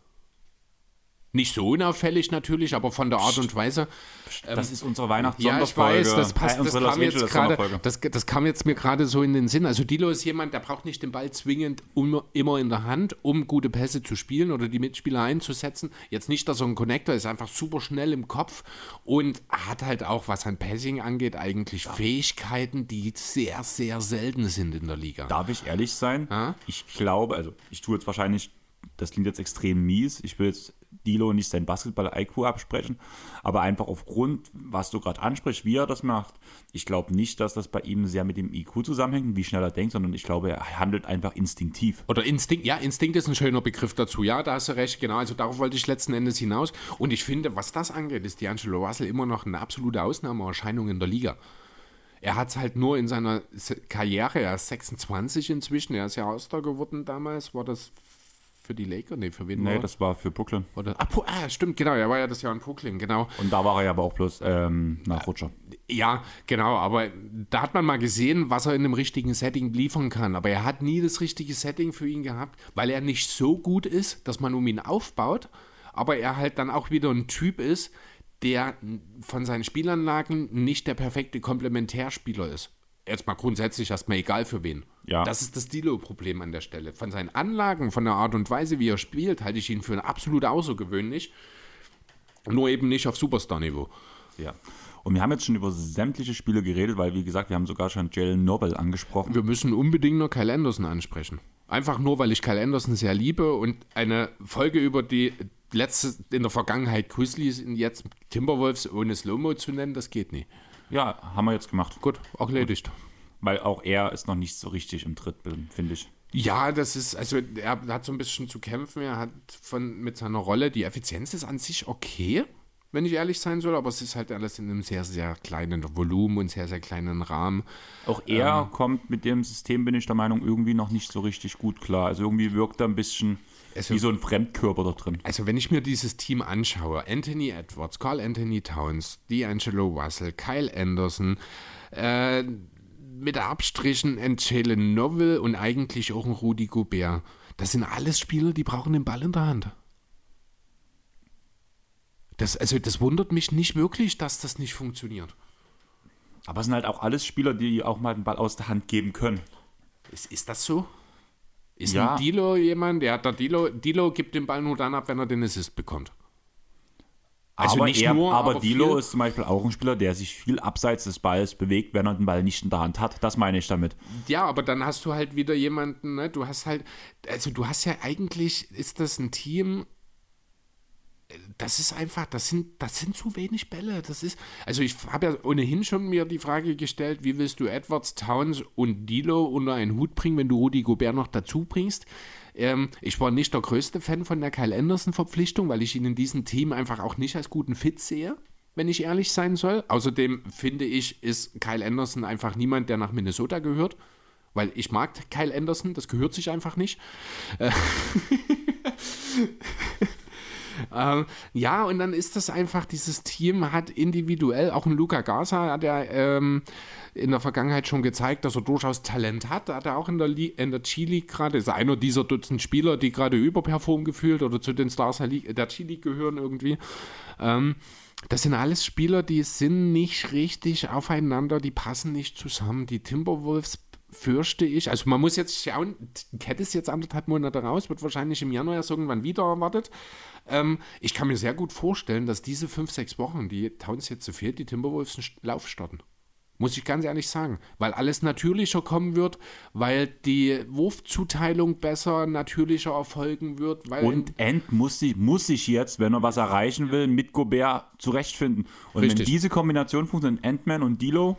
Nicht so unauffällig natürlich, aber von der Art und Weise. Das ähm, ist unsere weihnachts Ja, ich weiß, das passt. Äh, Das unsere Los kam, jetzt Angeles grade, Sommerfolge. das, das kam jetzt mir gerade so in den Sinn. Also D'Lo ist jemand, der braucht nicht den Ball zwingend immer, immer in der Hand, um gute Pässe zu spielen oder die Mitspieler einzusetzen. Jetzt nicht, dass er ein Connector ist, einfach super schnell im Kopf und hat halt auch, was an Passing angeht, eigentlich ja. Fähigkeiten, die sehr, sehr selten sind in der Liga. Darf ich ehrlich sein? Ha? Ich glaube, also ich tue jetzt wahrscheinlich, das klingt jetzt extrem mies, ich will jetzt D'Lo nicht sein Basketball-I Q absprechen, aber einfach aufgrund, was du gerade ansprichst, wie er das macht, ich glaube nicht, dass das bei ihm sehr mit dem I Q zusammenhängt, wie schnell er denkt, sondern ich glaube, er handelt einfach instinktiv. Oder Instinkt, ja, Instinkt ist ein schöner Begriff dazu, ja, da hast du recht, genau, also darauf wollte ich letzten Endes hinaus und ich finde, was das angeht, ist D'Angelo Russell immer noch eine absolute Ausnahmeerscheinung in der Liga. Er hat es halt nur in seiner Karriere, er ist sechsundzwanzig inzwischen, er ist ja All-Star geworden damals, war das für die Lakers? Nee, für wen Nee, war das war für Brooklyn. Oder, ah, ah, stimmt, genau, er war ja das Jahr in Brooklyn, genau. Und da war er ja aber auch bloß ähm, Nachrutscher. Ja, genau, aber da hat man mal gesehen, was er in einem richtigen Setting liefern kann. Aber er hat nie das richtige Setting für ihn gehabt, weil er nicht so gut ist, dass man um ihn aufbaut, aber er halt dann auch wieder ein Typ ist, der von seinen Spielanlagen nicht der perfekte Komplementärspieler ist. Jetzt mal grundsätzlich erstmal egal für wen. Ja. Das ist das D'Lo-Problem an der Stelle. Von seinen Anlagen, von der Art und Weise, wie er spielt, halte ich ihn für absolut außergewöhnlich. Nur eben nicht auf Superstar-Niveau. Ja. Und wir haben jetzt schon über sämtliche Spiele geredet, weil, wie gesagt, wir haben sogar schon Jalen Noble angesprochen. Wir müssen unbedingt noch Kyle Anderson ansprechen. Einfach nur, weil ich Kyle Anderson sehr liebe und eine Folge über die letzte in der Vergangenheit Grizzlies und jetzt Timberwolves ohne Slow-Mo zu nennen, das geht nicht. Ja, haben wir jetzt gemacht. Gut, auch erledigt. Weil auch er ist noch nicht so richtig im Tritt, finde ich. Ja, das ist, also er hat so ein bisschen zu kämpfen, er hat von, mit seiner Rolle, die Effizienz ist an sich okay, wenn ich ehrlich sein soll, aber es ist halt alles in einem sehr, sehr kleinen Volumen und sehr, sehr kleinen Rahmen. Auch er ähm, kommt mit dem System, bin ich der Meinung, irgendwie noch nicht so richtig gut klar. Also irgendwie wirkt er ein bisschen also, wie so ein Fremdkörper da drin. Also wenn ich mir dieses Team anschaue, Anthony Edwards, Karl Anthony Towns, D'Angelo Russell, Kyle Anderson, äh, mit Abstrichen ein Jalen Noble und eigentlich auch ein Rudy Gobert. Das sind alles Spieler, die brauchen den Ball in der Hand. Das, also das wundert mich nicht wirklich, dass das nicht funktioniert. Aber es sind halt auch alles Spieler, die auch mal den Ball aus der Hand geben können. Ist, ist das so? Ist Ja. ein Dilo jemand, der der Dilo, Dilo gibt den Ball nur dann ab, wenn er den Assist bekommt. Also aber nicht er, nur, aber, aber Dilo viel. ist zum Beispiel auch ein Spieler, der sich viel abseits des Balls bewegt, wenn er den Ball nicht in der Hand hat. Das meine ich damit. Ja, aber dann hast du halt wieder jemanden, ne? Du hast halt, also du hast ja eigentlich, ist das ein Team, das ist einfach, das sind, das sind zu wenig Bälle. Das ist, also ich habe ja ohnehin schon mir die Frage gestellt, wie willst du Edwards, Towns und Dilo unter einen Hut bringen, wenn du Rudy Gobert noch dazu bringst? Ähm, ich war nicht der größte Fan von der Kyle Anderson-Verpflichtung, weil ich ihn in diesem Team einfach auch nicht als guten Fit sehe, wenn ich ehrlich sein soll. Außerdem finde ich, ist Kyle Anderson einfach niemand, der nach Minnesota gehört, weil ich mag Kyle Anderson, das gehört sich einfach nicht. Äh, Ähm, ja, und dann ist das einfach, dieses Team hat individuell, auch ein Luka Garza hat er ähm, in der Vergangenheit schon gezeigt, dass er durchaus Talent hat. Hat er auch in der, Li- in der G-League gerade, ist einer dieser Dutzend Spieler, die gerade überperformen gefühlt oder zu den Stars der, Li- der G-League gehören irgendwie. Ähm, das sind alles Spieler, die sind nicht richtig aufeinander, die passen nicht zusammen. Die Timberwolves fürchte ich, also man muss jetzt schauen, Cat ist jetzt anderthalb Monate raus, wird wahrscheinlich im Januar erst irgendwann wieder erwartet. Ähm, ich kann mir sehr gut vorstellen, dass diese fünf, sechs Wochen, die Towns jetzt so fehlt, die Timberwolves einen Lauf starten. Muss ich ganz ehrlich sagen. Weil alles natürlicher kommen wird, weil die Wurfzuteilung besser, natürlicher erfolgen wird. Weil Und Ant muss sich, muss sich jetzt, wenn er was erreichen will, mit Gobert zurechtfinden. Und Richtig. wenn diese Kombination funktioniert, Ant-Man und Dilo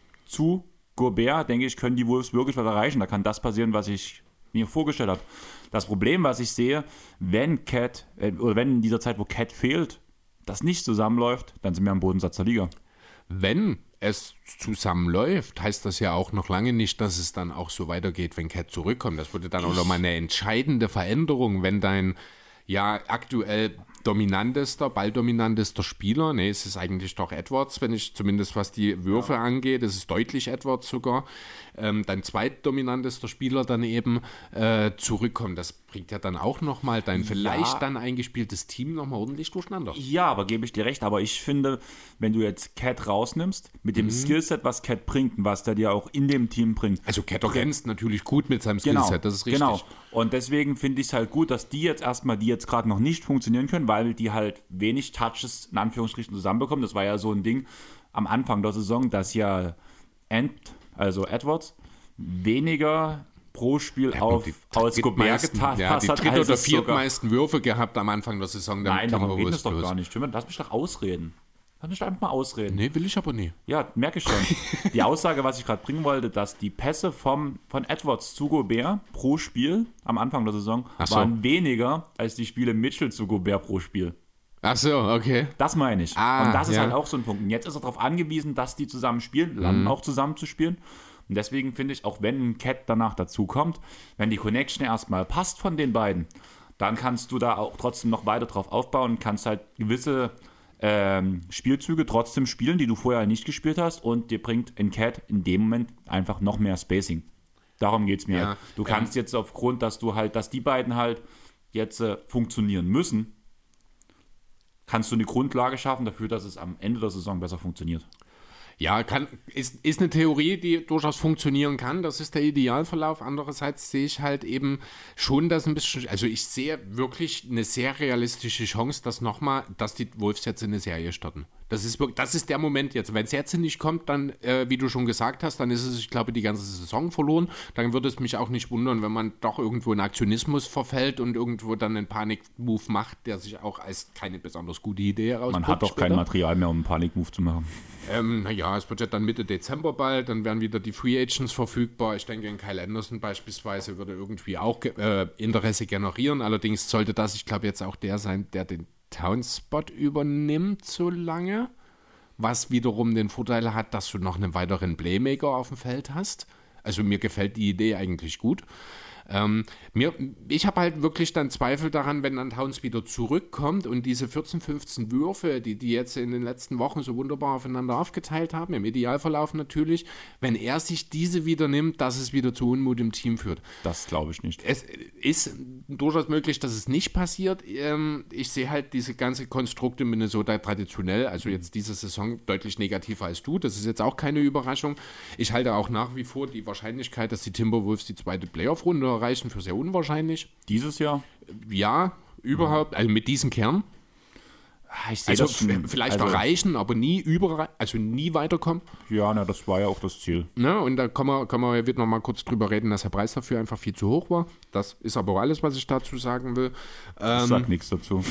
zu Gobert, denke ich, können die Wolves wirklich was erreichen. Da kann das passieren, was ich mir vorgestellt habe. Das Problem, was ich sehe, wenn Cat, äh, oder wenn in dieser Zeit, wo Cat fehlt, das nicht zusammenläuft, dann sind wir am Bodensatz der Liga. wenn es zusammenläuft, heißt das ja auch noch lange nicht, dass es dann auch so weitergeht, wenn Cat zurückkommt. Das würde dann auch nochmal eine entscheidende Veränderung, wenn dein ja aktuell dominantester, balldominantester Spieler, nee, es ist eigentlich doch Edwards, wenn ich zumindest was die Würfe ja. angeht, es ist deutlich Edwards sogar, ähm, dein zweitdominantester Spieler dann eben äh, zurückkommt. Das bringt ja dann auch nochmal dein vielleicht Ja. dann eingespieltes Team nochmal ordentlich durcheinander. Ja, aber gebe ich dir recht. Aber ich finde, wenn du jetzt Cat rausnimmst, mit dem mhm. Skillset, was Cat bringt und was der dir auch in dem Team bringt. Also Cat ergänzt natürlich gut mit seinem Genau, Skillset, das ist richtig. Genau. Und deswegen finde ich es halt gut, dass die jetzt erstmal, die jetzt gerade noch nicht funktionieren können, weil die halt wenig Touches in Anführungsstrichen zusammenbekommen. Das war ja so ein Ding am Anfang der Saison, dass ja Ant, also Edwards, weniger pro Spiel Ja, auf die aus Gobert drittmeisten- getan ja, die hat. dritt- als oder es sogar- viertmeisten Würfe gehabt am Anfang der Saison. Nein, darum geht Timberwolves es doch bloß. gar nicht. Stimmt, lass mich doch ausreden. Lass mich doch einfach mal ausreden. Nee, will ich aber nie. Ja, merke ich schon. Die Aussage, was ich gerade bringen wollte, dass die Pässe vom, von Edwards zu Gobert pro Spiel am Anfang der Saison Ach so. waren weniger als die Spiele Mitchell zu Gobert pro Spiel. Ach so, okay. Das meine ich. Ah, und das ist ja. halt auch so ein Punkt. Und jetzt ist er darauf angewiesen, dass die zusammen spielen, landen auch zusammen zu spielen. Und deswegen finde ich, auch wenn ein Cat danach dazukommt, wenn die Connection erstmal passt von den beiden, dann kannst du da auch trotzdem noch weiter drauf aufbauen und kannst halt gewisse ähm, Spielzüge trotzdem spielen, die du vorher nicht gespielt hast, und dir bringt ein Cat in dem Moment einfach noch mehr Spacing. Darum geht es mir. Ja, halt. Du kannst jetzt aufgrund, dass du halt, dass die beiden halt jetzt äh, funktionieren müssen, kannst du eine Grundlage schaffen dafür, dass es am Ende der Saison besser funktioniert. Ja, kann, ist, ist eine Theorie, die durchaus funktionieren kann. Das ist der Idealverlauf. Andererseits sehe ich halt eben schon, dass ein bisschen, also ich sehe wirklich eine sehr realistische Chance, dass nochmal, dass die Wolves jetzt in eine Serie starten. Das ist, wirklich, das ist der Moment jetzt. Wenn es jetzt nicht kommt, dann, äh, wie du schon gesagt hast, dann ist es, ich glaube, die ganze Saison verloren. Dann würde es mich auch nicht wundern, wenn man doch irgendwo in Aktionismus verfällt und irgendwo dann einen Panik-Move macht, der sich auch als keine besonders gute Idee herauskommt. Man hat doch kein Material mehr, um einen Panik-Move zu machen. Ähm, naja, es wird ja dann Mitte Dezember bald, dann werden wieder die Free Agents verfügbar. Ich denke, in Kyle Anderson beispielsweise würde irgendwie auch ge- äh, Interesse generieren. Allerdings sollte das, ich glaube, jetzt auch der sein, der den Town-Spot übernimmt so lange. Was wiederum den Vorteil hat, dass du noch einen weiteren Playmaker auf dem Feld hast. Also mir gefällt die Idee eigentlich gut. Ähm, mir, ich habe halt wirklich dann Zweifel daran, wenn dann Towns wieder zurückkommt und diese vierzehn, fünfzehn Würfe, die die jetzt in den letzten Wochen so wunderbar aufeinander aufgeteilt haben, im Idealverlauf natürlich, wenn er sich diese wieder nimmt, dass es wieder zu Unmut im Team führt. Das glaube ich nicht. Es ist durchaus möglich, dass es nicht passiert. Ähm, ich sehe halt diese ganze Konstrukt in Minnesota traditionell, also jetzt diese Saison deutlich negativer als du. Das ist jetzt auch keine Überraschung. Ich halte auch nach wie vor die Wahrscheinlichkeit, dass die Timberwolves die zweite Playoff-Runde erreichen, für sehr unwahrscheinlich. Dieses Jahr? Ja, überhaupt. Also mit diesem Kern. Ich sehe Also das schon, vielleicht also, erreichen, aber nie über, also nie weiterkommen. Ja, na, das war ja auch das Ziel. Ne? Und da können wir, können wir wieder noch mal kurz drüber reden, dass der Preis dafür einfach viel zu hoch war. Das ist aber alles, was ich dazu sagen will. Ähm, ich sag nichts dazu.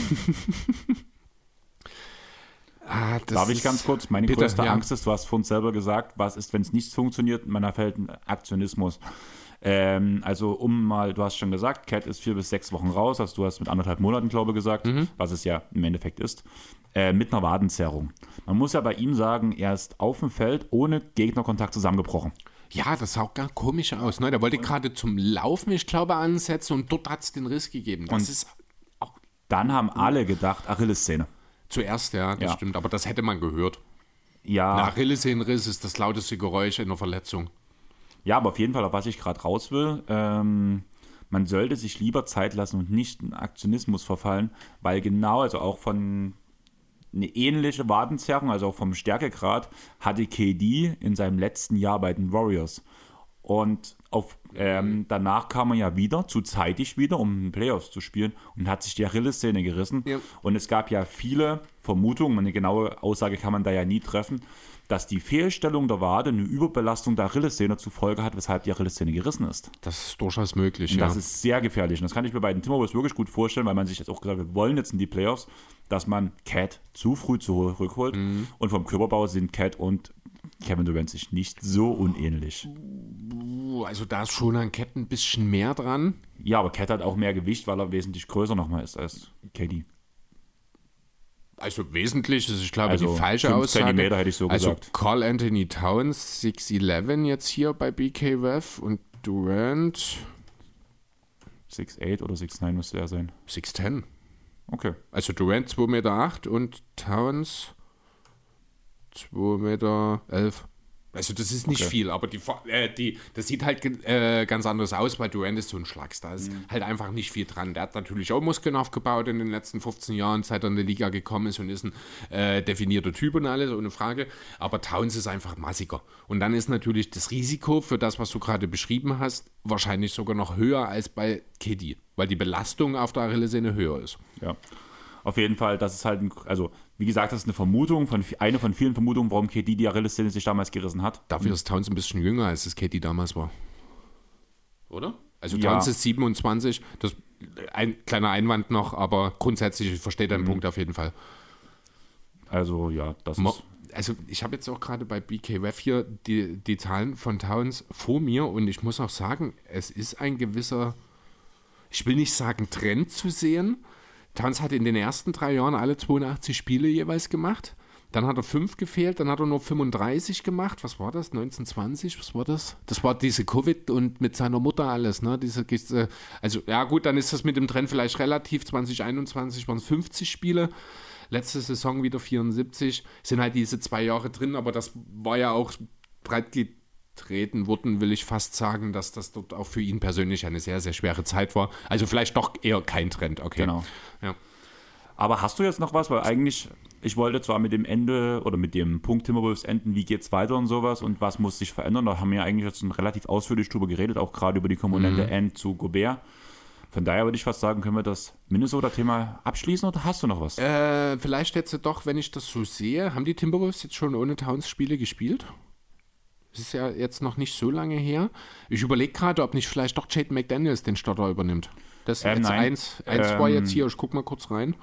ah, Darf ich ganz kurz? Meine bitte, größte ja. Angst ist, du hast vorhin selber gesagt, was ist, wenn es nicht funktioniert? Man erfällt ein Aktionismus. Ähm, also um mal, du hast schon gesagt, Cat ist vier bis sechs Wochen raus, also du hast mit anderthalb Monaten, glaube ich, gesagt, mhm. was es ja im Endeffekt ist, äh, mit einer Wadenzerrung. Man muss ja bei ihm sagen, er ist auf dem Feld ohne Gegnerkontakt zusammengebrochen. Ja, das sah auch ganz komisch aus. Ne? Der wollte gerade zum Laufen, ich glaube, ansetzen und dort hat es den Riss gegeben. Das und ist auch dann haben alle gedacht, Achillessehne. Zuerst, ja, das ja. stimmt, aber das hätte man gehört. Ja. Ein Achillessehnenriss ist das lauteste Geräusch in der Verletzung. Ja, aber auf jeden Fall, auf was ich gerade raus will, ähm, man sollte sich lieber Zeit lassen und nicht in Aktionismus verfallen, weil genau, also auch von eine ähnliche Wadenzerrung, also auch vom Stärkegrad, hatte K D in seinem letzten Jahr bei den Warriors. Und auf, ähm, danach kam er ja wieder, zu zeitig wieder, um in Playoffs zu spielen und hat sich die Achillessehne gerissen. Ja. Und es gab ja viele Vermutungen, eine genaue Aussage kann man da ja nie treffen, dass die Fehlstellung der Wade eine Überbelastung der Achillessehne zur Folge hat, weshalb die Achillessehne gerissen ist. Das ist durchaus möglich, und ja. Das ist sehr gefährlich. Und das kann ich mir bei den Timberwolves wirklich gut vorstellen, weil man sich jetzt auch gesagt hat, wir wollen jetzt in die Playoffs, dass man Cat zu früh zurückholt. Mhm. Und vom Körperbau sind Cat und Kevin Durant sich nicht so unähnlich. Also da ist schon an Cat ein bisschen mehr dran. Ja, aber Cat hat auch mehr Gewicht, weil er wesentlich größer nochmal ist als K D. Also wesentlich, das ist, ich glaube, also die falsche fünf Aussage. Zentimeter hätte ich so also gesagt. Karl Anthony Towns, sechs elf jetzt hier bei B K W E F und Durant sechs acht oder sechs neun müsste er sein. sechs zehn. Okay. Also Durant zwei Meter acht und Towns zwei Meter elf. Also das ist nicht okay. viel, aber die, äh, die, das sieht halt äh, ganz anders aus, weil Durant ist so ein Schlags. Da ist mhm. halt einfach nicht viel dran. Der hat natürlich auch Muskeln aufgebaut in den letzten fünfzehn Jahren, seit er in die Liga gekommen ist und ist ein äh, definierter Typ und alles, ohne Frage. Aber Towns ist einfach massiger. Und dann ist natürlich das Risiko für das, was du gerade beschrieben hast, wahrscheinlich sogar noch höher als bei K D, weil die Belastung auf der Achillessehne höher ist. Ja. Auf jeden Fall, das ist halt, ein, also wie gesagt, das ist eine Vermutung, von, eine von vielen Vermutungen, warum K D die Achillessehne sich damals gerissen hat. Dafür ist Towns ein bisschen jünger, als es K D damals war. Oder? Also ja. Towns ist siebenundzwanzig, das ein kleiner Einwand noch, aber grundsätzlich, ich verstehe deinen mhm. Punkt auf jeden Fall. Also ja, das Mo- ist... Also ich habe jetzt auch gerade bei B K W E F hier die, die Zahlen von Towns vor mir und ich muss auch sagen, es ist ein gewisser, ich will nicht sagen Trend zu sehen. Towns hat in den ersten drei Jahren alle zweiundachtzig Spiele jeweils gemacht. Dann hat er fünf gefehlt, dann hat er nur fünfunddreißig gemacht. Was war das? neunzehn zwanzig? Was war das? Das war diese Covid und mit seiner Mutter alles. Ne? Diese, also ja gut, dann ist das mit dem Trend vielleicht relativ. zwanzig einundzwanzig waren es fünfzig Spiele. Letzte Saison wieder vierundsiebzig. Sind halt diese zwei Jahre drin, aber das war ja auch breit getreten worden, will ich fast sagen, dass das dort auch für ihn persönlich eine sehr, sehr schwere Zeit war. Also vielleicht doch eher kein Trend, okay. Genau. Ja. Aber hast du jetzt noch was? Weil eigentlich, ich wollte zwar mit dem Ende oder mit dem Punkt Timberwolves enden, wie geht's weiter und sowas und was muss sich verändern. Da haben wir ja eigentlich jetzt relativ ausführlich drüber geredet, auch gerade über die Komponente mhm. End zu Gobert. Von daher würde ich fast sagen, können wir das Minnesota-Thema abschließen oder hast du noch was? Äh, vielleicht jetzt doch, wenn ich das so sehe, haben die Timberwolves jetzt schon ohne Towns Spiele gespielt? Das ist ja jetzt noch nicht so lange her. Ich überlege gerade, ob nicht vielleicht doch Jaden McDaniels den Starter übernimmt. Das ist ähm, jetzt nein. eins, eins ähm, war jetzt hier, ich guck mal kurz rein.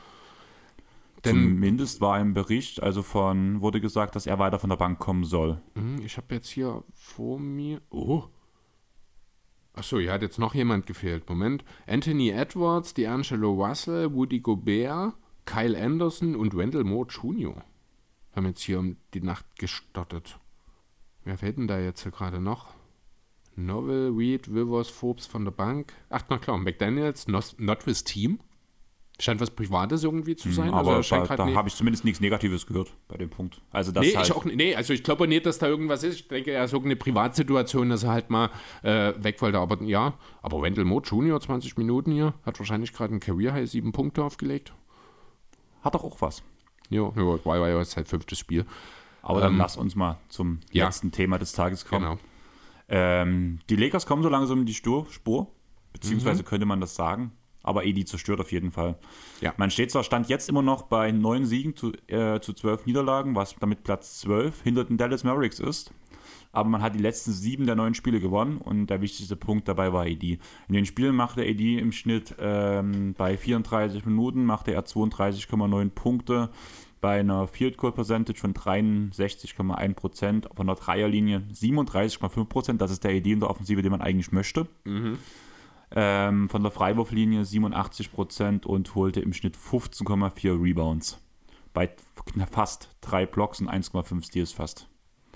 Denn, zumindest war im Bericht, also von, wurde gesagt, dass er weiter von der Bank kommen soll. Ich habe jetzt hier vor mir, oh. Achso, hier hat jetzt noch jemand gefehlt. Moment. Anthony Edwards, D'Angelo Russell, Woody Gobert, Kyle Anderson und Wendell Moore Junior haben jetzt hier um die Nacht gestartet. Wer fehlt denn da jetzt gerade noch? Novel, Reed, Wilvers, Forbes von der Bank. Ach, na klar, McDaniels, not, not with Team. Scheint was Privates irgendwie zu sein. Aber also da, da habe ich zumindest nichts Negatives gehört bei dem Punkt. Also das nee, halt ich auch, nee, also ich glaube nicht, dass da irgendwas ist. Ich denke, er ist irgendeine Privatsituation, dass er halt mal äh, weg wollte. Aber ja, aber Wendell Moore Junior, zwanzig Minuten hier, hat wahrscheinlich gerade ein Career-High, sieben Punkte aufgelegt. hat doch auch was. Ja, ja, war ja jetzt halt fünftes Spiel. Aber Ähm, dann lass uns mal zum ja. letzten Thema des Tages kommen. Genau. Ähm, die Lakers kommen so langsam in die Stur- Spur, beziehungsweise mhm. könnte man das sagen. Aber A D zerstört auf jeden Fall. Ja. Man steht zwar Stand jetzt immer noch bei neun Siegen zu, äh, zu zwölf Niederlagen, was damit Platz zwölf hinter den Dallas Mavericks ist. Aber man hat die letzten sieben der neun Spiele gewonnen und der wichtigste Punkt dabei war A D. In den Spielen machte A D im Schnitt ähm, bei vierunddreißig Minuten machte er zweiunddreißig Komma neun Punkte, bei einer Field Goal Percentage von dreiundsechzig Komma eins Prozent, von der Dreierlinie siebenunddreißig Komma fünf Prozent. Das ist der A D in der Offensive, den man eigentlich möchte. Mhm. Ähm, von der Freiwurflinie siebenundachtzig Prozent und holte im Schnitt fünfzehn Komma vier Rebounds. Bei fast drei Blocks und eins Komma fünf Steals fast.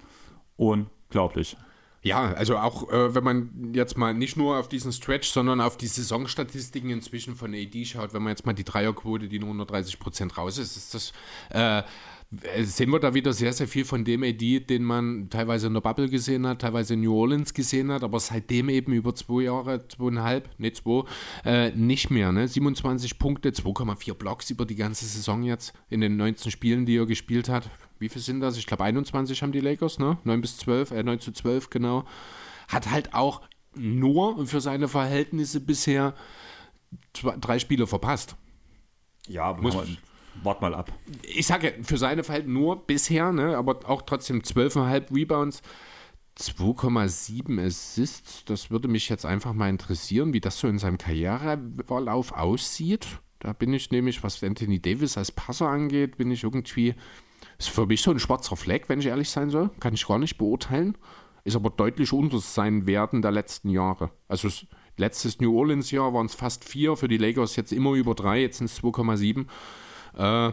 Unglaublich. Ja, also auch äh, wenn man jetzt mal nicht nur auf diesen Stretch, sondern auf die Saisonstatistiken inzwischen von A D schaut, wenn man jetzt mal die Dreierquote, die nur unter dreißig Prozent raus ist, ist das, äh, sehen wir da wieder sehr, sehr viel von dem A D, den man teilweise in der Bubble gesehen hat, teilweise in New Orleans gesehen hat, aber seitdem eben über zwei Jahre, zweieinhalb, ne zwei, äh, nicht mehr. Ne? siebenundzwanzig Punkte, zwei Komma vier Blocks über die ganze Saison jetzt in den neunzehn Spielen, die er gespielt hat. Wie viel sind das? Ich glaube einundzwanzig haben die Lakers, ne? neun bis zwölf, äh, neun zu zwölf, genau. Hat halt auch nur für seine Verhältnisse bisher zwei, drei Spiele verpasst. Ja, muss man, wart mal ab. Ich sage für seine Verhältnisse nur bisher, ne? aber auch trotzdem zwölf Komma fünf Rebounds, zwei Komma sieben Assists. Das würde mich jetzt einfach mal interessieren, wie das so in seinem Karriereverlauf aussieht. Da bin ich nämlich, was Anthony Davis als Passer angeht, bin ich irgendwie... Ist für mich so ein schwarzer Fleck, wenn ich ehrlich sein soll. Kann ich gar nicht beurteilen. Ist aber deutlich unter seinen Werten der letzten Jahre. Also letztes New Orleans Jahr waren es fast vier, für die Lakers jetzt immer über drei, jetzt sind es zwei Komma sieben. Äh,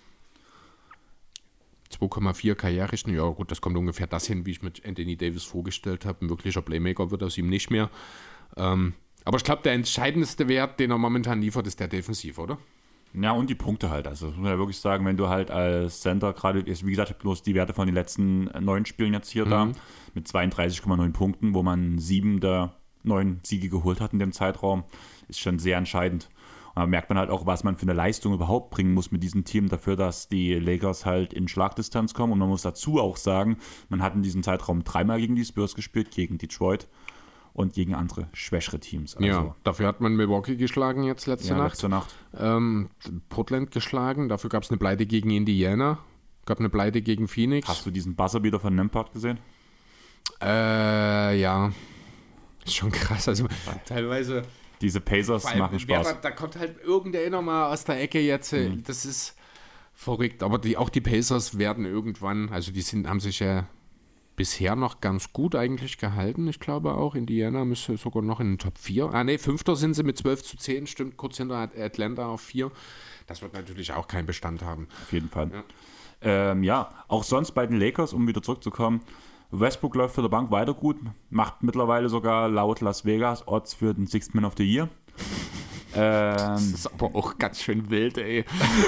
zwei Komma vier karrierischen, ja gut, das kommt ungefähr das hin, wie ich mit Anthony Davis vorgestellt habe. Ein wirklicher Playmaker wird aus ihm nicht mehr. Ähm, aber ich glaube, der entscheidendste Wert, den er momentan liefert, ist der Defensiv, oder? Ja, und die Punkte halt. Also, das muss man ja wirklich sagen, wenn du halt als Center gerade, wie gesagt, bloß die Werte von den letzten neun Spielen jetzt hier mhm. da, mit zweiunddreißig Komma neun Punkten, wo man sieben der neun Siege geholt hat in dem Zeitraum, ist schon sehr entscheidend. Und da merkt man halt auch, was man für eine Leistung überhaupt bringen muss mit diesem Team dafür, dass die Lakers halt in Schlagdistanz kommen. Und man muss dazu auch sagen, man hat in diesem Zeitraum dreimal gegen die Spurs gespielt, gegen Detroit und gegen andere schwächere Teams. Also, ja, dafür hat man Milwaukee geschlagen jetzt letzte ja, Nacht. Letzte Nacht. Ähm, Portland geschlagen, dafür gab es eine Pleite gegen Indiana, gab eine Pleite gegen Phoenix. Hast du diesen Buzzerbeater von Nembhard gesehen? Äh, ja. Ist schon krass, also teilweise... Diese Pacers allem, machen Spaß. Da, da kommt halt irgendeiner mal aus der Ecke jetzt, mhm. das ist verrückt, aber die, auch die Pacers werden irgendwann, also die sind, haben sich ja bisher noch ganz gut eigentlich gehalten. Ich glaube auch, Indiana müsste sogar noch in den Top vier. Ah ne, Fünfter sind sie mit zwölf zu zehn, stimmt, kurz hinter Atlanta auf vier. Das wird natürlich auch keinen Bestand haben. Auf jeden Fall. Ja, ähm, ja auch sonst bei den Lakers, um wieder zurückzukommen, Westbrook läuft für der Bank weiter gut, macht mittlerweile sogar laut Las Vegas Odds für den Sixth Man of the Year. ähm, das ist aber auch ganz schön wild, ey.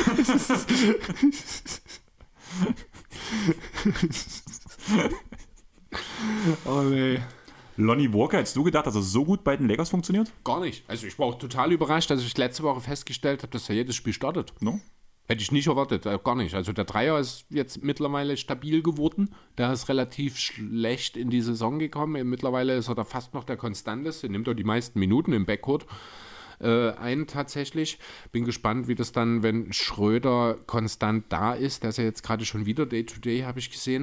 Oh nee. Lonnie Walker, hättest du gedacht, dass er so gut bei den Lakers funktioniert? Gar nicht. Also ich war auch total überrascht, als ich letzte Woche festgestellt habe, dass er jedes Spiel startet. No? Hätte ich nicht erwartet, äh, gar nicht. Also der Dreier ist jetzt mittlerweile stabil geworden. Der ist relativ schlecht in die Saison gekommen. Mittlerweile ist er da fast noch der Konstanteste. Nimmt er die meisten Minuten im Backcourt äh, ein tatsächlich. Bin gespannt, wie das dann, wenn Schröder konstant da ist. Der ist ja jetzt gerade schon wieder Day-to-Day, habe ich gesehen.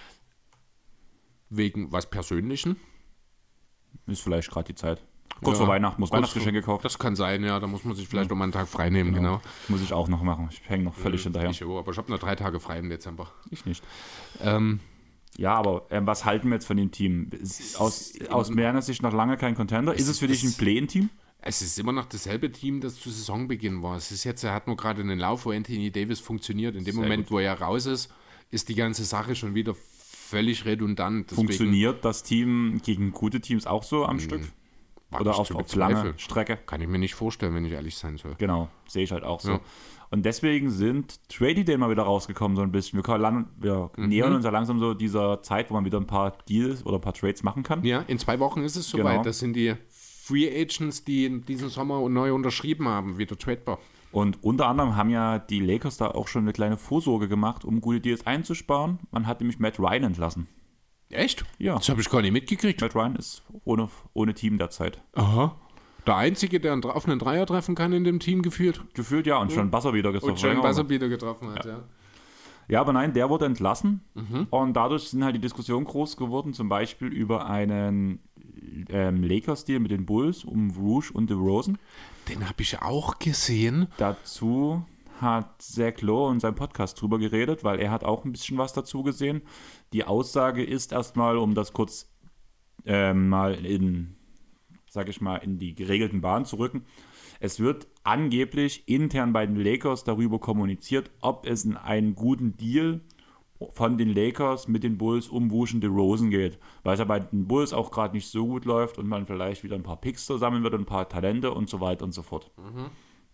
Wegen was Persönlichen. Ist vielleicht gerade die Zeit. Kurz ja, vor Weihnachten muss Weihnachtsgeschenke kaufen. Das kann sein, ja. Da muss man sich vielleicht noch mal einen Tag frei nehmen, genau. genau. Muss ich auch noch machen. Ich hänge noch völlig äh, hinterher. Ich, oh, aber ich habe nur drei Tage frei im Dezember. Ich nicht. Ähm, ja, aber äh, was halten wir jetzt von dem Team? Ist aus, aus meiner Sicht noch lange kein Contender. Ist es für dich ein Play-in-Team? Es ist immer noch dasselbe Team, das zu Saisonbeginn war. Es ist jetzt, er hat nur gerade einen Lauf, wo Anthony Davis funktioniert. In dem Sehr Moment, gut. wo er raus ist, ist die ganze Sache schon wieder völlig redundant. Deswegen funktioniert das Team gegen gute Teams auch so am Stück? Oder auf, auf lange Strecke? Kann ich mir nicht vorstellen, wenn ich ehrlich sein soll. Genau, sehe ich halt auch so. Ja. Und deswegen sind Trade-Ideen mal wieder rausgekommen, so ein bisschen. Wir, lang, wir mhm. nähern uns ja langsam so dieser Zeit, wo man wieder ein paar Deals oder ein paar Trades machen kann. Ja, in zwei Wochen ist es soweit. Genau. Das sind die Free Agents, die in diesem Sommer neu unterschrieben haben, wieder tradebar. Und unter anderem haben ja die Lakers da auch schon eine kleine Vorsorge gemacht, um gute Deals einzusparen. Man hat nämlich Matt Ryan entlassen. Echt? Ja. Das habe ich gar nicht mitgekriegt. Matt Ryan ist ohne, ohne Team derzeit. Aha. Der Einzige, der auf einen Dreier treffen kann in dem Team, gefühlt. Gefühlt, ja. Und schon Buzzer wieder getroffen. Und schon Buzzer wieder getroffen hat, ja. ja. Ja, aber nein, der wurde entlassen. Mhm. Und dadurch sind halt die Diskussionen groß geworden, zum Beispiel über einen ähm, Lakers-Deal mit den Bulls um Rouge und DeRozan. Den habe ich auch gesehen. Dazu hat Zach Lowe in seinem Podcast drüber geredet, weil er hat auch ein bisschen was dazu gesehen. Die Aussage ist erstmal, um das kurz äh, mal in, sag ich mal, in die geregelten Bahnen zu rücken. Es wird angeblich intern bei den Lakers darüber kommuniziert, ob es in einen guten Deal von den Lakers mit den Bulls um Rouge und DeRozan geht, weil es ja bei den Bulls auch gerade nicht so gut läuft und man vielleicht wieder ein paar Picks zusammen wird, ein paar Talente und so weiter und so fort. Mhm.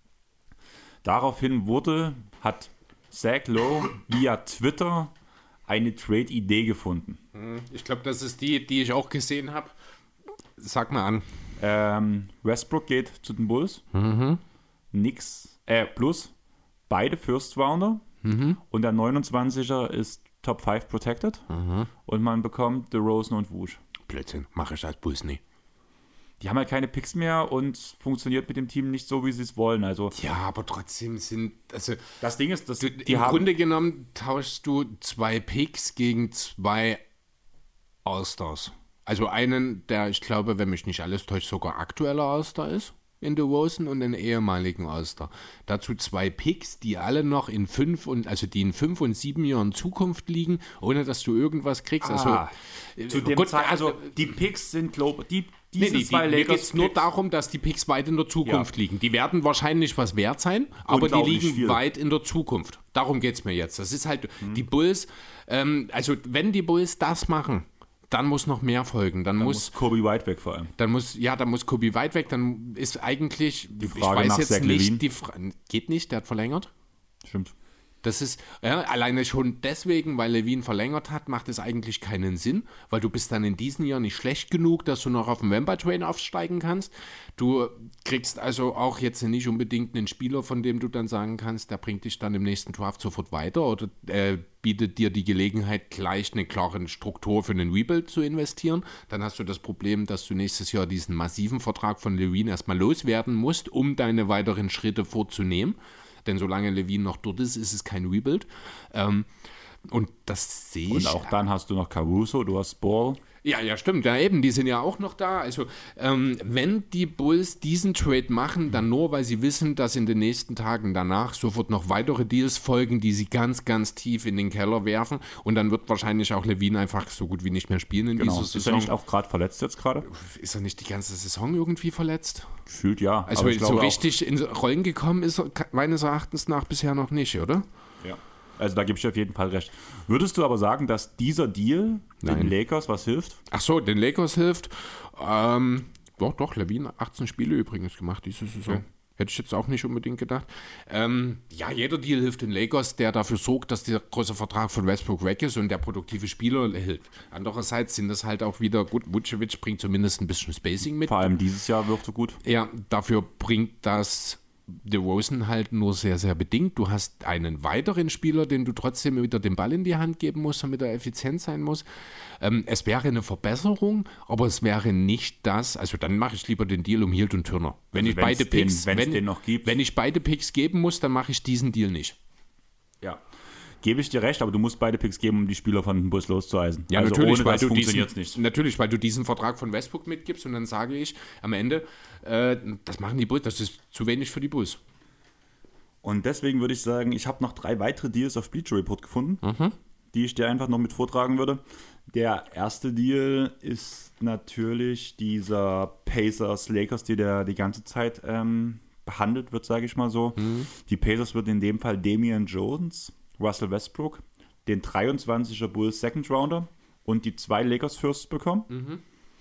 Daraufhin wurde, hat Zach Lowe via Twitter eine Trade-Idee gefunden. Ich glaube, das ist die, die ich auch gesehen habe. Sag mal an. Ähm, Westbrook geht zu den Bulls. Mhm. Nix, äh, plus beide First Rounder. Mhm. Und der neunundzwanziger ist Top fünf protected. Mhm. Und man bekommt DeRozan und Rouge. Blödsinn, mache ich als Bulls nie. Die haben halt keine Picks mehr und funktioniert mit dem Team nicht so, wie sie es wollen. Also, ja, aber trotzdem sind, also das Ding ist, dass du, die im haben, Grunde genommen tauschst du zwei Picks gegen zwei All-Stars. Also einen, der, ich glaube, wenn mich nicht alles täuscht, sogar aktueller All-Star ist in DeRozan und einen ehemaligen All-Star. Dazu zwei Picks, die alle noch in fünf und also die in fünf und sieben Jahren Zukunft liegen, ohne dass du irgendwas kriegst. Ah, also zu dem Gott, Zeit, also die Picks sind global. Die, diese nee, nee, zwei die, mir geht es nur Picks. darum, dass die Picks weit in der Zukunft Ja. liegen. Die werden wahrscheinlich was wert sein, aber die liegen viel. weit in der Zukunft. Darum geht es mir jetzt. Das ist halt, mhm. die Bulls, ähm, also wenn die Bulls das machen, dann muss noch mehr folgen. Dann, dann muss, muss Kobe White weg vor allem. Dann muss, ja, dann muss Kobe White weg. Dann ist eigentlich, die Frage ich weiß nach jetzt Zach nicht, Levine. die Fra- geht nicht, der hat verlängert. Stimmt. Das ist, ja, alleine schon deswegen, weil Levine verlängert hat, macht es eigentlich keinen Sinn, weil du bist dann in diesem Jahr nicht schlecht genug, dass du noch auf dem Vampire Train aufsteigen kannst. Du kriegst also auch jetzt nicht unbedingt einen Spieler, von dem du dann sagen kannst, der bringt dich dann im nächsten Draft sofort weiter oder äh, bietet dir die Gelegenheit, gleich eine klare Struktur für einen Rebuild zu investieren. Dann hast du das Problem, dass du nächstes Jahr diesen massiven Vertrag von Levine erstmal loswerden musst, um deine weiteren Schritte vorzunehmen. Denn solange Levine noch dort ist, ist es kein Rebuild. Ähm, und das sehe ich. Und auch dann hast du noch Caruso, du hast Ball. Ja, ja, stimmt. Ja, eben, die sind ja auch noch da. Also, ähm, wenn die Bulls diesen Trade machen, dann nur, weil sie wissen, dass in den nächsten Tagen danach sofort noch weitere Deals folgen, die sie ganz, ganz tief in den Keller werfen. Und dann wird wahrscheinlich auch Levine einfach so gut wie nicht mehr spielen in genau. dieser Saison. Ist Saison. er nicht auch gerade verletzt jetzt gerade? Ist er nicht die ganze Saison irgendwie verletzt? Gefühlt ja. Also, so richtig in Rollen gekommen ist er meines Erachtens nach bisher noch nicht, oder? Ja. Also da gebe ich dir auf jeden Fall recht. Würdest du aber sagen, dass dieser Deal Nein. den Lakers was hilft? Ach so, den Lakers hilft. Ähm, doch, doch, Levine achtzehn Spiele übrigens gemacht diese Saison. Okay. Hätte ich jetzt auch nicht unbedingt gedacht. Ähm, ja, jeder Deal hilft den Lakers, der dafür sorgt, dass der große Vertrag von Westbrook weg ist und der produktive Spieler hilft. Andererseits sind das halt auch wieder, gut, Vucevic bringt zumindest ein bisschen Spacing mit. Vor allem dieses Jahr wirft er gut. Ja, dafür bringt das DeRozan halt nur sehr, sehr bedingt. Du hast einen weiteren Spieler, den du trotzdem wieder den Ball in die Hand geben musst, damit er effizient sein muss. Ähm, es wäre eine Verbesserung, aber es wäre nicht das, also dann mache ich lieber den Deal um Hield und Turner. Wenn also ich beide den, Picks, wenn, wenn, den noch gibt. wenn ich beide Picks geben muss, dann mache ich diesen Deal nicht. Ja. Gebe ich dir recht, aber du musst beide Picks geben, um die Spieler von den Bulls loszueisen. Ja, also natürlich, ohne weil das du funktioniert diesen, nicht. Natürlich, weil du diesen Vertrag von Westbrook mitgibst und dann sage ich am Ende, äh, das machen die Bulls, das ist zu wenig für die Bulls. Und deswegen würde ich sagen, ich habe noch drei weitere Deals auf Bleacher Report gefunden, Mhm. die ich dir einfach noch mit vortragen würde. Der erste Deal ist natürlich dieser Pacers-Lakers-Deal, der die ganze Zeit ähm, behandelt wird, sage ich mal so. Mhm. Die Pacers wird in dem Fall Damian Jones, Russell Westbrook, den dreiundzwanziger Bulls Second Rounder und die zwei Lakers Firsts bekommen. Mhm.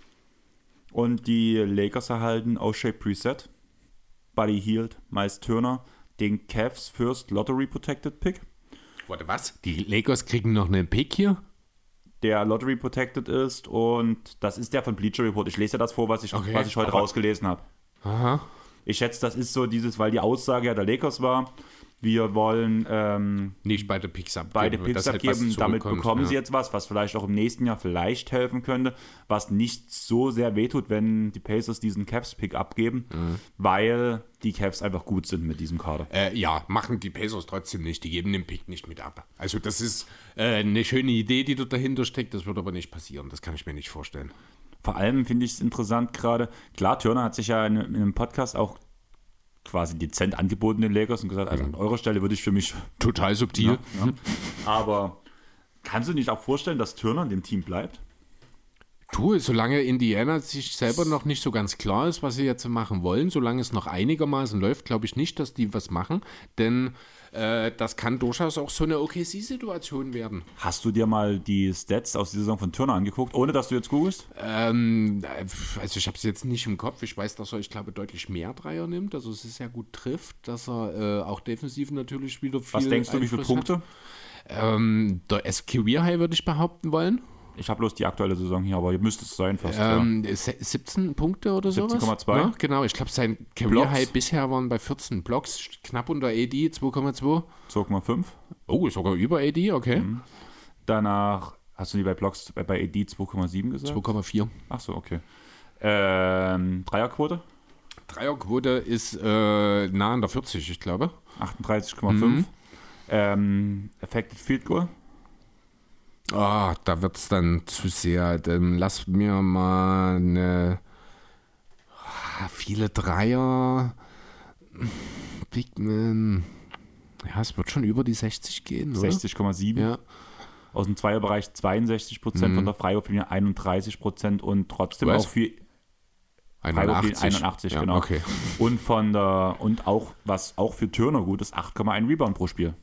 Und die Lakers erhalten O'Shea Brissett, Buddy Hield, Miles Turner, den Cavs First Lottery Protected Pick. Warte, was? Die Lakers kriegen noch einen Pick hier? Der Lottery Protected ist und das ist der von Bleacher Report. Ich lese ja das vor, was ich, Okay, was ich heute aber- rausgelesen habe. Aha. Ich schätze, das ist so dieses, weil die Aussage ja der Lakers war, wir wollen ähm, Nicht beide Picks abgeben. beide Picks dass halt was abgeben, damit zurückkommt, bekommen ja. sie jetzt was, was vielleicht auch im nächsten Jahr vielleicht helfen könnte, was nicht so sehr wehtut, wenn die Pacers diesen Cavs-Pick abgeben, Mhm. weil die Cavs einfach gut sind mit diesem Kader. Äh, ja, machen die Pacers trotzdem nicht. Die geben den Pick nicht mit ab. Also das ist äh, eine schöne Idee, die dort dahinter steckt. Das wird aber nicht passieren. Das kann ich mir nicht vorstellen. Vor allem finde ich es interessant gerade, klar, Turner hat sich ja in, in einem Podcast auch quasi dezent angeboten den Lakers und gesagt, also an eurer Stelle würde ich für mich Total subtil. Ja, ja. Aber kannst du nicht auch vorstellen, dass Turner in dem Team bleibt? Tu, solange Indiana sich selber noch nicht so ganz klar ist, was sie jetzt machen wollen, solange es noch einigermaßen läuft, glaube ich nicht, dass die was machen, denn äh, das kann durchaus auch so eine O K C-Situation werden. Hast du dir mal die Stats aus der Saison von Turner angeguckt, ohne dass du jetzt googelst? Ähm, also ich habe es jetzt nicht im Kopf. Ich weiß, dass er, ich glaube, deutlich mehr Dreier nimmt, also es ist sehr gut trifft, dass er äh, auch defensiv natürlich wieder viel Was denkst du, wie viele Einfluss Punkte? hat. Ähm, der Career High würde ich behaupten wollen. Ich habe bloß die aktuelle Saison hier, aber müsste es sein fast. Ähm, se- siebzehn Punkte oder sowas? siebzehn Komma zwei. Ja, genau, ich glaube, sein Career Blocks. High bisher waren bei vierzehn Blocks, knapp unter A D, zwei Komma zwei. ja. zwei Komma fünf. Oh, sogar über A D, okay. Mhm. Danach, hast du die bei Blocks bei, bei A D zwei Komma sieben gesagt? zwei Komma vier. Ach so, okay. Ähm, Dreierquote? Dreierquote ist äh, nah an der vierzig, ich glaube. achtunddreißig Komma fünf. Mhm. Ähm, Affected Field Goal? Ah, da wird es dann zu sehr. Dann lass mir mal eine. Ah, viele Dreier. Big Man. Ja, es wird schon über die sechzig gehen, oder? sechzig Komma sieben. Ja. Aus dem Zweierbereich zweiundsechzig Prozent, Mhm. von der Freiwurflinie einunddreißig Prozent und trotzdem Was? auch für einundachtzig. einundachtzig, ja, genau. Okay. Und von der und auch, was auch für Turner gut ist, acht Komma eins Rebound pro Spiel.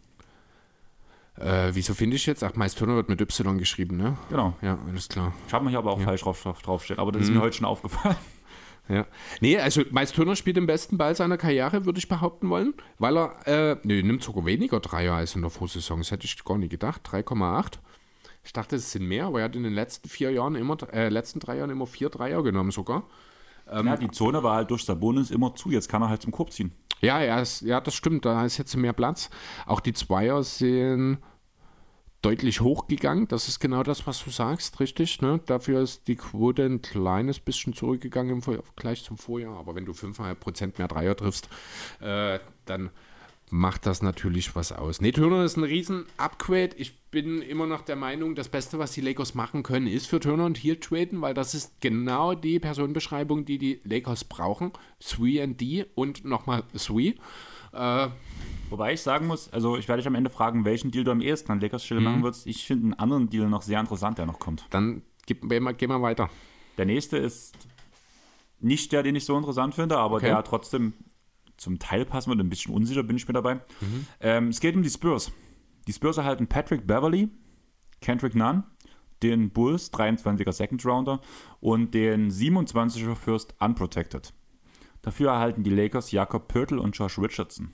Äh, wieso finde ich jetzt? Ach, Miles Turner wird mit Y geschrieben, ne? Genau. Ja, alles klar. Ich habe mich aber auch falsch drauf, drauf, draufstehen, aber das ist mir heute schon aufgefallen. Ja. Nee, also Miles Turner spielt den besten Ball seiner Karriere, würde ich behaupten wollen, weil er, äh, nee, nimmt sogar weniger Dreier als in der Vorsaison. Das hätte ich gar nicht gedacht. drei Komma acht. Ich dachte, es sind mehr, aber er hat in den letzten vier Jahren immer, äh, letzten drei Jahren immer vier Dreier genommen sogar. Ähm, Ja, die Zone war halt durch Sabonis immer zu, jetzt kann er halt zum Korb ziehen. Ja, ja, es, ja, das stimmt, da ist jetzt mehr Platz. Auch die Zweier sind deutlich hochgegangen. Das ist genau das, was du sagst, richtig. Ne? Dafür ist die Quote ein kleines bisschen zurückgegangen im Vergleich zum Vorjahr. Aber wenn du fünf Komma fünf Prozent mehr Dreier triffst, äh, dann macht das natürlich was aus. Nee, Turner ist ein riesen Upgrade. Ich bin immer noch der Meinung, das Beste, was die Lakers machen können, ist für Turner und Hield traden, weil das ist genau die Personenbeschreibung, die die Lakers brauchen. three and D und nochmal three. Äh, Wobei ich sagen muss, also ich werde dich am Ende fragen, welchen Deal du am ehesten an Lakers Stelle machen würdest. Ich finde einen anderen Deal noch sehr interessant, der noch kommt. dann gib, gehen wir gehen wir weiter. Der nächste ist nicht der, den ich so interessant finde, aber Okay. der trotzdem zum Teil passen wird. Ein bisschen unsicher bin ich mir dabei. Ähm, es geht um die Spurs. Die Spurs erhalten Patrick Beverley, Kendrick Nunn, den Bulls, dreiundzwanziger Second Rounder und den siebenundzwanziger First Unprotected. Dafür erhalten die Lakers Jakob Poeltl und Josh Richardson.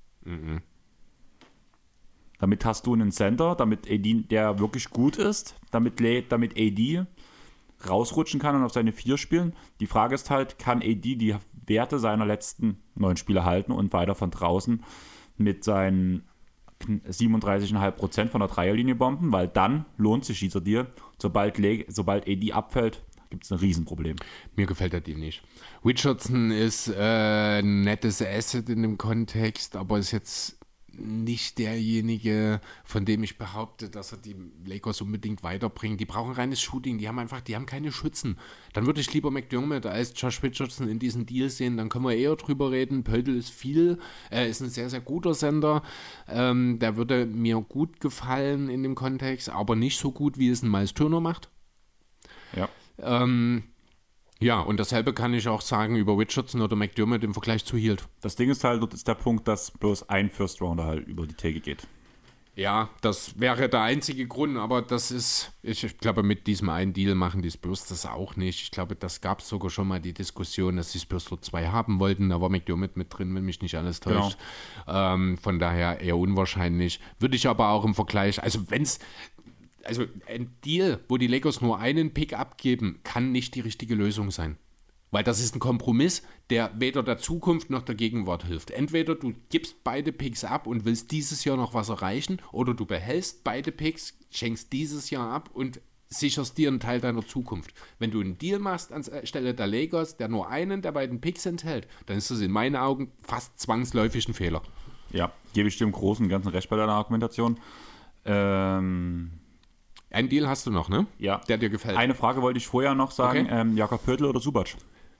Damit hast du einen Center, damit A D, der wirklich gut ist, damit, Le- damit A D rausrutschen kann und auf seine vier spielen. Die Frage ist halt, kann A D die Werte seiner letzten neun Spiele halten und weiter von draußen mit seinen siebenunddreißig Komma fünf Prozent von der Dreierlinie bomben, weil dann lohnt sich dieser Deal. Sobald, Le- sobald A D abfällt, gibt es ein Riesenproblem. Mir gefällt der Deal nicht. Richardson ist äh, ein nettes Asset in dem Kontext, aber ist jetzt nicht derjenige, von dem ich behaupte, dass er die Lakers unbedingt weiterbringt. Die brauchen reines Shooting, die haben einfach, die haben keine Schützen. Dann würde ich lieber McDermott als Josh Richardson in diesen Deal sehen, dann können wir eher drüber reden. Poeltl ist viel, er ist ein sehr, sehr guter Sender, ähm, der würde mir gut gefallen in dem Kontext, aber nicht so gut, wie es ein Miles Turner macht. Ja. Ähm, ja, und dasselbe kann ich auch sagen über Richardson oder McDermott im Vergleich zu Hield. Das Ding ist halt, dort ist der Punkt, dass bloß ein First Rounder halt über die Theke geht. Ja, das wäre der einzige Grund, aber das ist, ich, ich glaube, mit diesem einen Deal machen die Spurs das auch nicht. Ich glaube, das gab es sogar schon mal die Diskussion, dass die Spurs dort zwei haben wollten. Da war McDermott mit drin, wenn mich nicht alles täuscht. Genau. Ähm, von daher eher unwahrscheinlich. Würde ich aber auch im Vergleich, also wenn es, also ein Deal, wo die Lakers nur einen Pick abgeben, kann nicht die richtige Lösung sein. Weil das ist ein Kompromiss, der weder der Zukunft noch der Gegenwart hilft. Entweder du gibst beide Picks ab und willst dieses Jahr noch was erreichen, oder du behältst beide Picks, schenkst dieses Jahr ab und sicherst dir einen Teil deiner Zukunft. Wenn du einen Deal machst anstelle der Lakers, der nur einen der beiden Picks enthält, dann ist das in meinen Augen fast zwangsläufig ein Fehler. Ja, gebe ich dir im Großen und Ganzen recht bei deiner Argumentation. Ähm... Einen Deal hast du noch, ne? Ja. Der dir gefällt. Eine Frage wollte ich vorher noch sagen. Okay. Ähm, Jakob Poeltl oder Zubac?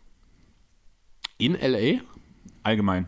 In L A? Allgemein.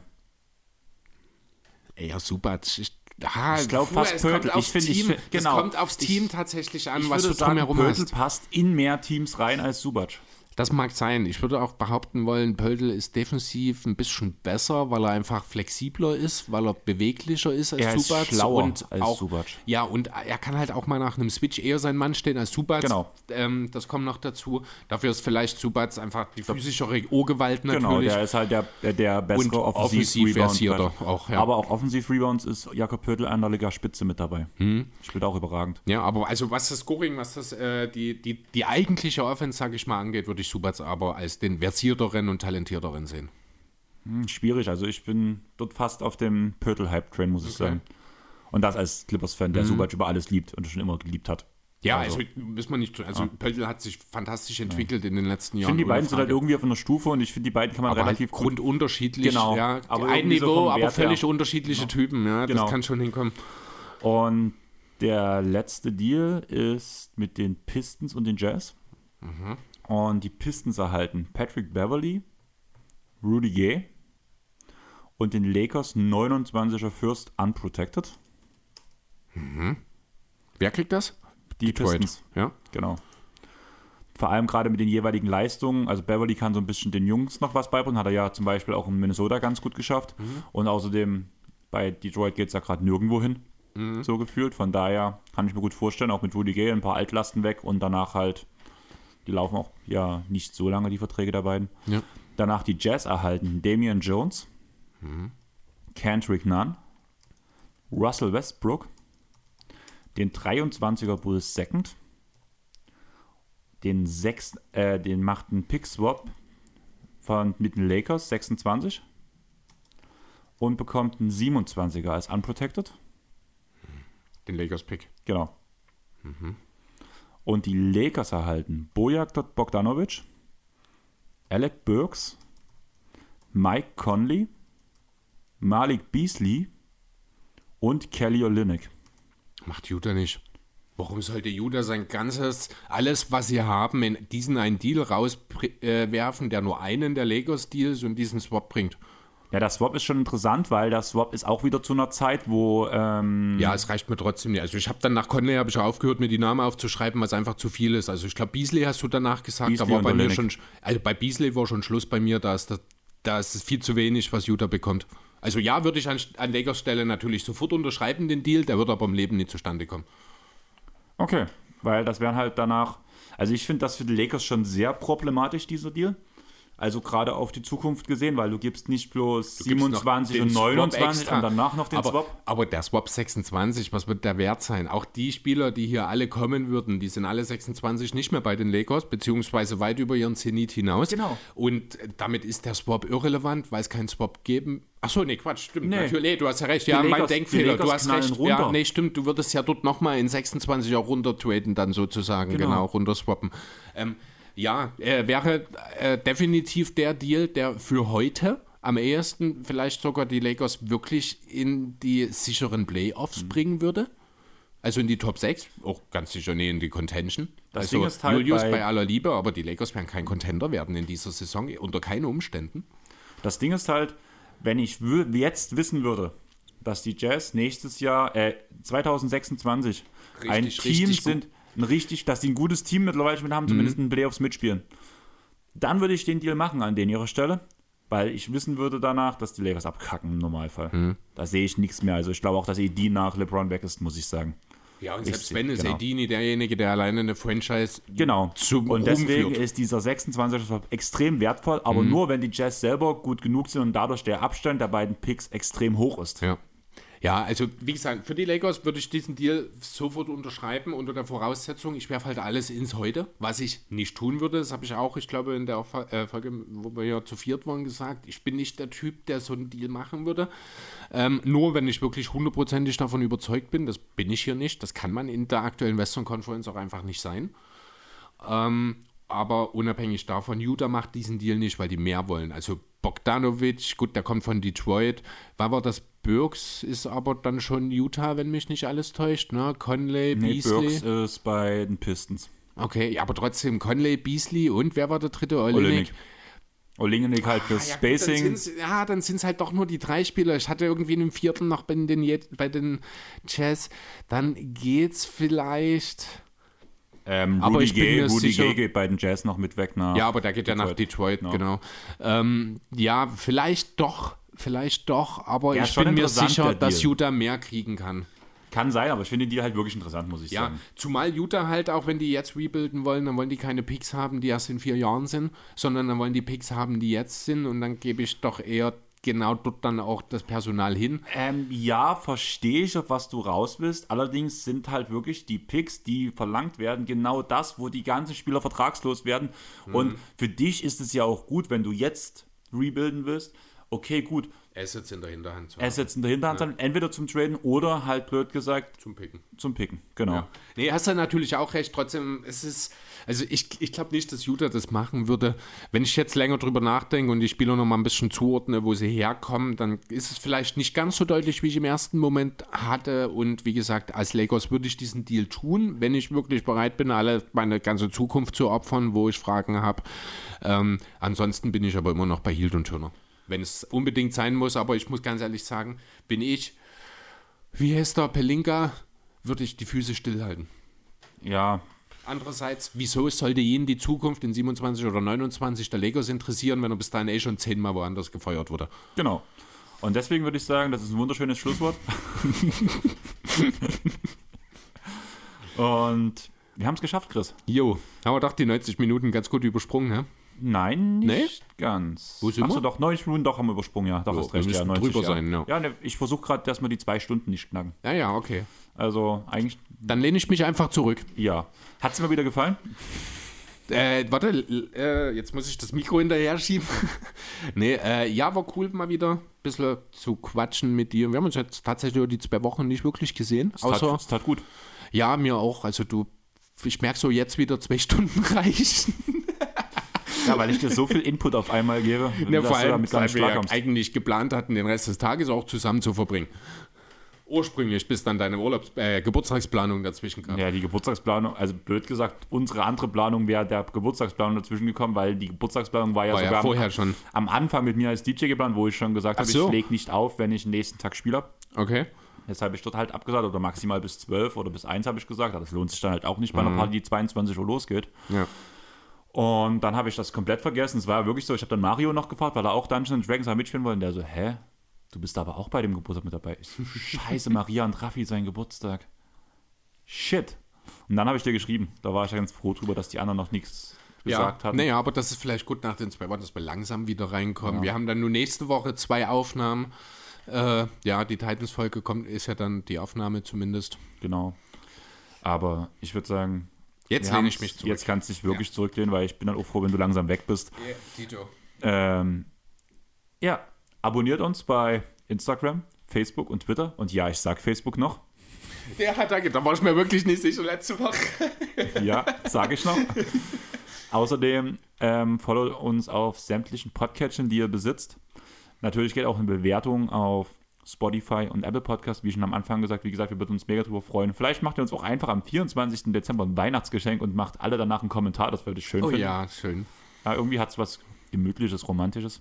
Ja, Zubac. Ich, ah, ich glaube fast Poeltl. Ich finde, ich find, genau. Es kommt aufs Team ich, tatsächlich an, ich was du sagen, drumherum Poeltl hast. Passt in mehr Teams rein als Zubac. Das mag sein. Ich würde auch behaupten wollen, Poeltl ist defensiv ein bisschen besser, weil er einfach flexibler ist, weil er beweglicher ist als er Zubac. Er ist schlauer und als auch, Zubac. Ja, und er kann halt auch mal nach einem Switch eher sein Mann stehen als Zubac. Genau. Ähm, das kommt noch dazu. Dafür ist vielleicht Zubac einfach die physischere O-Gewalt natürlich. Genau, der ist halt der, der bessere Offensiv-Rebound. Offensiv ja. Aber auch Offensiv-Rebounds ist Jakob Poeltl an der Liga-Spitze mit dabei. Hm. Spielt auch überragend. Ja, aber also was das Scoring, was das äh, die, die, die eigentliche Offense, sage ich mal, angeht, würde ich Zubac aber als den versierteren und talentierteren sehen. Hm, schwierig, also ich bin dort fast auf dem Poeltl-Hype-Train, muss ich okay. sagen. Und das als Clippers-Fan, der mhm. Zubac über alles liebt und schon immer geliebt hat. Ja, also, also müssen wir nicht, also ja. Poeltl hat sich fantastisch entwickelt ja. in den letzten Jahren. Ich finde, die beiden sind halt irgendwie auf einer Stufe und ich finde, die beiden kann man aber relativ halt grundunterschiedlich, genau. ja, aber ein Niveau, so aber völlig her. unterschiedliche genau. Typen, ja, genau. das kann schon hinkommen. Und der letzte Deal ist mit den Pistons und den Jazz. Mhm. Und die Pistons erhalten Patrick Beverley, Rudy Gay und den Lakers neunundzwanziger First Unprotected. Mhm. Wer kriegt das? Die Detroit. Pistons. Ja, genau. Vor allem gerade mit den jeweiligen Leistungen. Also Beverley kann so ein bisschen den Jungs noch was beibringen. Hat er ja zum Beispiel auch in Minnesota ganz gut geschafft. Mhm. Und außerdem bei Detroit geht es ja gerade nirgendwo hin. Mhm. So gefühlt. Von daher kann ich mir gut vorstellen, auch mit Rudy Gay ein paar Altlasten weg und danach halt, die laufen auch ja nicht so lange, die Verträge der beiden. Ja. Danach die Jazz erhalten Damian Jones, mhm. Kendrick Nunn, Russell Westbrook, den dreiundzwanziger Bulls Second, den, sechs, äh, den macht einen Pick-Swap von, mit den Lakers sechsundzwanzig und bekommt einen siebenundzwanziger als Unprotected. Den Lakers-Pick. Genau. Mhm. Und die Lakers erhalten Bojan Bogdanovic, Alec Burks, Mike Conley, Malik Beasley und Kelly Olynyk. Macht Utah nicht. Warum sollte Utah sein ganzes, alles, was sie haben, in diesen einen Deal rauswerfen, der nur einen der Lakers-Deals und diesen Swap bringt? Ja, der Swap ist schon interessant, weil der Swap ist auch wieder zu einer Zeit, wo... Ähm ja, es reicht mir trotzdem nicht. Also ich habe dann nach Conley habe ich aufgehört, mir die Namen aufzuschreiben, was einfach zu viel ist. Also ich glaube, Beasley hast du danach gesagt, Beasley da war bei mir Olynyk. schon... Also bei Beasley war schon Schluss bei mir, da ist, das, da ist es viel zu wenig, was Utah bekommt. Also ja, würde ich an, an Lakers Stelle natürlich sofort unterschreiben, den Deal, der wird aber im Leben nicht zustande kommen. Okay, weil das wären halt danach... Also ich finde das für die Lakers schon sehr problematisch, dieser Deal. Also gerade auf die Zukunft gesehen, weil du gibst nicht bloß du siebenundzwanzig und neunundzwanzig und danach noch den aber, Swap. Aber der Swap sechsundzwanzig, was wird der Wert sein? Auch die Spieler, die hier alle kommen würden, die sind alle sechsundzwanzig nicht mehr bei den Lakers, beziehungsweise weit über ihren Zenit hinaus. Genau. Und damit ist der Swap irrelevant, weil es keinen Swap geben. Achso, nee, Quatsch, stimmt. Nee. Natürlich, nee, du hast ja recht. Die Ja, Lakers, mein Denkfehler, du hast recht. Runter. Ja, nee, stimmt, du würdest ja dort nochmal in sechsundzwanzig auch runter traden, dann sozusagen, genau, genau runter swappen. Ähm, Ja, äh, wäre äh, definitiv der Deal, der für heute am ehesten vielleicht sogar die Lakers wirklich in die sicheren Playoffs mhm. bringen würde. Also in die Top sechs, auch ganz sicher nicht in die Contention. Das also Ding ist halt Julius bei, bei aller Liebe, aber die Lakers werden kein Contender werden in dieser Saison, unter keinen Umständen. Das Ding ist halt, wenn ich w- jetzt wissen würde, dass die Jazz nächstes Jahr, äh, zwanzig sechsundzwanzig, richtig, ein Team sind... Ein richtig, dass sie ein gutes Team mittlerweile schon haben, zumindest in den Playoffs mitspielen. Dann würde ich den Deal machen an den ihrer Stelle, weil ich wissen würde danach, dass die Lakers abkacken im Normalfall. Mhm. Da sehe ich nichts mehr. Also ich glaube auch, dass A D nach LeBron weg ist, muss ich sagen. Ja, und Ich selbst seh- wenn ist genau. A D nie derjenige, der alleine eine Franchise Genau. zum Und Ruhm deswegen führt. ist dieser sechsundzwanziger extrem wertvoll, aber Mhm. nur, wenn die Jazz selber gut genug sind und dadurch der Abstand der beiden Picks extrem hoch ist. Ja. Ja, also wie gesagt, für die Lakers würde ich diesen Deal sofort unterschreiben, unter der Voraussetzung, ich werfe halt alles ins Heute, was ich nicht tun würde. Das habe ich auch, ich glaube, in der Fa- äh, Folge, wo wir ja zu viert waren, gesagt. Ich bin nicht der Typ, der so einen Deal machen würde. Ähm, nur wenn ich wirklich hundertprozentig davon überzeugt bin, das bin ich hier nicht. Das kann man in der aktuellen Western Conference auch einfach nicht sein. Ähm, aber unabhängig davon, Utah macht diesen Deal nicht, weil die mehr wollen. Also Bogdanovic, gut, der kommt von Detroit. War war das? Burks ist aber dann schon Utah, wenn mich nicht alles täuscht, ne? Conley, Nee, Beasley. Burks ist bei den Pistons. Okay, ja, aber trotzdem Conley, Beasley und wer war der dritte? Olenek. Olenek. Olenek halt für Ah, ja, gut, Spacing. Dann sind's, ja, dann sind es halt doch nur die drei Spieler. Ich hatte irgendwie in dem vierten noch bei den, Jet- bei den Jazz. Dann geht's vielleicht. ähm, aber Rudy ich bin Gay, mir Rudy sicher- Gay geht bei den Jazz noch mit weg nach. Ja, aber der geht ja nach Detroit, Genau. genau. Ähm, ja, vielleicht doch, vielleicht doch, aber Ja, ich schon bin mir interessant, sicher, der dass Deal. Utah mehr kriegen kann. Kann sein, aber ich finde die halt wirklich interessant, muss ich Ja, sagen. zumal Utah halt, auch wenn die jetzt rebuilden wollen, dann wollen die keine Picks haben, die erst in vier Jahren sind, sondern dann wollen die Picks haben, die jetzt sind und dann gebe ich doch eher genau dort dann auch das Personal hin. Ähm, ja, verstehe ich, auf was du raus bist. Allerdings sind halt wirklich die Picks, die verlangt werden, genau das, wo die ganzen Spieler vertragslos werden. Mhm. Und für dich ist es ja auch gut, wenn du jetzt rebuilden willst. Okay, gut. Assets in der Hinterhand zu haben. Assets in der Hinterhand ja. entweder zum Traden oder halt blöd gesagt Zum Picken. zum Picken. Genau. Ja. Nee, hast du natürlich auch recht. Trotzdem, es ist, also ich, ich glaube nicht, dass Utah das machen würde. Wenn ich jetzt länger drüber nachdenke und die Spieler noch mal ein bisschen zuordne, wo sie herkommen, dann ist es vielleicht nicht ganz so deutlich, wie ich im ersten Moment hatte. Und wie gesagt, als Lakers würde ich diesen Deal tun, wenn ich wirklich bereit bin, alle meine ganze Zukunft zu opfern, wo ich Fragen habe. Ähm, ansonsten bin ich aber immer noch bei Hield und Turner. Wenn es unbedingt sein muss, aber ich muss ganz ehrlich sagen, bin ich, wie heißt der, Pelinka, würde ich die Füße stillhalten. Ja, Andererseits, wieso sollte ihn die Zukunft in siebenundzwanzig oder neunundzwanzig der Lakers interessieren, wenn er bis dahin eh schon zehnmal woanders gefeuert wurde? genau. Und deswegen würde ich sagen, das ist ein wunderschönes Schlusswort. Und wir haben es geschafft, Chris. Jo, haben wir doch die neunzig Minuten ganz gut übersprungen, hä? Nein, nicht Nee? ganz. Wo sind Achso, wir? doch, neunzig Minuten, doch haben wir übersprungen, ja. Doch, Jo, hast wir recht, ja, müssten neunzig, drüber ja. sein, ja. Ja, ne, ich versuche gerade, dass wir die zwei Stunden nicht knacken. Ja, ja, okay. Also, eigentlich, Dann lehne ich mich einfach zurück. ja. Hat es mir wieder gefallen? Äh, warte, l- äh, jetzt muss ich das Mikro hinterher schieben. nee, äh, ja, war cool, mal wieder ein bisschen zu quatschen mit dir. Wir haben uns jetzt tatsächlich über die zwei Wochen nicht wirklich gesehen. Es Außer, tat, es tat gut. ja, mir auch. Also du, ich merke so, jetzt wieder zwei Stunden reichen. Ja, weil ich dir so viel Input auf einmal gebe, Ja, dass vor du allem, damit gar weil nicht wir ja klarkommst. eigentlich geplant hatten, den Rest des Tages auch zusammen zu verbringen. Ursprünglich, bis dann deine Urlaubs äh, Geburtstagsplanung dazwischen kam. Ja, die Geburtstagsplanung, also blöd gesagt, unsere andere Planung wäre der Geburtstagsplanung dazwischen gekommen, weil die Geburtstagsplanung war ja War ja sogar vorher am, schon. am Anfang mit mir als D J geplant, wo ich schon gesagt Ach habe, so. ich lege nicht auf, wenn ich den nächsten Tag spiele. Okay. Jetzt habe ich dort halt abgesagt, oder maximal bis zwölf oder bis eins habe ich gesagt. Aber das lohnt sich dann halt auch nicht bei einer Mhm. Party, die zweiundzwanzig Uhr losgeht. Ja. Und dann habe ich das komplett vergessen. Es war ja wirklich so, ich habe dann Mario noch gefragt, weil er auch Dungeons and Dragons mitspielen wollte. Und der so, hä? Du bist aber auch bei dem Geburtstag mit dabei. Ich so, scheiße, Maria und Raffi, sein Geburtstag. Shit. Und dann habe ich dir geschrieben. Da war ich ja ganz froh drüber, dass die anderen noch nichts gesagt ja. hatten. Naja, aber das ist vielleicht gut nach den zwei Wochen, dass wir langsam wieder reinkommen. Ja. Wir haben dann nur nächste Woche zwei Aufnahmen. Äh, ja, die Titans-Folge kommt, ist ja dann die Aufnahme zumindest. Genau. Aber ich würde sagen, Jetzt wir lehne ich haben's- mich zurück. Jetzt kannst du dich wirklich zurücklehnen, weil ich bin dann auch froh, wenn du langsam weg bist. Yeah, Tito. Ähm, ja, abonniert uns bei Instagram, Facebook und Twitter. Und ja, ich sag Facebook noch. Ja, danke. Da war ich mir wirklich nicht sicher letzte Woche. Ja, sage ich noch. Außerdem ähm, folgt uns auf sämtlichen Podcatchern, die ihr besitzt. Natürlich geht auch eine Bewertung auf Spotify und Apple Podcast, wie schon am Anfang gesagt. Wie gesagt, wir würden uns mega drüber freuen. Vielleicht macht ihr uns auch einfach am vierundzwanzigsten Dezember ein Weihnachtsgeschenk und macht alle danach einen Kommentar. Das würde ich schön Oh finden. ja, schön. Ja, irgendwie hat es was Gemütliches, Romantisches.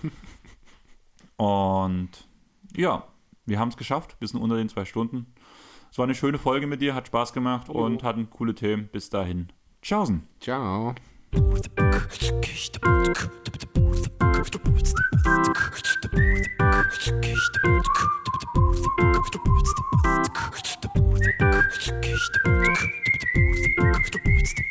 Und ja, wir haben es geschafft. Wir sind unter den zwei Stunden. Es war eine schöne Folge mit dir, hat Spaß gemacht Oh. und hatten coole Themen. Bis dahin. Tschaußen. Ciao. Boots.